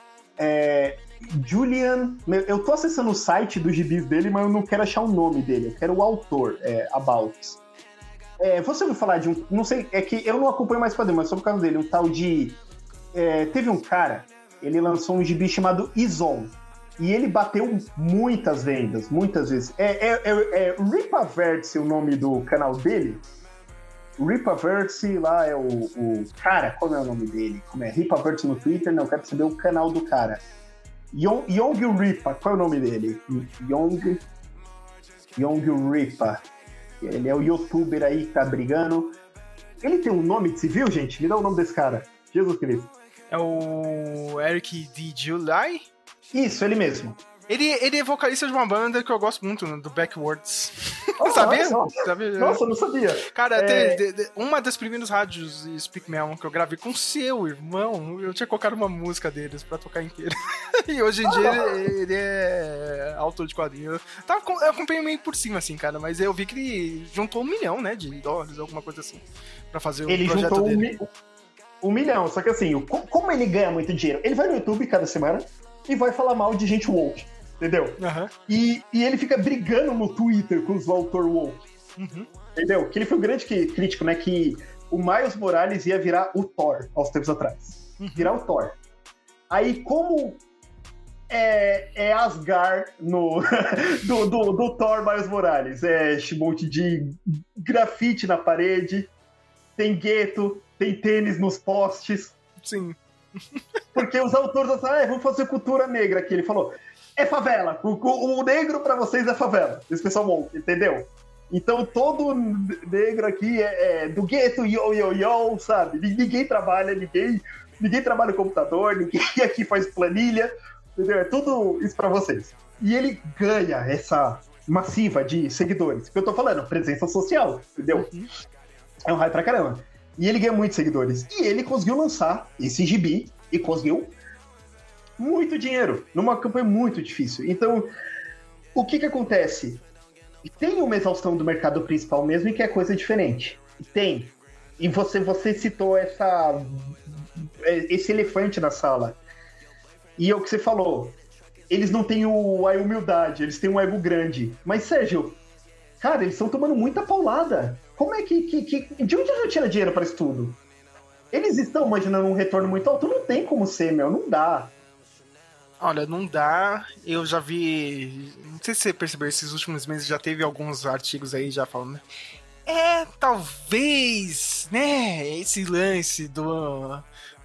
É... Julian, eu tô acessando o site dos gibis dele, mas eu não quero achar o nome dele, eu quero o autor, é, About. É, você ouviu falar de um, não sei, é que eu não acompanho mais quadrinho, mas só por causa dele, um tal de... É, teve um cara, ele lançou um gibi chamado Izon, e ele bateu muitas vendas, muitas vezes. É, é, é, é Ripaverse o nome do canal dele? Ripaverse lá é o, o... Cara, como é o nome dele? Como é? Ripaverse no Twitter? Não, eu quero saber o canal do cara. Young, Young Ripa, qual é o nome dele? Young, Young Ripa. Ele é o youtuber aí que tá brigando. Ele tem um nome de civil, gente? Me dá o nome desse cara. Jesus Cristo. É o Eric D. July? Isso, ele mesmo. Ele, ele é vocalista de uma banda que eu gosto muito, do Backwards. Oh, sabia? Nossa, sabia? Nossa, eu não sabia. Cara, é... de, de, uma das primeiras rádios Speak Melon que eu gravei com seu irmão, eu tinha colocado uma música deles pra tocar inteira. E hoje em ah, dia ele, ele é autor de quadrinhos. Tá, eu acompanhei meio por cima, assim, cara, mas eu vi que ele juntou um milhão, né, de dólares, alguma coisa assim, pra fazer o ele projeto juntou dele. Um, um milhão, só que assim, como ele ganha muito dinheiro? Ele vai no YouTube cada semana e vai falar mal de gente woke. entendeu? Uhum. E, e ele fica brigando no Twitter com os autor woke, Uhum. entendeu? Que ele foi um grande crítico, né, que o Miles Morales ia virar o Thor, aos tempos atrás. Uhum. Virar o Thor. Aí, como é, é Asgard no, do, do, do Thor Miles Morales? É um monte de grafite na parede, tem gueto, tem tênis nos postes. Sim. Porque os autores falaram, ah, vamos fazer cultura negra aqui. Ele falou, é favela. O, o, o negro pra vocês é favela. Esse pessoal monta, entendeu? Então todo negro aqui é, é do gueto, yo, yo, yo, sabe? Ninguém trabalha, ninguém, ninguém trabalha no computador, ninguém aqui faz planilha, entendeu? É tudo isso pra vocês. E ele ganha essa massiva de seguidores. Que eu tô falando, presença social, entendeu? Uhum. É um raio pra caramba. E ele ganha muitos seguidores. E ele conseguiu lançar esse gibi e conseguiu muito dinheiro numa campanha muito difícil. Então, o que que acontece? Tem uma exaustão do mercado principal mesmo e que é coisa diferente. Tem. E você, você citou essa, esse elefante na sala. E é o que você falou. Eles não têm o, a humildade, eles têm um ego grande. Mas, Sérgio, cara, eles estão tomando muita paulada. Como é que, que, que... De onde eles tiram dinheiro para isso tudo? Eles estão imaginando um retorno muito alto? Não tem como ser, meu. Não dá. Olha, não dá. Eu já vi... Não sei se você percebeu, esses últimos meses já teve alguns artigos aí já falando... É, talvez, né, esse lance do...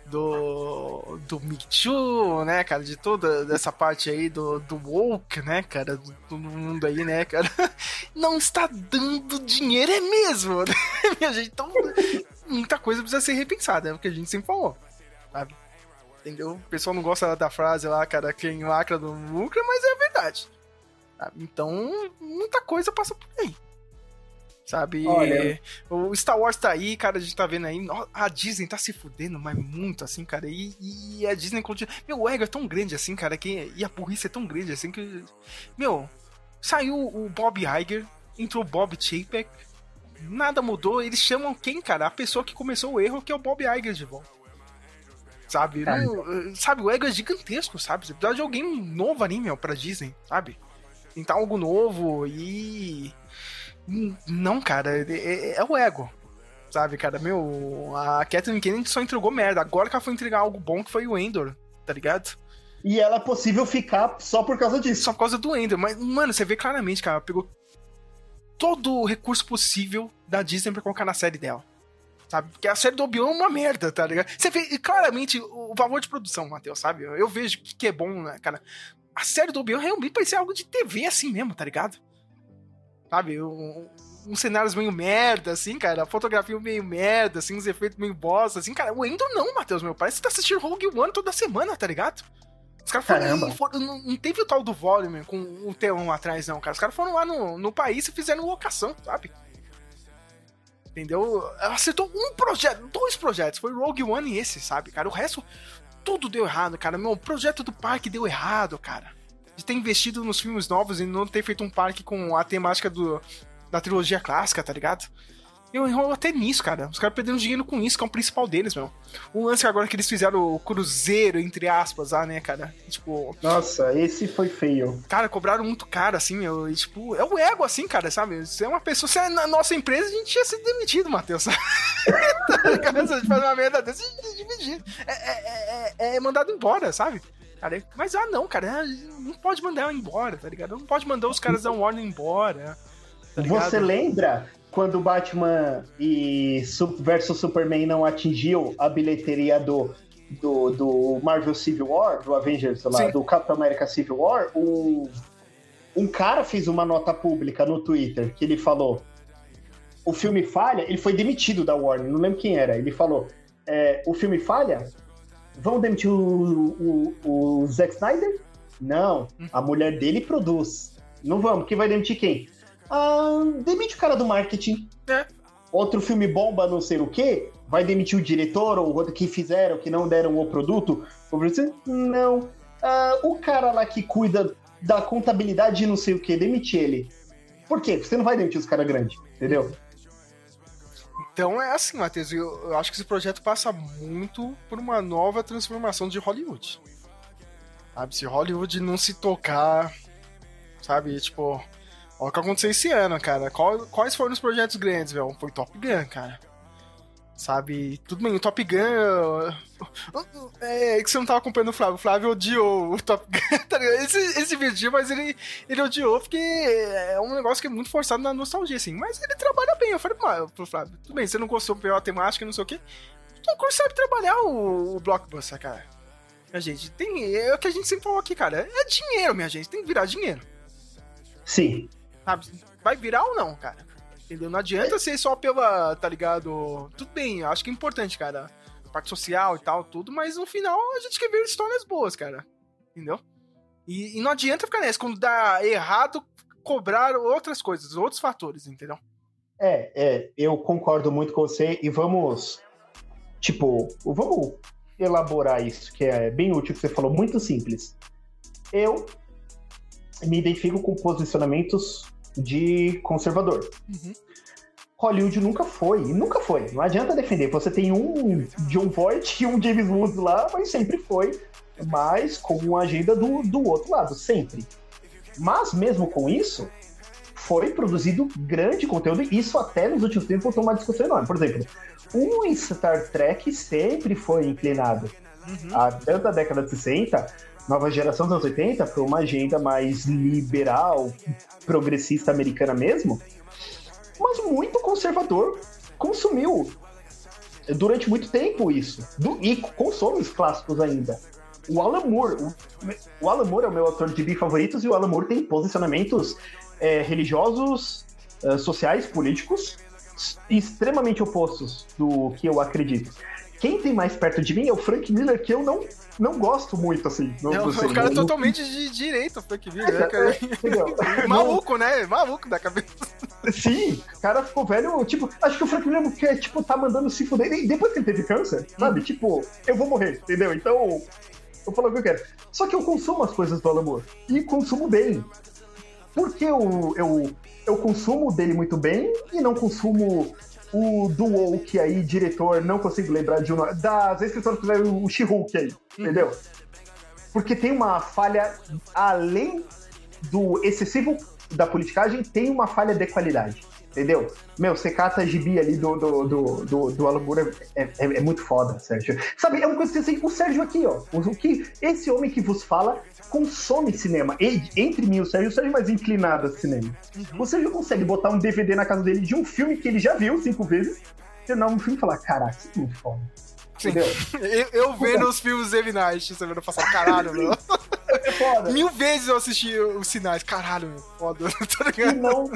Do, do Me Too, né, cara, de toda essa parte aí do, do woke, né, cara, do, do mundo aí, né, cara, não está dando dinheiro, é mesmo, né, minha gente, então muita coisa precisa ser repensada, é o que a gente sempre falou, sabe, entendeu? O pessoal não gosta da frase lá, cara, quem lacra não lucra, mas é a verdade, sabe? Então muita coisa passa por aí. Sabe? Olha. O Star Wars tá aí, cara, a gente tá vendo aí. A Disney tá se fudendo, mas muito assim, cara. E, e a Disney continua. Meu, o ego é tão grande assim, cara, que, e a burrice é tão grande assim que. Meu, saiu o Bob Iger, entrou o Bob Chapek, nada mudou. Eles chamam quem, cara? A pessoa que começou o erro, que é o Bob Iger de volta. Sabe? É. Não, sabe? O ego é gigantesco, sabe? Você precisa de alguém novo ali, meu, pra Disney, sabe? Tentar algo novo e. Não, cara, é, é o ego, sabe, cara, meu, a Kathleen Kennedy só entregou merda, agora que ela foi entregar algo bom, que foi o Endor, tá ligado? E ela é possível ficar só por causa disso. Só por causa do Endor, mas, mano, você vê claramente, cara, ela pegou todo o recurso possível da Disney pra colocar na série dela, sabe, porque a série do Obi-Wan é uma merda, tá ligado? Você vê claramente o valor de produção, Matheus, sabe, eu vejo que, que é bom, né, cara, a série do Obi-Wan realmente parecia algo de T V assim mesmo, tá ligado? Sabe, um, uns cenários meio merda, assim, cara, a fotografia meio merda, assim, os efeitos meio bosta, assim, cara, o Endor não, Matheus, meu, parece que tá assistindo Rogue One toda semana, tá ligado? Os caras foram, foram não, não teve o tal do volume com o telão atrás, não, cara, os caras foram lá no, no país e fizeram locação, sabe? Entendeu? Acertou um projeto, dois projetos, foi Rogue One e esse, sabe, cara, o resto, tudo deu errado, cara, meu, o projeto do parque deu errado, cara. De ter investido nos filmes novos e não ter feito um parque com a temática do, da trilogia clássica, tá ligado? Eu enrolo até nisso, cara. Os caras perderam dinheiro com isso, que é o principal deles, meu. O lance agora que eles fizeram o cruzeiro, entre aspas, lá, né, cara? Tipo... Nossa, esse foi feio. Cara, cobraram muito caro, assim, meu. E, tipo, é o ego, assim, cara, sabe? Você é uma pessoa... Se é na nossa empresa, a gente tinha sido demitido, Matheus. Tá ligado? Se a gente faz uma merda dessa, a gente tinha demitido. É, é, é, é mandado embora, sabe? Cara, mas, ah, não, cara, não pode mandar embora, tá ligado? Não pode mandar os caras da Warner embora, tá ligado? Você lembra quando Batman e versus Superman não atingiu a bilheteria do, do, do Marvel Civil War, do Avengers, lá, do Capitão América Civil War? Um, um cara fez uma nota pública no Twitter que ele falou: o filme falha, ele foi demitido da Warner, não lembro quem era, ele falou, é, o filme falha? Vão demitir o, o, o Zack Snyder? Não, a mulher dele produz. Não vamos, quem vai demitir quem? Ah, demite o cara do marketing. É. Outro filme bomba, não sei o quê, vai demitir o diretor ou o que fizeram, que não deram o produto? Não. Ah, o cara lá que cuida da contabilidade de não sei o quê, demite ele. Por quê? Você não vai demitir os caras grandes, entendeu? Então é assim, Matheus, eu, eu acho que esse projeto passa muito por uma nova transformação de Hollywood. Sabe, se Hollywood não se tocar sabe? Tipo, olha o que aconteceu esse ano, cara. Qual, quais foram os projetos grandes, velho? Foi Top Gun, cara. Sabe? Tudo bem, o Top Gun... É que você não tava acompanhando o Flávio. O Flávio odiou o Top Gun, tá ligado? Ele, ele se divertiu, mas ele, ele odiou porque é um negócio que é muito forçado na nostalgia, assim. Mas ele trabalha bem. Eu falei pro Flávio, tudo bem, você não gostou pela temática, não sei o quê. O Tom Cruise sabe trabalhar o, o blockbuster, cara. Minha gente, tem, é o que a gente sempre falou aqui, cara. É dinheiro, minha gente. Tem que virar dinheiro. Sim. Sabe? Vai virar ou não, cara? Entendeu? Não adianta ser só pela, tá ligado? Tudo bem, eu acho que é importante, cara. Parte social e tal, tudo, mas no final a gente quer ver histórias boas, cara. Entendeu? E, e não adianta ficar nessa. Quando dá errado, cobrar outras coisas, outros fatores, entendeu? É, é, eu concordo muito com você e vamos, tipo, vamos elaborar isso, que é bem útil, que você falou, muito simples. Eu me identifico com posicionamentos de conservador. Uhum. Hollywood nunca foi, e nunca foi. Não adianta defender. Você tem um John Voight e um James Woods lá, mas sempre foi, mas com uma agenda do, do outro lado, sempre. Mas mesmo com isso, foi produzido grande conteúdo, e isso até nos últimos tempos foi uma discussão enorme. Por exemplo, o Star Trek sempre foi inclinado. Uhum. A, tanto a década de sessenta, nova geração dos anos oitenta, para uma agenda mais liberal, progressista americana mesmo, mas muito conservador. Consumiu durante muito tempo isso. Do, e consome os clássicos ainda. O Alan Moore, o, o Alan Moore é o meu autor de bi favoritos, e o Alan Moore tem posicionamentos é, religiosos, é, sociais, políticos, extremamente opostos do que eu acredito. Quem tem mais perto de mim é o Frank Miller, que eu não, não gosto muito, assim. Não, é, o sei, cara não, totalmente não... de direita, o Frank Miller. É, cara. É, maluco, né? Maluco da cabeça. Sim, o cara ficou velho, tipo, acho que o Frank Miller quer, tipo, tá mandando se fuder. E depois que ele teve câncer, sabe? Hum. Tipo, eu vou morrer, entendeu? Então, eu falo o que eu quero. Só que eu consumo as coisas do Alan Moore. E consumo bem. Por que eu, eu, eu consumo dele muito bem e não consumo o do que aí, diretor, não consigo lembrar de um nome, das escritoras que fizeram o She-Hulk aí, entendeu? Porque tem uma falha, além do excessivo da politicagem, tem uma falha de qualidade, entendeu? Meu, você cata a gibi ali do, do, do, do, do Alan Moore, é, é, é muito foda, Sérgio. Sabe, é uma coisa que você tem, o Sérgio aqui, ó, o que esse homem que vos fala consome cinema. E, entre mim e o Sérgio, o Sérgio é mais inclinado a cinema. Uhum. O Sérgio consegue botar um D V D na casa dele de um filme que ele já viu cinco vezes, terminar um filme e falar, caraca, isso é muito foda. Entendeu? eu, eu vendo os filmes do M. Night semana passada, caralho, meu. É foda. Mil vezes eu assisti os sinais, caralho, meu, foda. Tá ligado? E não,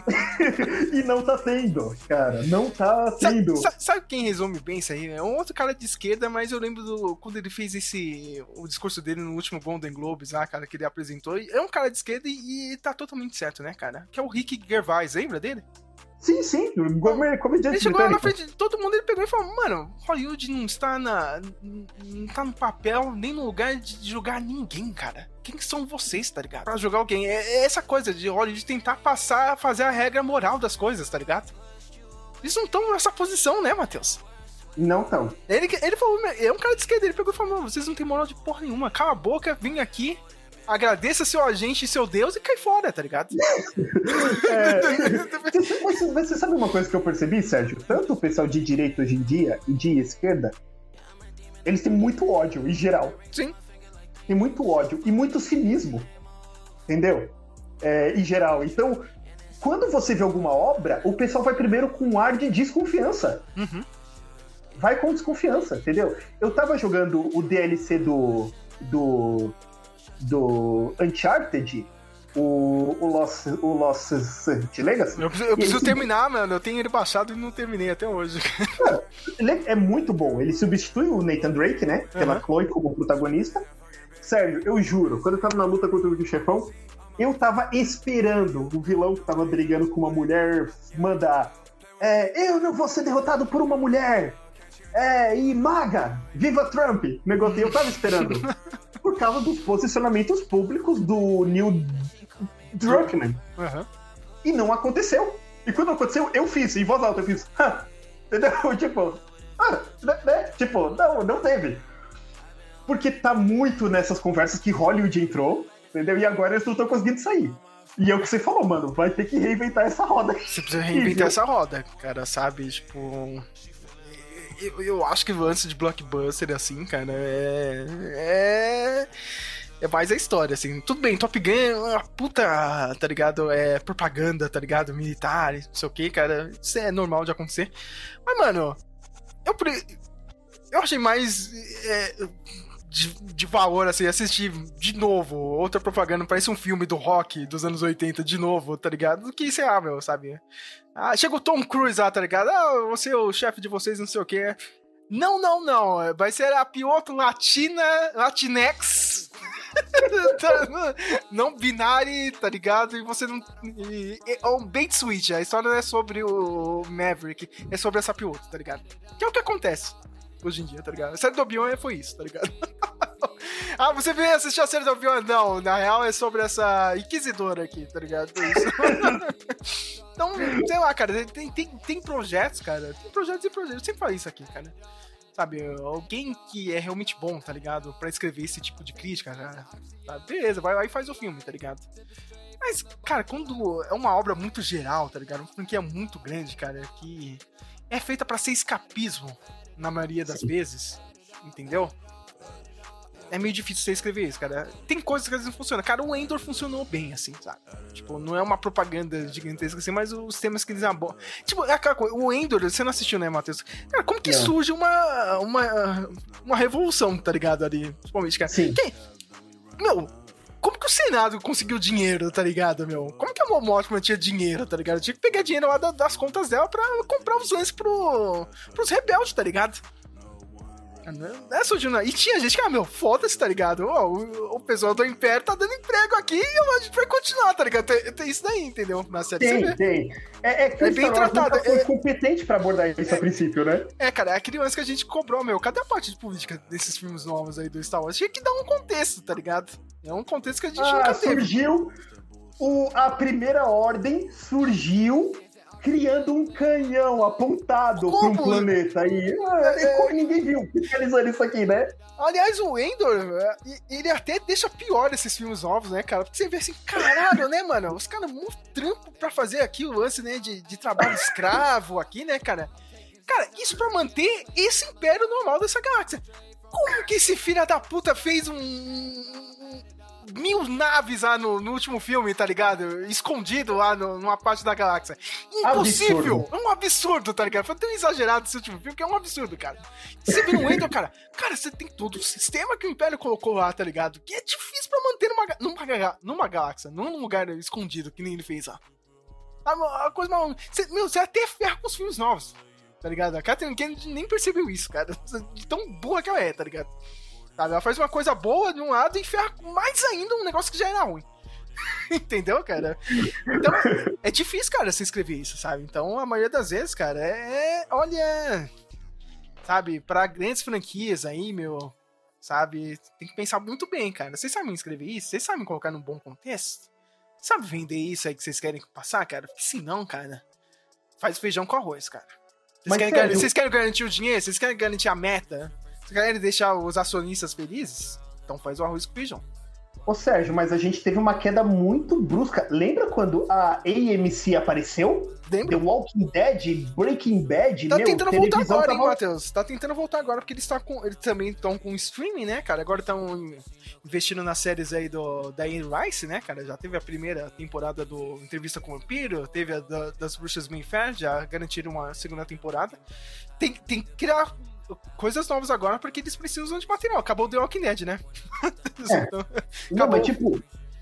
e não tá tendo, cara, não tá tendo. Sabe, sabe quem resume bem isso aí? É um outro cara de esquerda, mas eu lembro do, quando ele fez esse, o discurso dele no último Golden Globes lá, cara, que ele apresentou. É um cara de esquerda e, e tá totalmente certo, né, cara? Que é o Rick Gervais, lembra dele? Sim, sim, comediante. Ele chegou lá na frente de todo mundo, ele pegou e falou, mano, Hollywood não está na. Não tá no papel, nem no lugar de julgar ninguém, cara. Quem são vocês, tá ligado? Pra julgar alguém. É, é essa coisa de Hollywood tentar passar, fazer a regra moral das coisas, tá ligado? Eles não estão nessa posição, né, Matheus? Não estão. Ele, ele falou, é um cara de esquerda, ele pegou e falou, vocês não tem moral de porra nenhuma, cala a boca, vem aqui. Agradeça seu agente e seu Deus e cai fora, tá ligado? É, mas, mas você sabe uma coisa que eu percebi, Sérgio? Tanto o pessoal de direita hoje em dia e de esquerda, eles têm muito ódio, em geral. Sim. Tem muito ódio e muito cinismo, entendeu? É, em geral. Então, quando você vê alguma obra, o pessoal vai primeiro com um ar de desconfiança. Uhum. Vai com desconfiança, entendeu? Eu tava jogando o D L C do... do do Uncharted, o, o Lost, o Lost Legacy. Eu preciso, eu preciso terminar, mano. Eu tenho ele baixado e não terminei até hoje. Cara, ele é muito bom. Ele substitui o Nathan Drake, né? Pela uhum. Chloe como protagonista. Sério, eu juro, quando eu tava na luta contra o chefão, eu tava esperando o vilão que tava brigando com uma mulher mandar é, eu não vou ser derrotado por uma mulher. É, e maga, viva Trump. Negócio, eu tava esperando. Por causa dos posicionamentos públicos do Neil Druckmann. Uhum. E não aconteceu. E quando aconteceu, eu fiz, em voz alta, eu fiz, ah, entendeu? Tipo, ah, né? Tipo, não, não teve. Porque tá muito nessas conversas que Hollywood entrou, entendeu? E agora eles não estão conseguindo sair. E é o que você falou, mano, vai ter que reinventar essa roda. Você precisa reinventar essa roda, cara, sabe? Tipo... Eu, eu acho que antes de blockbuster, assim, cara, é... É... É mais a história, assim. Tudo bem, Top Gun é uma puta, tá ligado? É propaganda, tá ligado? Militar, não sei o que, cara. Isso é normal de acontecer. Mas, mano, eu, pre... eu achei mais é, de, de valor, assim, assistir de novo outra propaganda, parece um filme do rock dos anos oitenta, de novo, tá ligado? Do que isso é, meu, sabe? Ah, chega o Tom Cruise lá, tá ligado? Ah, você é o chefe de vocês, não sei o que. Não, não, não. Vai ser a piloto latina, latinex... não binário, tá ligado? E você não... E, é um bait switch. A história não é sobre o Maverick, é sobre essa piloto, tá ligado? Que é o que acontece hoje em dia, tá ligado? A série do Obi-Wan foi isso, tá ligado? Ah, você veio assistir a série do Obi-Wan? Não, na real é sobre essa inquisidora aqui, tá ligado? É isso. Então, sei lá, cara, tem, tem, tem projetos, cara. Tem projetos e projetos. Eu sempre falo isso aqui, cara. Sabe, alguém que é realmente bom, tá ligado? Pra escrever esse tipo de crítica, já, tá, beleza, vai lá e faz o filme, tá ligado? Mas, cara, quando é uma obra muito geral, tá ligado? Uma franquia muito grande, cara, que é feita pra ser escapismo, na maioria das Sim. vezes, entendeu? É meio difícil você escrever isso, cara. Tem coisas que às vezes não funcionam. Cara, o Endor funcionou bem, assim, sabe? Tipo, não é uma propaganda gigantesca assim, mas os temas que eles abordam... Tipo, é aquela coisa, o Endor, você não assistiu, né, Matheus? Cara, como que não. surge uma, uma, uma revolução, tá ligado, ali? Principalmente, cara. Sim. Que, meu, como que o Senado conseguiu dinheiro, tá ligado, meu? Como que a Mon Mothma tinha dinheiro, tá ligado? Tinha que pegar dinheiro lá das contas dela pra comprar os lances pro, pros rebeldes, tá ligado? É surgindo. E tinha gente que, ah, meu, foda-se, tá ligado? Oh, o, o pessoal do Império tá dando emprego aqui e a gente vai continuar, tá ligado? Tem, tem isso daí, entendeu? Na série tem, tem. É, é, é bem tratado. É competente pra abordar isso é, a princípio, né? É, cara, é aquele lance que a gente cobrou, meu. Cadê a parte de política desses filmes novos aí do Star Wars? Tinha que dar um contexto, tá ligado? É um contexto que a gente ah, nunca teve. Surgiu o, a primeira ordem, surgiu... criando um canhão apontado para um planeta aí. É, ninguém viu fiscalizando isso aqui, né? Aliás, o Endor, ele até deixa pior esses filmes novos, né, cara? Porque você vê assim, caralho, né, mano? Os caras muito trampo pra fazer aqui o lance, né, de, de trabalho escravo aqui, né, cara? Cara, isso pra manter esse império normal dessa galáxia. Como que esse filho da puta fez um... mil naves lá no, no último filme, tá ligado? Escondido lá no, numa parte da galáxia. Impossível! Absurdo. É um absurdo, tá ligado? Foi tão exagerado esse último filme que é um absurdo, cara. Você vira um Endor, cara. Cara, você tem todo o sistema que o Império colocou lá, tá ligado? Que é difícil pra manter numa, numa, numa galáxia, não num lugar escondido, que nem ele fez lá. A, a coisa mal. Você, meu, você até ferra com os filmes novos, tá ligado? A Kathleen Kennedy nem percebeu isso, cara. De tão burra que ela é, tá ligado? Sabe? Ela faz uma coisa boa de um lado e ferra mais ainda um negócio que já era ruim. Entendeu, cara? Então, é difícil, cara, você escrever isso, sabe? Então, a maioria das vezes, cara, é... Olha... Sabe? Pra grandes franquias aí, meu... Sabe? Tem que pensar muito bem, cara. Vocês sabem escrever isso? Vocês sabem colocar num bom contexto? Sabe vender isso aí que vocês querem passar, cara? Porque senão, cara... Faz feijão com arroz, cara. Vocês querem, gar... vocês querem garantir o dinheiro? Vocês querem garantir a meta? Vocês querem deixar os acionistas felizes? Então faz o arroz com feijão. Ô Sérgio, mas a gente teve uma queda muito brusca. Lembra quando a A M C apareceu? Lembra? The Walking Dead, Breaking Bad, tá meu, tentando voltar agora, tava... hein, Matheus? Tá tentando voltar agora, porque eles, tá com, eles também estão com streaming, né, cara? Agora estão investindo nas séries aí do, da Anne Rice, né, cara? Já teve a primeira temporada do Entrevista com o Vampiro, teve a da, das Bruxas Mayfair, já garantiram uma segunda temporada. Tem, tem que criar coisas novas agora, porque eles precisam de material. Acabou o The Walking Dead, né? É. Então, não, mas tipo...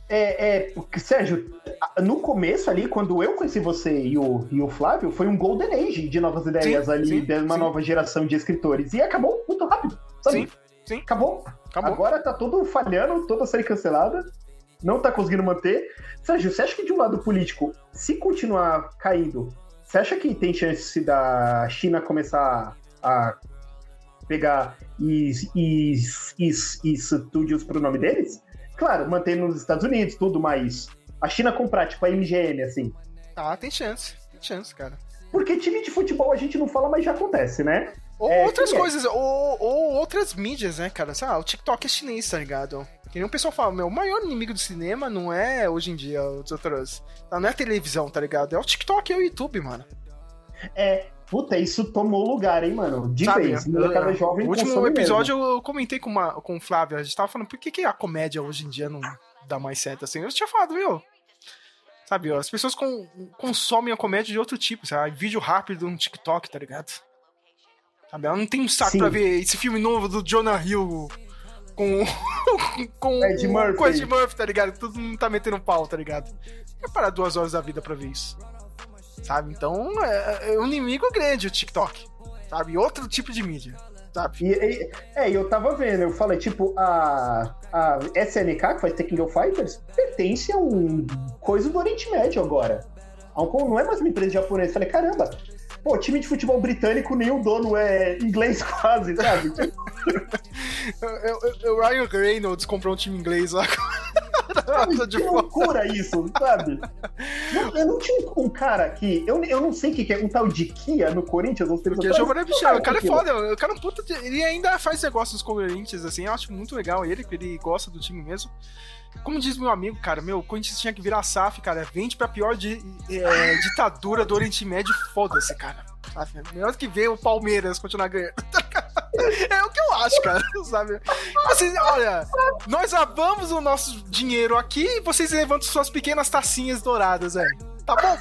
É, é, Sérgio, no começo ali, quando eu conheci você e o, e o Flávio, foi um golden age de novas ideias sim, ali, sim, de uma sim. nova geração de escritores. E acabou muito rápido, sabe? Sim, sim. Acabou. Acabou. Agora tá tudo falhando, toda série cancelada, não tá conseguindo manter. Sérgio, você acha que de um lado político, se continuar caindo, você acha que tem chance da China começar a pegar e, e, e, e estúdios pro nome deles? Claro, mantendo nos Estados Unidos, tudo, mas a China comprar, tipo, a M G M, assim. Ah, tem chance. Tem chance, cara. Porque time de futebol a gente não fala, mas já acontece, né? Ou É, outras que é. coisas, ou, ou outras mídias, né, cara? Sei lá, o TikTok é chinês, tá ligado? Que nem o pessoal fala, meu, o maior inimigo do cinema não é, hoje em dia, os outros... Não é a televisão, tá ligado? É o TikTok e o YouTube, mano. É, puta, isso tomou lugar, hein, mano? De Sabe, vez. Molecada jovem o último consome episódio mesmo. eu comentei com, uma, com o Flávio, a gente tava falando, por que, que a comédia hoje em dia não dá mais certo assim? Eu tinha falado, meu... Sabe, ó, as pessoas com, consomem a comédia de outro tipo, sabe? Vídeo rápido no TikTok, tá ligado? Sabe, ela não tem um saco Sim. pra ver esse filme novo do Jonah Hill com, com, Ed Murphy. com o Ed Murphy, tá ligado? Todo mundo tá metendo pau, tá ligado? Vai parar duas horas da vida pra ver isso. Sabe? Então, é, é um inimigo grande o TikTok. Sabe? Outro tipo de mídia. Sabe? E, e, é, e eu tava vendo, eu falei, tipo, a, a S N K, que faz The King of Fighters, pertence a um coisa do Oriente Médio agora. A um, não é mais uma empresa japonesa. Eu falei, caramba, pô, time de futebol britânico, nem o dono é inglês quase, sabe? O Ryan Reynolds comprou um time inglês lá. Sabe, que loucura isso, sabe? Eu, eu não tinha um cara aqui, eu, eu não sei o que, que é, um tal de Kia no Corinthians, ou seja, Porque o Giovanni Bichão, o cara é foda, o cara é um puta, de, ele ainda faz negócios com o Corinthians, assim, eu acho muito legal ele, que ele gosta do time mesmo. Como diz meu amigo, cara, meu, o Corinthians tinha que virar S A F, cara, vende pra pior de, é, ditadura do Oriente Médio, foda-se, cara. Sabe? Melhor do que ver o Palmeiras continuar ganhando. É o que eu acho, cara, sabe? Assim, olha, nós lavamos o nosso dinheiro aqui e vocês levantam suas pequenas tacinhas douradas aí. Tá bom?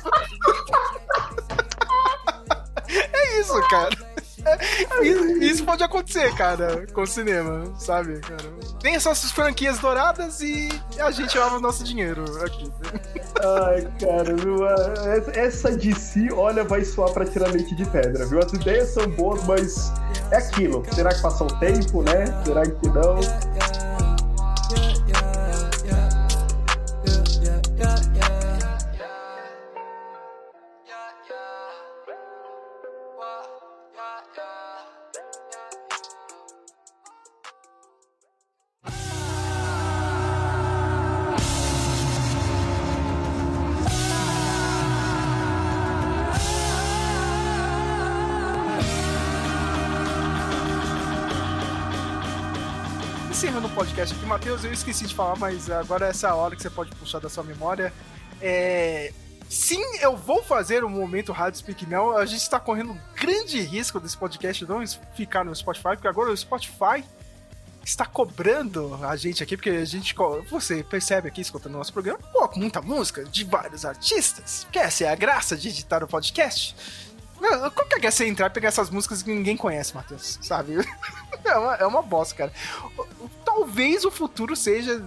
É isso, cara. Isso, isso pode acontecer, cara, com o cinema, sabe, cara? Tem essas franquias douradas e a gente lava o nosso dinheiro aqui. Ai, cara, viu? Essa D C, olha, vai soar pra tirar leite de pedra, viu? As ideias são boas, mas é aquilo. Será que passou o tempo, né? Será que não? Encerrando o podcast aqui, Matheus, eu esqueci de falar, mas agora é essa hora que você pode puxar da sua memória. É... Sim, eu vou fazer o momento Rádio Speak Mel. A gente está correndo um grande risco desse podcast não ficar no Spotify, porque agora o Spotify está cobrando a gente aqui, porque a gente, você percebe aqui, escutando o nosso programa, coloca muita música de vários artistas, porque essa é a graça de editar o podcast. Qual que é você entrar e pegar essas músicas que ninguém conhece, Matheus? Sabe? É uma, é uma bosta, cara. Talvez o futuro seja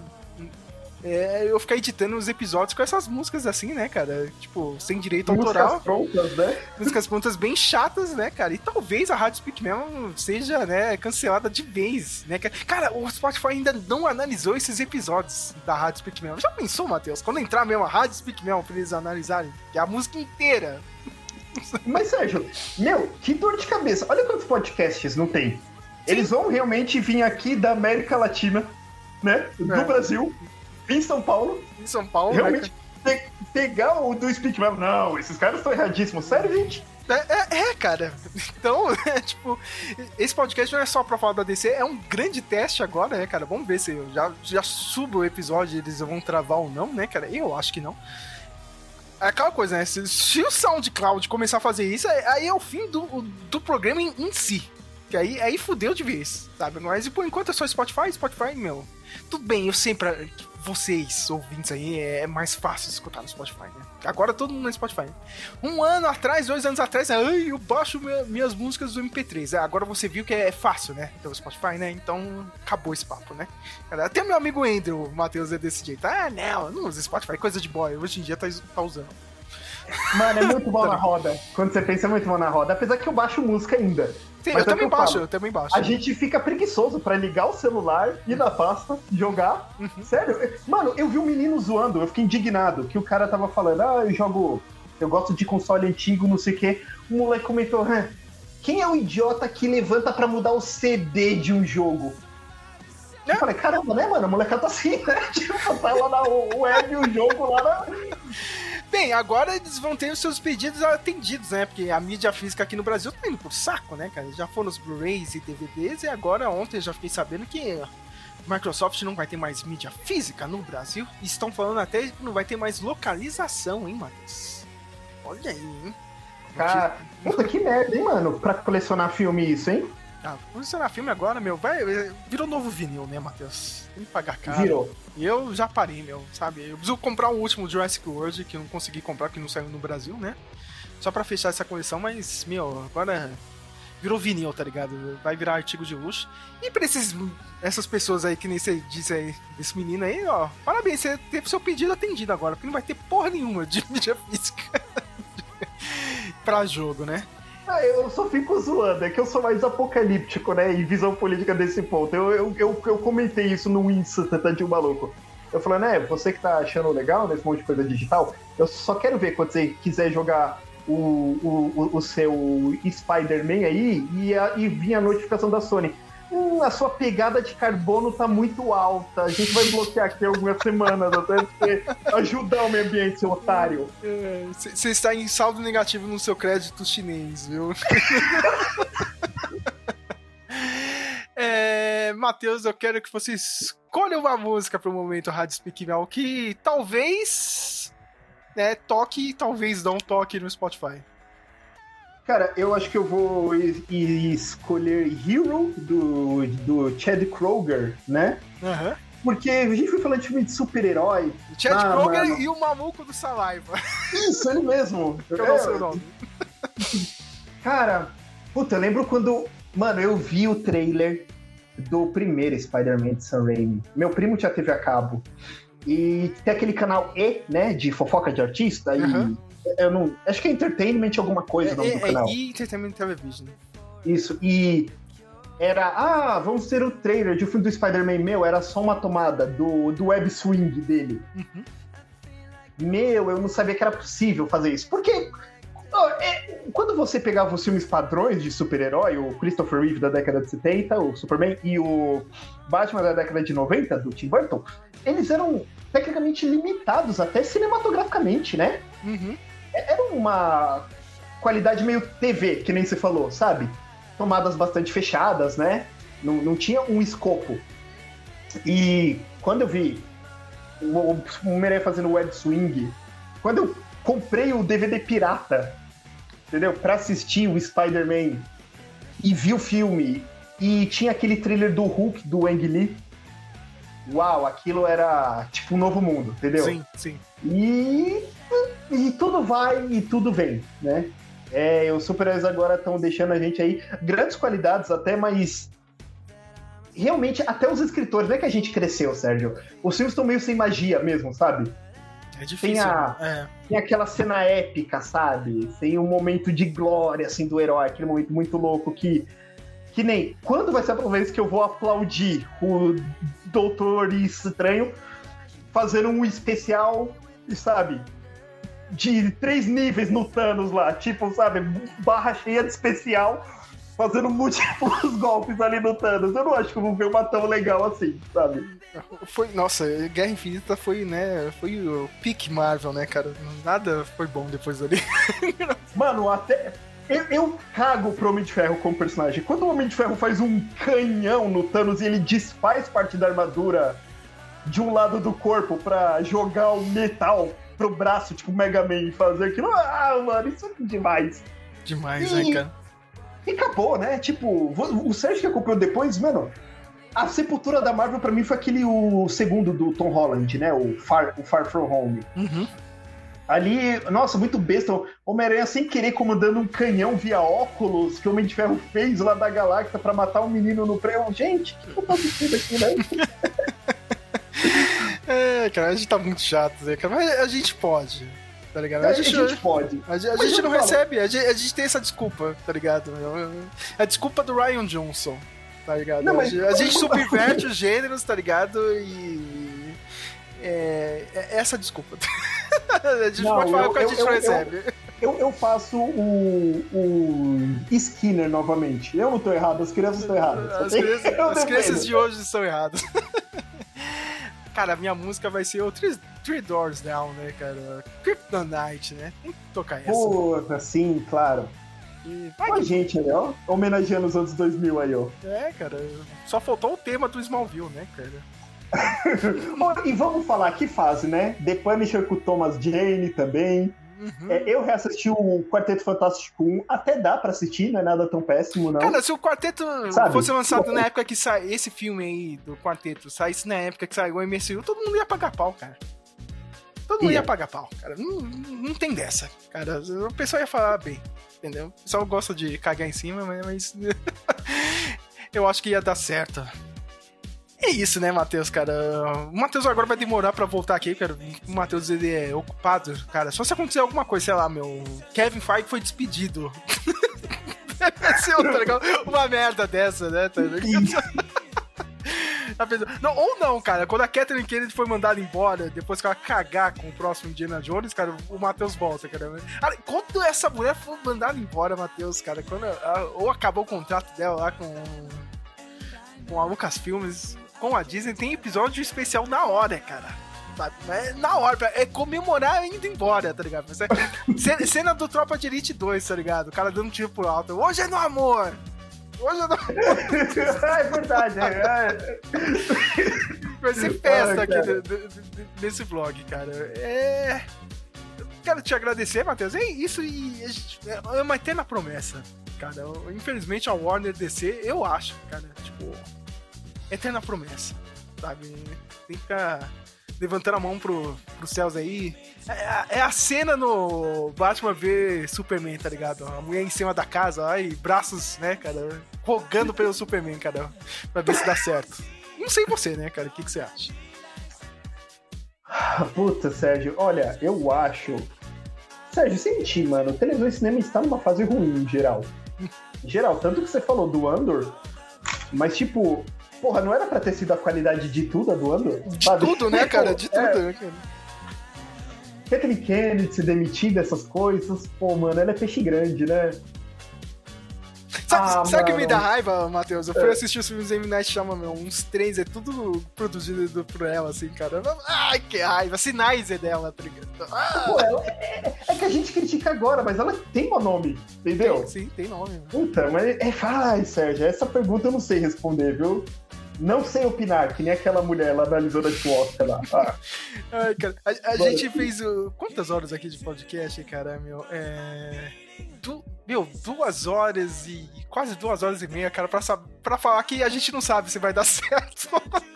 é, eu ficar editando os episódios com essas músicas assim, né, cara? Tipo, sem direito autoral. Músicas prontas, né? Músicas prontas bem chatas, né, cara? E talvez a Rádio Speak mesmo seja, né, cancelada de vez, né? Cara, o Spotify ainda não analisou esses episódios da Rádio Speak mesmo. Já pensou, Matheus? Quando entrar mesmo a Rádio Speak mesmo pra eles analisarem, que é a música inteira. Mas, Sérgio, meu, que dor de cabeça. Olha quantos podcasts não tem. Eles vão realmente vir aqui da América Latina, né? Do é. Brasil, em São Paulo. Em São Paulo, realmente né? pe- pegar o do Speak Mel. Não, esses caras estão erradíssimos. Sério, gente? É, é, é, cara. Então, é, tipo, esse podcast não é só pra falar da D C, é um grande teste agora, né, cara? Vamos ver se eu já, já subo o episódio e eles vão travar ou não, né, cara? Eu acho que não. É aquela coisa, né? Se, se o SoundCloud começar a fazer isso, aí é o fim do, do programa em, em si. Que aí, aí fudeu de vez, sabe? Mas por enquanto é só Spotify, Spotify, meu. Tudo bem, eu sei pra vocês, ouvintes aí, é mais fácil escutar no Spotify, né? Agora todo mundo no Spotify. Um ano atrás, dois anos atrás, ai, eu baixo minha, minhas músicas do M P três. Agora você viu que é fácil, né? Então Spotify, né? Então acabou esse papo, né? Até meu amigo Andrew, o Matheus, é desse jeito. Ah, não, não usa Spotify, coisa de boy. Hoje em dia tá, tá usando. Mano, é muito bom na roda. Quando você pensa, é muito bom na roda. Apesar que eu baixo música ainda. Sim, mas eu também eu baixo, falo, eu também baixo. A gente fica preguiçoso pra ligar o celular, ir na pasta, jogar. Uhum. Sério? Mano, eu vi um menino zoando, eu fiquei indignado, que o cara tava falando, ah, eu jogo, eu gosto de console antigo, não sei o quê. O moleque comentou, ah, quem é o idiota que levanta pra mudar o C D de um jogo? É. Eu falei, caramba, né, mano? A molecada tá assim, né? Tipo, tá lá na web o jogo lá na... Bem, agora eles vão ter os seus pedidos atendidos, né? Porque a mídia física aqui no Brasil tá indo por saco, né, cara? Já foram os Blu-rays e D V Ds e agora ontem eu já fiquei sabendo que Microsoft não vai ter mais mídia física no Brasil. E estão falando até que não vai ter mais localização, hein, Matheus? Olha aí, hein? Cara, puta que merda, hein, mano? Pra colecionar filme isso, hein? Ah, colecionar filme agora, meu, vai, virou novo vinil, né, Matheus? Tem que pagar caro. Virou. E eu já parei, meu, sabe? Eu preciso comprar o último Jurassic World, que eu não consegui comprar, que não saiu no Brasil, né? Só pra fechar essa coleção, mas, meu, agora virou vinil, tá ligado? Vai virar artigo de luxo. E pra esses, essas pessoas aí, que nem você disse aí, esse menino aí, ó, parabéns, você teve seu pedido atendido agora, porque não vai ter porra nenhuma de mídia física pra jogo, né? Ah, eu só fico zoando, é que eu sou mais apocalíptico, né, em visão política desse ponto. Eu, eu, eu, eu comentei isso no Insta, tá de um maluco. Eu falei, né, você que tá achando legal nesse monte de coisa digital, eu só quero ver quando você quiser jogar o, o, o seu Spider-Man aí e, a, e vir a notificação da Sony. Hum, a sua pegada de carbono tá muito alta, a gente vai bloquear aqui algumas semanas até você ajudar o meio ambiente, seu otário. Você é, está em saldo negativo no seu crédito chinês, viu? é, Matheus, eu quero que você escolha uma música pro momento Rádio Speak Mel que talvez né, toque e talvez não toque no Spotify. Cara, eu acho que eu vou escolher Hero, do, do Chad Kroeger, né? Aham. Uhum. Porque a gente foi falando de filme de super-herói. O Chad ah, Kroeger mano. E o Mamuco do Saliva. Isso, ele mesmo. Eu não sei o nome. Cara, puta, eu lembro quando... Mano, eu vi o trailer do primeiro Spider-Man de Sam Raimi. Meu primo tinha T V a cabo. E tem aquele canal E, né? De fofoca de artista. Uhum. E... Eu não, acho que é Entertainment alguma coisa é, o nome é, do canal. É Entertainment Television. Isso, e era, ah, vamos ter o trailer de um filme do Spider-Man, meu, era só uma tomada do, do web swing dele. Uhum. Meu, eu não sabia que era possível fazer isso. Porque ó, é, quando você pegava os filmes padrões de super-herói, o Christopher Reeve da década de setenta, o Superman, e o Batman da década de noventa, do Tim Burton, eles eram tecnicamente limitados até cinematograficamente, né? Uhum. Era uma qualidade meio T V, que nem você falou, sabe? Tomadas bastante fechadas, né? Não, não tinha um escopo. E quando eu vi o Homem-Aranha fazendo web swing, quando eu comprei o D V D pirata, entendeu? Pra assistir o Spider-Man e vi o filme, e tinha aquele trailer do Hulk, do Ang Lee. Uau, aquilo era tipo um novo mundo, entendeu? Sim, sim. E... E tudo vai e tudo vem, né? É, os super-heróis agora estão deixando a gente aí grandes qualidades até, mas realmente até os escritores, não é que a gente cresceu, Sérgio. Os filmes estão meio sem magia mesmo, sabe? É difícil. Tem, a, é. tem aquela cena épica, sabe? Tem um momento de glória, assim, do herói, aquele momento muito louco que... Que nem, quando vai ser a próxima vez que eu vou aplaudir o Doutor Estranho fazendo um especial, sabe? De três níveis no Thanos lá, tipo, sabe, barra cheia de especial, fazendo múltiplos golpes ali no Thanos. Eu não acho que eu vou ver uma tão legal assim, sabe? Foi, nossa, Guerra Infinita foi, né, foi o peak Marvel, né, cara? Nada foi bom depois dali. Mano, até... Eu, eu cago pro Homem de Ferro como personagem. Quando o Homem de Ferro faz um canhão no Thanos e ele desfaz parte da armadura de um lado do corpo pra jogar o metal pro braço, tipo Mega Man, e fazer aquilo. Ah, mano, isso é demais. Demais, e, né, cara? E acabou, né? Tipo, o Sérgio que acompanhou depois, mano, a sepultura da Marvel pra mim foi aquele, o segundo do Tom Holland, né? O Far, o Far From Home. Uhum. Ali, nossa, muito besta. O Homem-Aranha sem querer comandando um canhão via óculos que o Homem de Ferro fez lá da galáxia pra matar um menino no pré. Gente, o que eu tô assistindo aqui, né? É, cara, a gente tá muito chato, né, cara? Mas a gente pode, tá ligado? A gente, a gente pode. A gente, a gente não recebe, a gente, a gente tem essa desculpa, tá ligado? A desculpa do Ryan Johnson, tá ligado? Não, mas... A gente subverte os gêneros, tá ligado? E... É, é essa desculpa. A gente não, pode falar eu, que a gente eu, recebe. Eu, eu, eu faço o, o Skinner novamente. Eu não tô errado, as crianças estão erradas. As, crianças, as crianças de hoje estão erradas. Cara, a minha música vai ser o Tris Three Doors Down, né, cara? Kryptonite, né? Tem que tocar essa. Puta, sim, claro. E vai que... gente aí, ó. Homenageando os anos dois mil aí, ó. É, cara. Só faltou o tema do Smallville, né, cara? E vamos falar, que fase, né? The Punisher com o Thomas Jane também. Uhum. É, eu reassisti o Quarteto Fantástico um, até dá pra assistir, não é nada tão péssimo, não. Cara, se o Quarteto Sabe? fosse lançado na época que saiu, esse filme aí do Quarteto saísse na época que saiu o M S U, todo mundo ia pagar pau, cara. Todo mundo ia, ia pagar pau, cara. Não, não tem dessa, cara. O pessoal ia falar bem, entendeu? O pessoal gosta de cagar em cima, mas... mas... eu acho que ia dar certo. É isso, né, Matheus, cara? O Matheus agora vai demorar pra voltar aqui, cara. O Matheus, ele é ocupado, cara. Só se acontecer alguma coisa, sei lá, meu... Kevin Feige foi despedido. Vai ser tá ligado? Uma merda dessa, né? Tá não, ou não, cara. Quando a Kathleen Kennedy foi mandada embora, depois que ela cagar com o próximo Indiana Jones, cara, o Matheus volta, cara. Quando essa mulher foi mandada embora, Matheus, cara, quando ela, ou acabou o contrato dela lá com... com a Lucasfilmes... com a Disney, tem episódio especial na hora, cara. Sabe? É na hora, é comemorar indo embora, tá ligado? É cena do Tropa de Elite dois, tá ligado? O cara dando um tiro pro alto. Hoje é no amor! Hoje é no amor! É verdade, é. Vai ser festa aqui de, de, de, nesse vlog, cara. É... Quero te agradecer, Matheus. É isso e é uma eterna promessa, cara. Infelizmente a Warner D C, eu acho, cara, tipo... eterna promessa, sabe? Tem que ficar levantando a mão pro, pros céus aí. É, é a cena no Batman ver Superman, tá ligado? A mulher em cima da casa, ó, e braços, né, cara, rogando pelo Superman, cara, pra ver se dá certo. Não sei você, né, cara? O que, que você acha? Puta, Sérgio, olha, eu acho... Sérgio, senti, mano, televisão e cinema está numa fase ruim, em geral. Em geral, tanto que você falou do Andor, mas, tipo... Porra, não era pra ter sido a qualidade de tudo a do Andor? De sabe? tudo, né, cara? De tudo, é. né, cara? Kathleen Kennedy ser demitida, essas coisas, pô, mano, ela é peixe grande, né? Sabe, ah, sabe o que me dá raiva, Matheus? Eu fui é. assistir os filmes da M. Night Shyamalan, uns três, é tudo produzido por ela, assim, cara. Ai, que raiva, sinais é dela, tá ligado? Ah. Pô, ela é, é que a gente critica agora, mas ela tem um nome, entendeu? Tem, sim, tem nome. Mano. Puta, mas é... Ai, Sérgio, essa pergunta eu não sei responder, viu? Não sei opinar, que nem aquela mulher lá da Arizona de Oscar lá. Ah. Ai, cara, a, a gente fez uh, quantas horas aqui de podcast, cara, meu? É... Du, meu, duas horas e... quase duas horas e meia, cara, pra, pra falar que a gente não sabe se vai dar certo.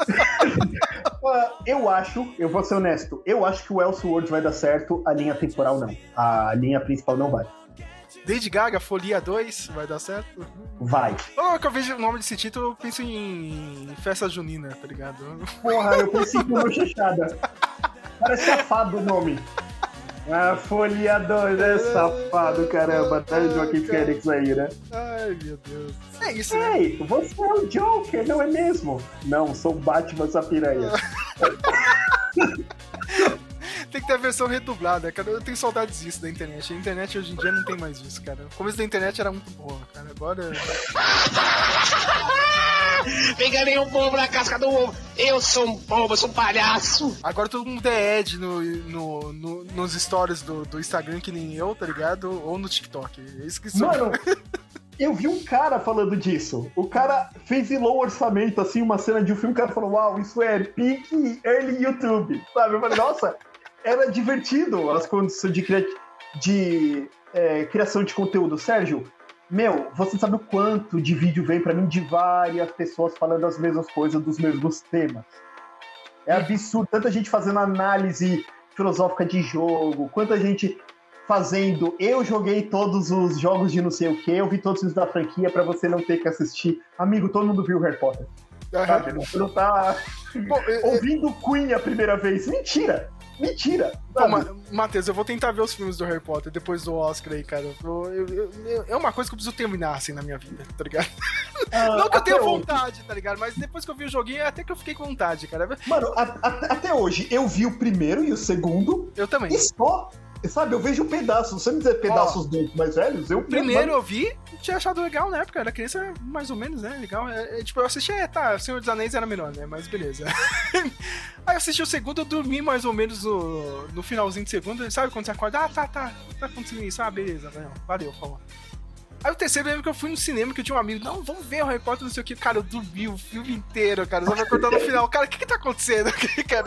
uh, eu acho, eu vou ser honesto, eu acho que o Elseworlds vai dar certo, a linha temporal não. A linha principal não vai. Lady Gaga, Folia dois, vai dar certo? Vai. Oh, que eu vejo o nome desse título, eu penso em festa junina, tá ligado? Porra, eu penso em Chachada. Parece safado o nome. Ah, Folia dois, é safado, caramba. Tá o Joaquim Fênix aí, né? Ai, meu Deus. É isso, né? Ei, você é o Joker, não é mesmo? Não, sou o Batman, essa piranha. Tem que ter a versão redublada, cara. Eu tenho saudades disso da internet. A internet hoje em dia não tem mais isso, cara. O começo da internet era muito boa, cara. Agora... Pegarei um bobo na casca do ovo. Eu sou um bobo, eu sou um palhaço. Agora todo mundo é Ed no, no, no, nos stories do, do Instagram, que nem eu, tá ligado? Ou no TikTok. É isso que sou. Mano, eu vi um cara falando disso. O cara fez em low orçamento, assim, uma cena de um filme. O cara falou, uau, isso é peak early YouTube. Sabe? Eu falei, nossa... Era divertido as condições de, cria... de é, criação de conteúdo. Sérgio, meu, você sabe o quanto de vídeo vem pra mim de várias pessoas falando as mesmas coisas dos mesmos temas? É absurdo. Tanta gente fazendo análise filosófica de jogo, quanta gente fazendo... Eu joguei todos os jogos de não sei o que, eu vi todos os da franquia pra você não ter que assistir. Amigo, todo mundo viu Harry Potter. Uhum. Sabe? Você não tá Bom, ouvindo eu... Queen a primeira vez. Mentira! Mentira! Pô, Ma- Matheus, eu vou tentar ver os filmes do Harry Potter depois do Oscar aí, cara. Eu, eu, eu, é uma coisa que eu preciso terminar, assim, na minha vida, tá ligado? Ah, não que eu tenha vontade, hoje. Tá ligado? Mas depois que eu vi o joguinho, até que eu fiquei com vontade, cara. Mano, a, a, até hoje, eu vi o primeiro e o segundo. Eu também. E só. sabe, eu vejo pedaços, sem dizer pedaços oh, dos mais velhos, eu... Primeiro eu vi, tinha achado legal na época, era criança mais ou menos, né, legal, é, é, tipo, eu assisti, é, tá, Senhor dos Anéis era melhor, né, mas beleza. Aí eu assisti o segundo, eu dormi mais ou menos no, no finalzinho do segundo, sabe quando você acorda, ah, tá, tá, tá acontecendo isso, ah, beleza, não, valeu, falou. Aí o terceiro, eu lembro que eu fui no cinema, que eu tinha um amigo, não, vamos ver o Harry Potter, não sei o que, cara, eu dormi o filme inteiro, cara, só vai acordar no final, cara, o que que tá acontecendo aqui, cara?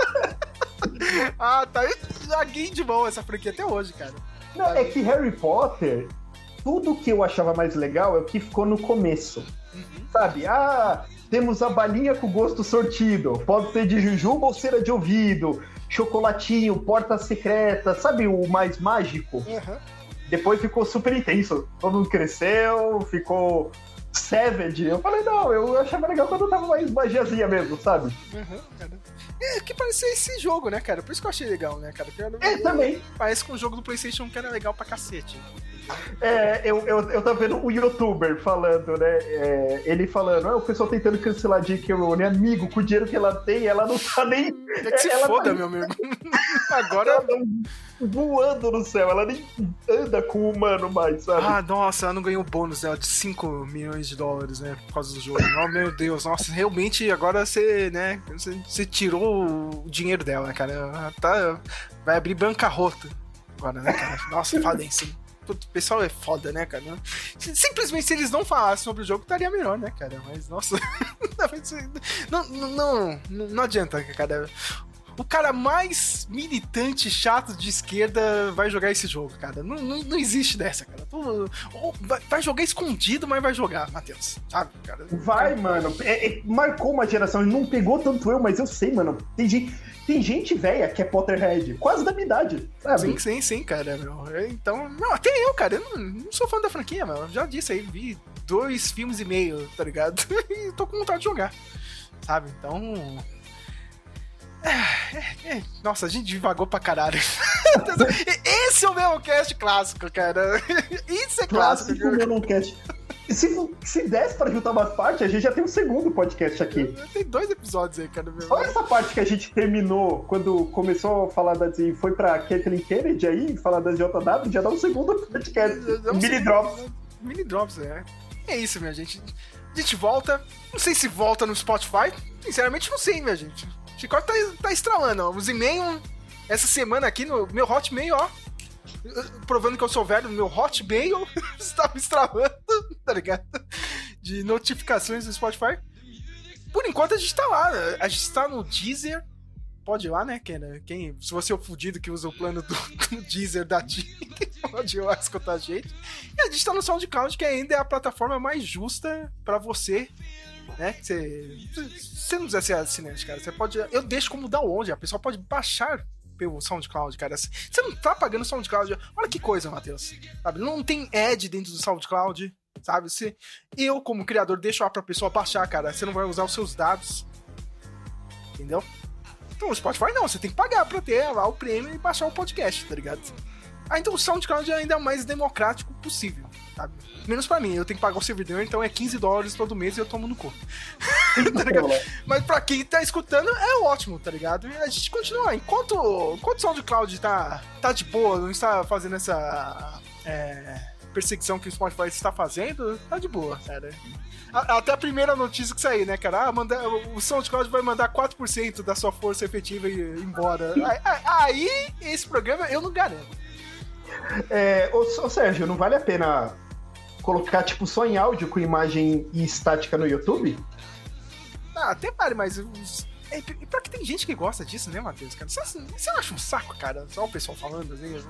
Ah, tá, eu larguei de mão essa franquia até hoje, cara. Não, é que Harry Potter, tudo que eu achava mais legal é o que ficou no começo, uhum. Sabe, ah, temos a balinha com gosto sortido, pode ser de jujuba ou cera de ouvido, chocolatinho, porta secreta, sabe o mais mágico? Uhum. Depois ficou super intenso. Todo mundo cresceu, ficou savage. Eu falei, não, eu achava legal quando tava mais magiazinha mesmo, sabe? Uhum, cara. É que parecia esse jogo, né, cara? Por isso que eu achei legal, né, cara? Porque é, eu, também. Parece que um jogo do PlayStation que era legal pra cacete. É, eu, eu, eu tava vendo o youtuber falando, né? É, ele falando, ah, o pessoal tentando cancelar a J K Rowling, amigo, com o dinheiro que ela tem, ela não tá nem... É que se ela foda, tá... meu amigo. Agora... Ela tá voando no céu, ela nem anda com o humano mais, sabe? Ah, nossa, ela não ganhou bônus dela de cinco milhões de dólares, né? Por causa do jogo. Oh, meu Deus, nossa, realmente agora você, né? Você, você tirou o dinheiro dela, né, cara? Ela tá, vai abrir bancarrota agora, né, cara? Nossa, falência. O pessoal é foda, né, cara? Simplesmente se eles não falassem sobre o jogo, estaria melhor, né, cara? Mas, nossa, não, não, não, não adianta, cara. O cara mais militante, chato de esquerda vai jogar esse jogo, cara. Não, não, não existe dessa, cara. Tu, ou vai jogar escondido, mas vai jogar, Matheus. Sabe, cara? Vai, mano. É, é, marcou uma geração. Não pegou tanto eu, mas eu sei, mano. Tem gente, tem gente velha que é Potterhead. Quase da minha idade, sabe? Sim, sim, sim, cara. Meu. Então, não, até eu, cara. Eu não, não sou fã da franquia, meu. Já disse aí, vi dois filmes e meio, tá ligado? E tô com vontade de jogar, sabe? Então... É, é, nossa, a gente divagou pra caralho. Esse é o meu cast clássico, cara. Isso é clássico. Clássico meu cast. Se, se desse pra juntar umas partes, a gente já tem um segundo podcast aqui. Tem dois episódios aí, cara. Meu. Só essa parte que a gente terminou, quando começou a falar das... E foi pra Kathleen Kennedy aí, falar das J W, já dá um segundo podcast. Um mini drops. Mini drops, é. É isso, minha gente. A gente volta. Não sei se volta no Spotify. Sinceramente, não sei, minha gente. Chicote tá, tá estralando, ó. Os e-mails essa semana aqui no meu Hotmail, ó. Provando que eu sou velho, no meu Hotmail estava estralando, tá ligado? De notificações do Spotify. Por enquanto a gente tá lá, a gente tá no Deezer. Pode ir lá, né? Quem, quem, se você é o fudido que usa o plano do, do Deezer da T I M, pode ir lá escutar a gente. E a gente tá no SoundCloud, que ainda é a plataforma mais justa pra você. Né? Você, você não precisa ser assinante, cara. Você pode. Eu deixo como download, a pessoa pode baixar pelo SoundCloud, cara. Você não tá pagando SoundCloud. Olha que coisa, Matheus. Sabe? Não tem ad dentro do SoundCloud, sabe? Você, eu, como criador, deixo lá pra pessoa baixar, cara. Você não vai usar os seus dados. Entendeu? Então, o Spotify não, você tem que pagar pra ter lá o prêmio e baixar o podcast, tá ligado? Ah, então o SoundCloud é ainda mais democrático possível, sabe? Menos pra mim, eu tenho que pagar o servidor, então é quinze dólares todo mês e eu tomo no cu. Tá ligado? Mas pra quem tá escutando, é ótimo, tá ligado? E a gente continua. Enquanto, enquanto o SoundCloud tá, tá de boa, não está fazendo essa é, perseguição que o Spotify está fazendo, tá de boa, cara. Até a primeira notícia que sair, né, cara? Ah, manda, o SoundCloud vai mandar quatro por cento da sua força efetiva e ir embora. Aí, aí, esse programa eu não garanto. É, ô, ô Sérgio, não vale a pena colocar, tipo, só em áudio com imagem e estática no YouTube? Ah, até vale, mas... É, e pior que tem gente que gosta disso, né, Matheus? Cara? Você, você não acha um saco, cara? Só o pessoal falando, assim...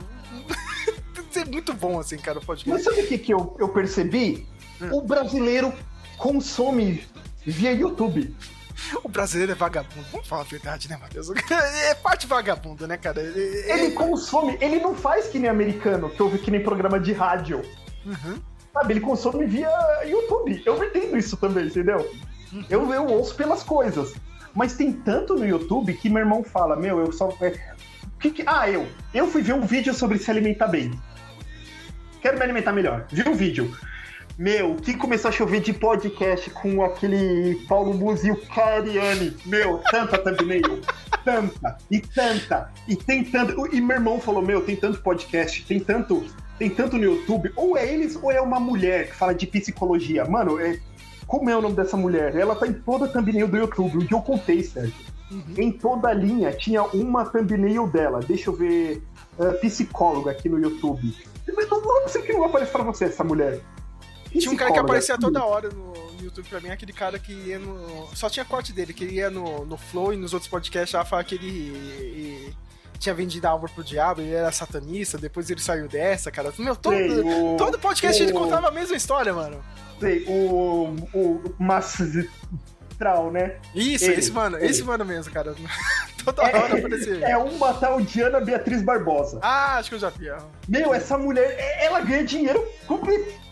Tem que ser muito bom, assim, cara, o podcast. Mas sabe o que, que eu, eu percebi? Hum. O brasileiro consome via YouTube. O brasileiro é vagabundo. Vamos falar a verdade, né, Matheus? É parte vagabundo, né, cara? Ele, ele consome, ele não faz que nem americano, que ouve que nem programa de rádio. Uhum. Sabe, ele consome via YouTube. Eu entendo isso também, entendeu? Uhum. Eu, eu ouço pelas coisas. Mas tem tanto no YouTube que meu irmão fala, meu, eu só... É, que que... Ah, eu. Eu fui ver um vídeo sobre se alimentar bem. Quero me alimentar melhor. Vi um vídeo. Meu, que começou a chover de podcast com aquele Paulo Musi e o Cariani. Meu, tanta thumbnail. Tanta, e tanta, e tem tanto. E meu irmão falou: meu, tem tanto podcast, tem tanto, tem tanto no YouTube. Ou é eles, ou é uma mulher que fala de psicologia. Mano, é, como é o nome dessa mulher? Ela tá em toda a thumbnail do YouTube, o que eu contei, Sérgio. Uhum. Em toda a linha tinha uma thumbnail dela. Deixa eu ver. Uh, psicóloga aqui no YouTube. Mas não, não sei que não aparece pra você essa mulher. Tinha um cara que aparecia toda hora no, no YouTube pra mim, aquele cara que ia no... Só tinha corte dele, que ia no, no Flow e nos outros podcasts lá falar que ele e, e tinha vendido a árvore pro diabo, ele era satanista, depois ele saiu dessa, cara. Meu, todo, sei, o, todo podcast o, ele contava a mesma história, mano. Sei, o... o Mastral, né? Isso, ele, esse mano, ele. esse mano mesmo, cara. Toda hora é, aparecia. É uma tal Diana Beatriz Barbosa. Ah, acho que eu já vi. Meu, essa mulher, ela ganha dinheiro completo.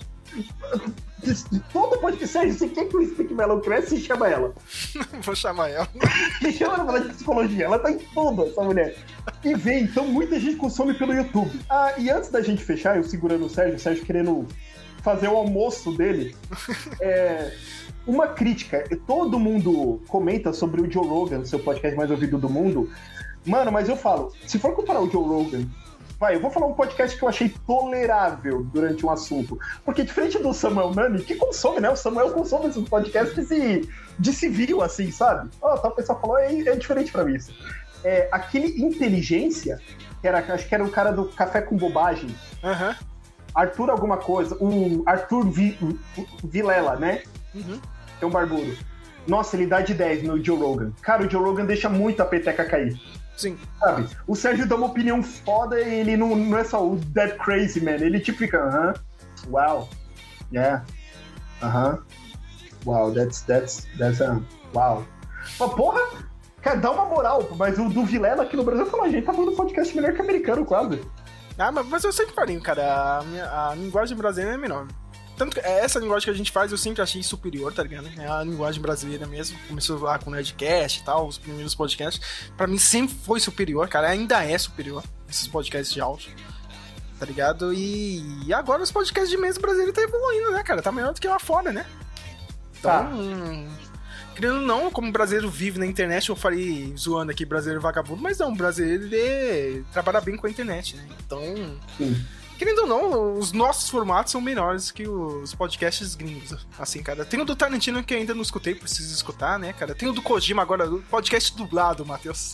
Todo podcast, Sérgio, você quer que o Speak Melon cresce, chama ela. Vou chamar ela. Chama ela pra falar de psicologia, ela tá em tudo, essa mulher. E vem, então muita gente consome pelo YouTube. Ah, e antes da gente fechar, eu segurando o Sérgio, o Sérgio querendo fazer o almoço dele, é, uma crítica. Todo mundo comenta sobre o Joe Rogan, seu podcast mais ouvido do mundo. Mano, mas eu falo, se for comparar o Joe Rogan, vai, eu vou falar um podcast que eu achei tolerável durante um assunto. Porque diferente do Samuel Nani, que consome, né? O Samuel consome esses podcasts de, de civil, assim, sabe? Ó, oh, tal pessoa falou, é, é diferente pra mim isso. É, aquele Inteligência, que era, acho que era o cara do Café com Bobagem. Aham. Uhum. Arthur alguma coisa. O Arthur Vi, Vilela, né? Uhum. É um barbudo. Nossa, ele dá de dez no Joe Rogan. Cara, o Joe Rogan deixa muito a peteca cair. Sim. Sabe? O Sérgio dá uma opinião foda e ele não, não é só o That Crazy Man. Ele tipo fica, aham, uh-huh, wow, yeah, aham, uh-huh. Wow, that's, that's, that's, um, wow. Mas porra, cara, dá uma moral, mas o do Vilela aqui no Brasil falou, a gente tá falando podcast melhor que americano, quase. Ah, mas, mas eu sempre falei, cara, a, minha, a linguagem brasileira é menor. Tanto que essa linguagem que a gente faz eu sempre achei superior, tá ligado? É a linguagem brasileira mesmo. Começou lá com o Nerdcast e tal, os primeiros podcasts. Pra mim sempre foi superior, cara. Ainda é superior, esses podcasts de áudio. Tá ligado? E, e agora os podcasts de mesa brasileiro tá evoluindo, né, cara? Tá melhor do que lá fora, né? Então, tá. hum, querendo ou não, como o brasileiro vive na internet, eu falei zoando aqui brasileiro vagabundo, mas não, o brasileiro ele trabalha bem com a internet, né? Então... Sim. Querendo ou não, os nossos formatos são melhores que os podcasts gringos, assim, cara. Tem o do Tarantino que ainda não escutei, preciso escutar, né, cara? Tem o do Kojima agora, o podcast dublado, Matheus.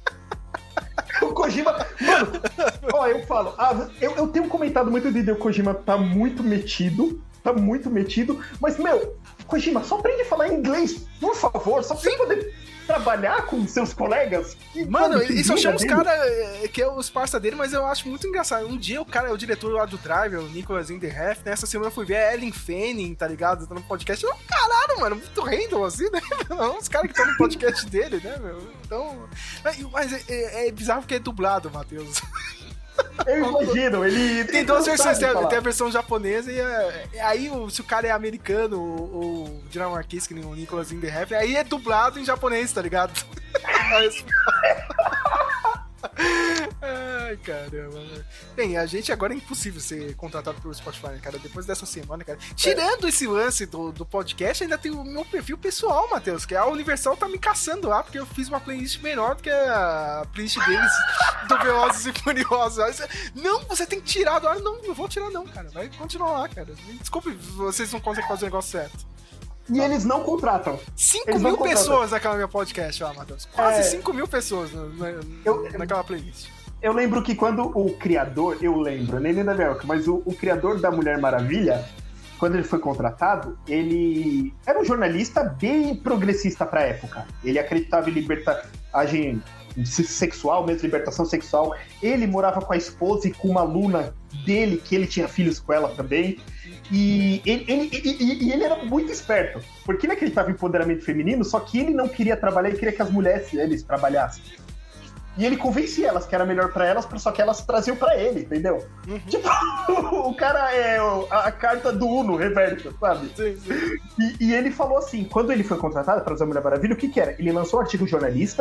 O Kojima... Mano, ó, eu falo, ah, eu, eu tenho comentado muito de o Kojima tá muito metido, tá muito metido, mas, meu, Kojima, só aprende a falar inglês, por favor, só pra você poder trabalhar com seus colegas. Mano, ele só chama os caras que é os parça dele, mas eu acho muito engraçado. Um dia o cara é o diretor lá do Drive, o Nicholas Inderhef, né? Essa semana eu fui ver a Ellen Fanning, tá ligado? Tá no podcast. Eu, caralho, mano, muito random, assim, né? Os caras que estão no podcast dele, né, meu? Então... Mas é, é, é bizarro porque é dublado, Matheus. Eu imagino, ele... Tem duas versões, tem, tem a versão japonesa e a, aí o, se o cara é americano ou, ou dinamarquês, que nem o Nicholas Inderhef, aí é dublado em japonês, tá ligado? Ai, caramba. Bem, a gente agora é impossível ser contratado pelo Spotify, né, cara? Depois dessa semana, cara. Tirando esse lance do, do podcast, ainda tem o meu perfil pessoal, Matheus, que a Universal tá me caçando lá, porque eu fiz uma playlist menor do que a playlist deles do Velozes e Furiosos. Não, você tem que tirar do ar. Não, não vou tirar não, cara. Vai continuar lá, cara. Desculpe, vocês não conseguem fazer o negócio certo. E eles não contratam. cinco mil pessoas naquela minha podcast, ó, Matheus. Quase é... cinco mil pessoas na, na, eu, naquela playlist. Eu lembro que quando o criador, eu lembro, nem da minha época, mas o, o criador da Mulher Maravilha, quando ele foi contratado, ele era um jornalista bem progressista pra época. Ele acreditava em libertagem sexual, mesmo libertação sexual. Ele morava com a esposa e com uma aluna dele, que ele tinha filhos com ela também. E ele, ele, ele, ele era muito esperto, porque ele acreditava em empoderamento feminino, só que ele não queria trabalhar, ele queria que as mulheres eles trabalhassem. E ele convencia elas que era melhor pra elas, só que elas traziam pra ele, entendeu? Uhum. Tipo, o cara é a, a carta do Uno reversa, sabe? Sim, sim. E, e ele falou assim, quando ele foi contratado pra fazer a Mulher Maravilha, o que que era? Ele lançou um artigo jornalista,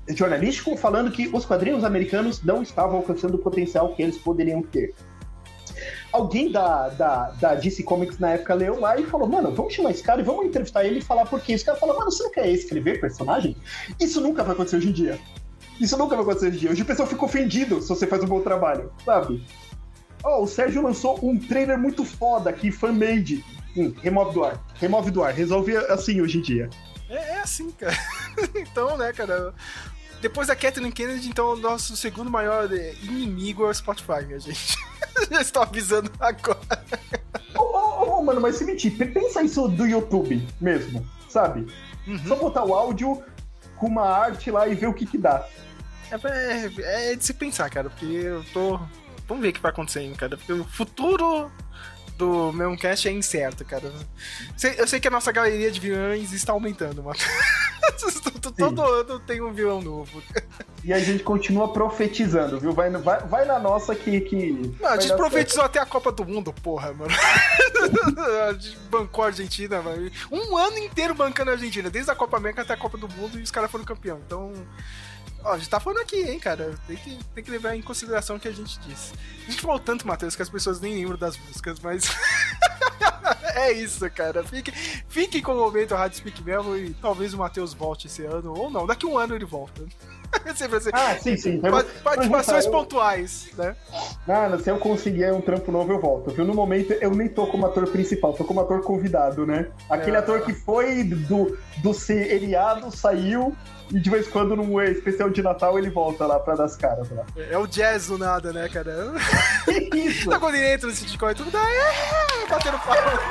jornalístico falando que os quadrinhos americanos não estavam alcançando o potencial que eles poderiam ter. Alguém da, da, da D C Comics na época leu lá e falou, mano, vamos chamar esse cara e vamos entrevistar ele e falar por quê. Esse cara falou, mano, você não quer escrever personagem? Isso nunca vai acontecer hoje em dia. Isso nunca vai acontecer hoje em dia. Hoje o pessoal fica ofendido se você faz um bom trabalho, sabe? Ó, oh, o Sérgio lançou um trailer muito foda aqui, fan-made. Hum, remove do ar. Remove do ar. Resolve assim hoje em dia. É, é assim, cara. Então, né, cara... Depois da Kathleen Kennedy, então, o nosso segundo maior inimigo é o Spotify, minha gente. Já estou avisando agora. Ô, oh, oh, mano, mas se mentir, pensa isso do YouTube mesmo, sabe? Uhum. Só botar o áudio com uma arte lá e ver o que que dá. É, é, é de se pensar, cara, porque eu tô... Vamos ver o que vai acontecer aí, cara, porque o futuro do Meloncast é incerto, cara. Eu sei que a nossa galeria de vilões está aumentando, mano. Todo ano tem um vilão novo. E a gente continua profetizando, viu? Vai, vai, vai na nossa que... que Não, a gente profetizou certo. Até a Copa do Mundo, porra, mano. A gente bancou a Argentina, mano. Um ano inteiro bancando a Argentina, desde a Copa América até a Copa do Mundo, e os caras foram campeão. Então... Ó, a gente tá falando aqui, hein, cara. Tem que, tem que levar em consideração o que a gente disse. A gente falou tanto, Matheus, que as pessoas nem lembram das músicas, mas... É isso, cara. Fique, fique com o momento Rádio Speak Mello e talvez o Matheus volte esse ano, ou não, daqui a um ano ele volta. Sempre assim. Ah, sim, sim. Participações eu... pontuais, né? Ah, se eu conseguir um trampo novo, eu volto, viu? No momento, eu nem tô como ator principal, tô como ator convidado, né? Aquele é... ator que foi do, do seriado, saiu... E de vez em quando, num especial de Natal, ele volta lá pra dar as caras lá. É o jazz do nada, né, cara? Que isso? Então, quando ele entra no sitcom e tudo, dá... É, batendo palma.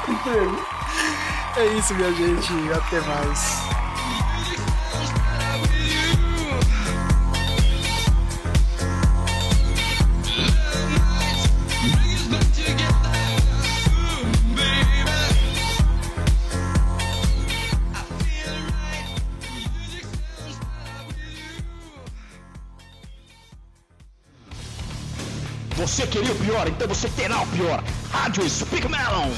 É isso, minha gente. Até mais. Você queria o pior, então você terá o pior. Rádio Speak Melon.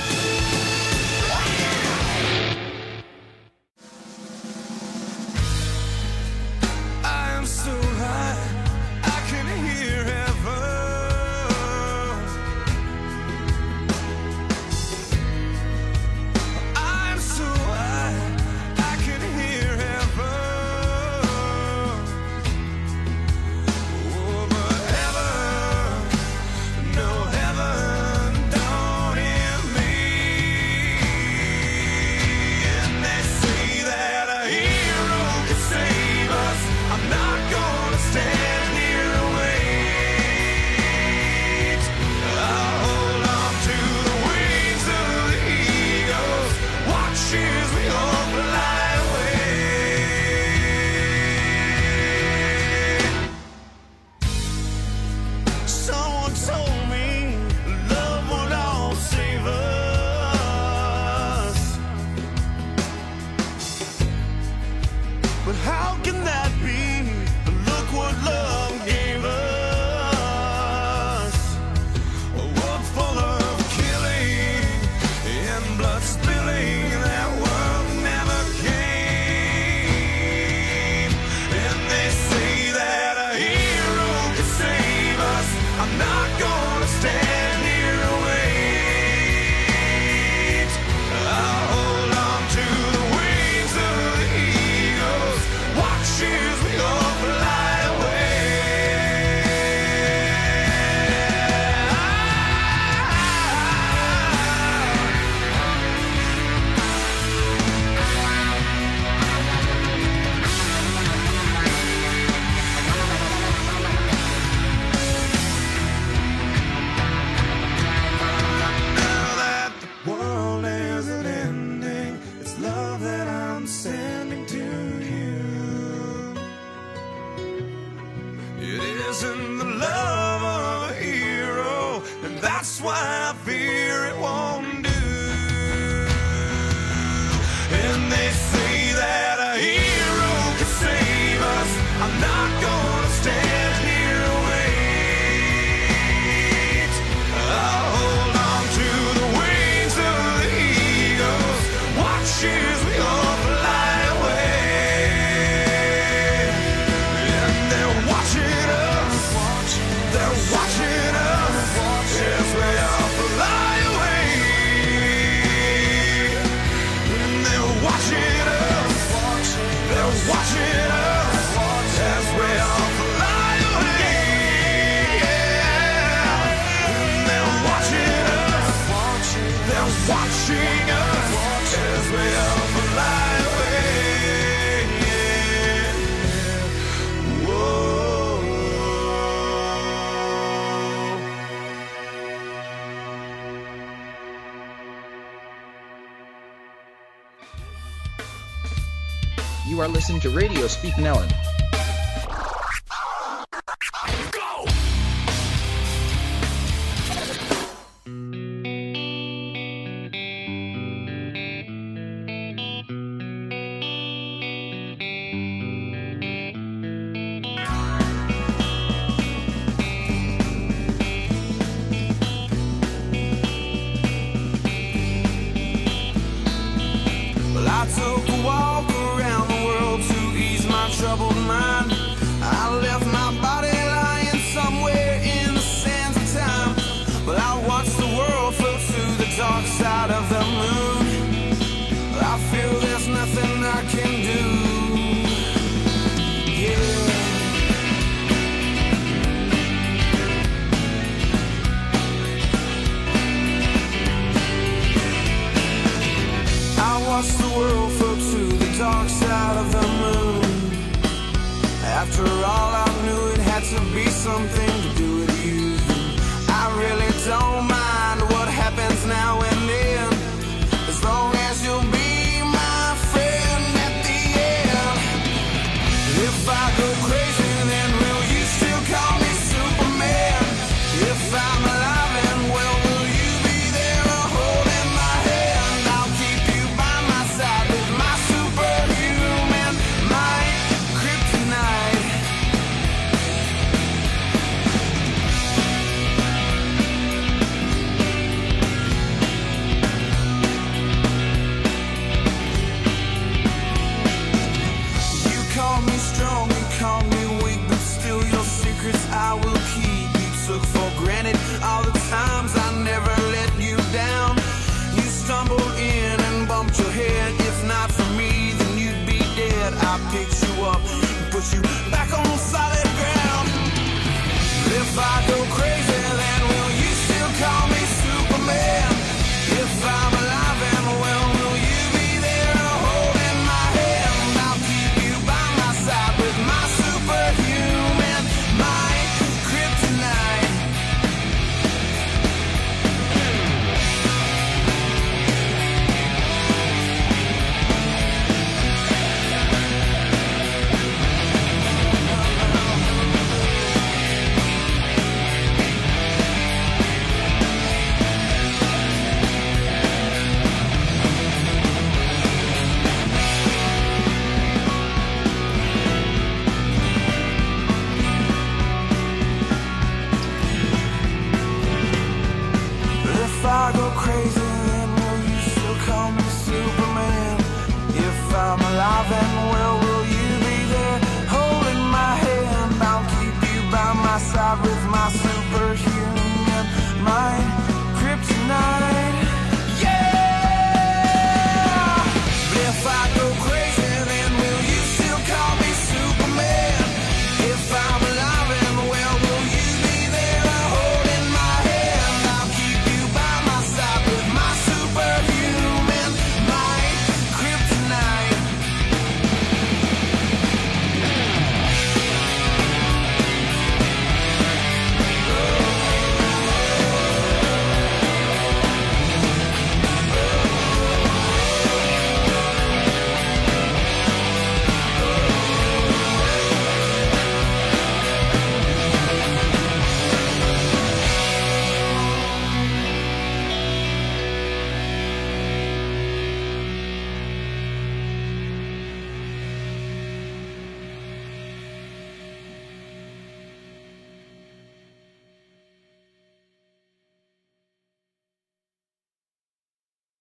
I am so high, I can hear heaven. I am so high, I can hear heaven. Oh, but heaven, no heaven, don't hear me. And they say that a hero can save us. I'm not gonna stand here and wait. I'll hold on to the wings of the eagles. Watch as we all fly away. Someone told me love will all save us. But how can that be? Look what love gave us. A world full of killing and blood spilling. That world never came. And they say that a hero can save us. I'm not gonna stand here and wait. I'll hold on to the wings of the eagles. Watch as we all fly away. Now that the world isn't ending, it's love that I'm sending to you. It isn't the love of a hero, and that's why I fear it won't do. And they say that a hero can save us. I'm not gonna stand here and wait. I'll hold on to the wings of the eagles. Watch as we all fly away. And they're watching us. You are listening to Radio Speak Nellen. Well, I took a walk around the world to ease my troubled mind. I left my body lying somewhere in the sands of time. Well, I watched the world float to the dark side of the moon. I feel there's nothing I can do. Yeah. I watched the world float to the dark side of the moon. After all, I knew it had to be something to do with you. I really don't mind what happens now and then, as long as you'll be my friend at the end. If I go crazy, then will you still call me Superman? If I'm alive and well, will you be there holding my hand? I'll keep you by my side with my superhuman might, kryptonite. You call me strong, you call me weak, but still your secrets I will keep. You took for granted all the times I never let you down. You stumbled in and bumped your head. If not for me, then you'd be dead. I picked you up and put you back on solid ground. If I go crazy, then will you still call me Superman? If I'm alive and well, will you be there holding my hand? I'll keep you by my side with my superhuman might, kryptonite. If I go crazy,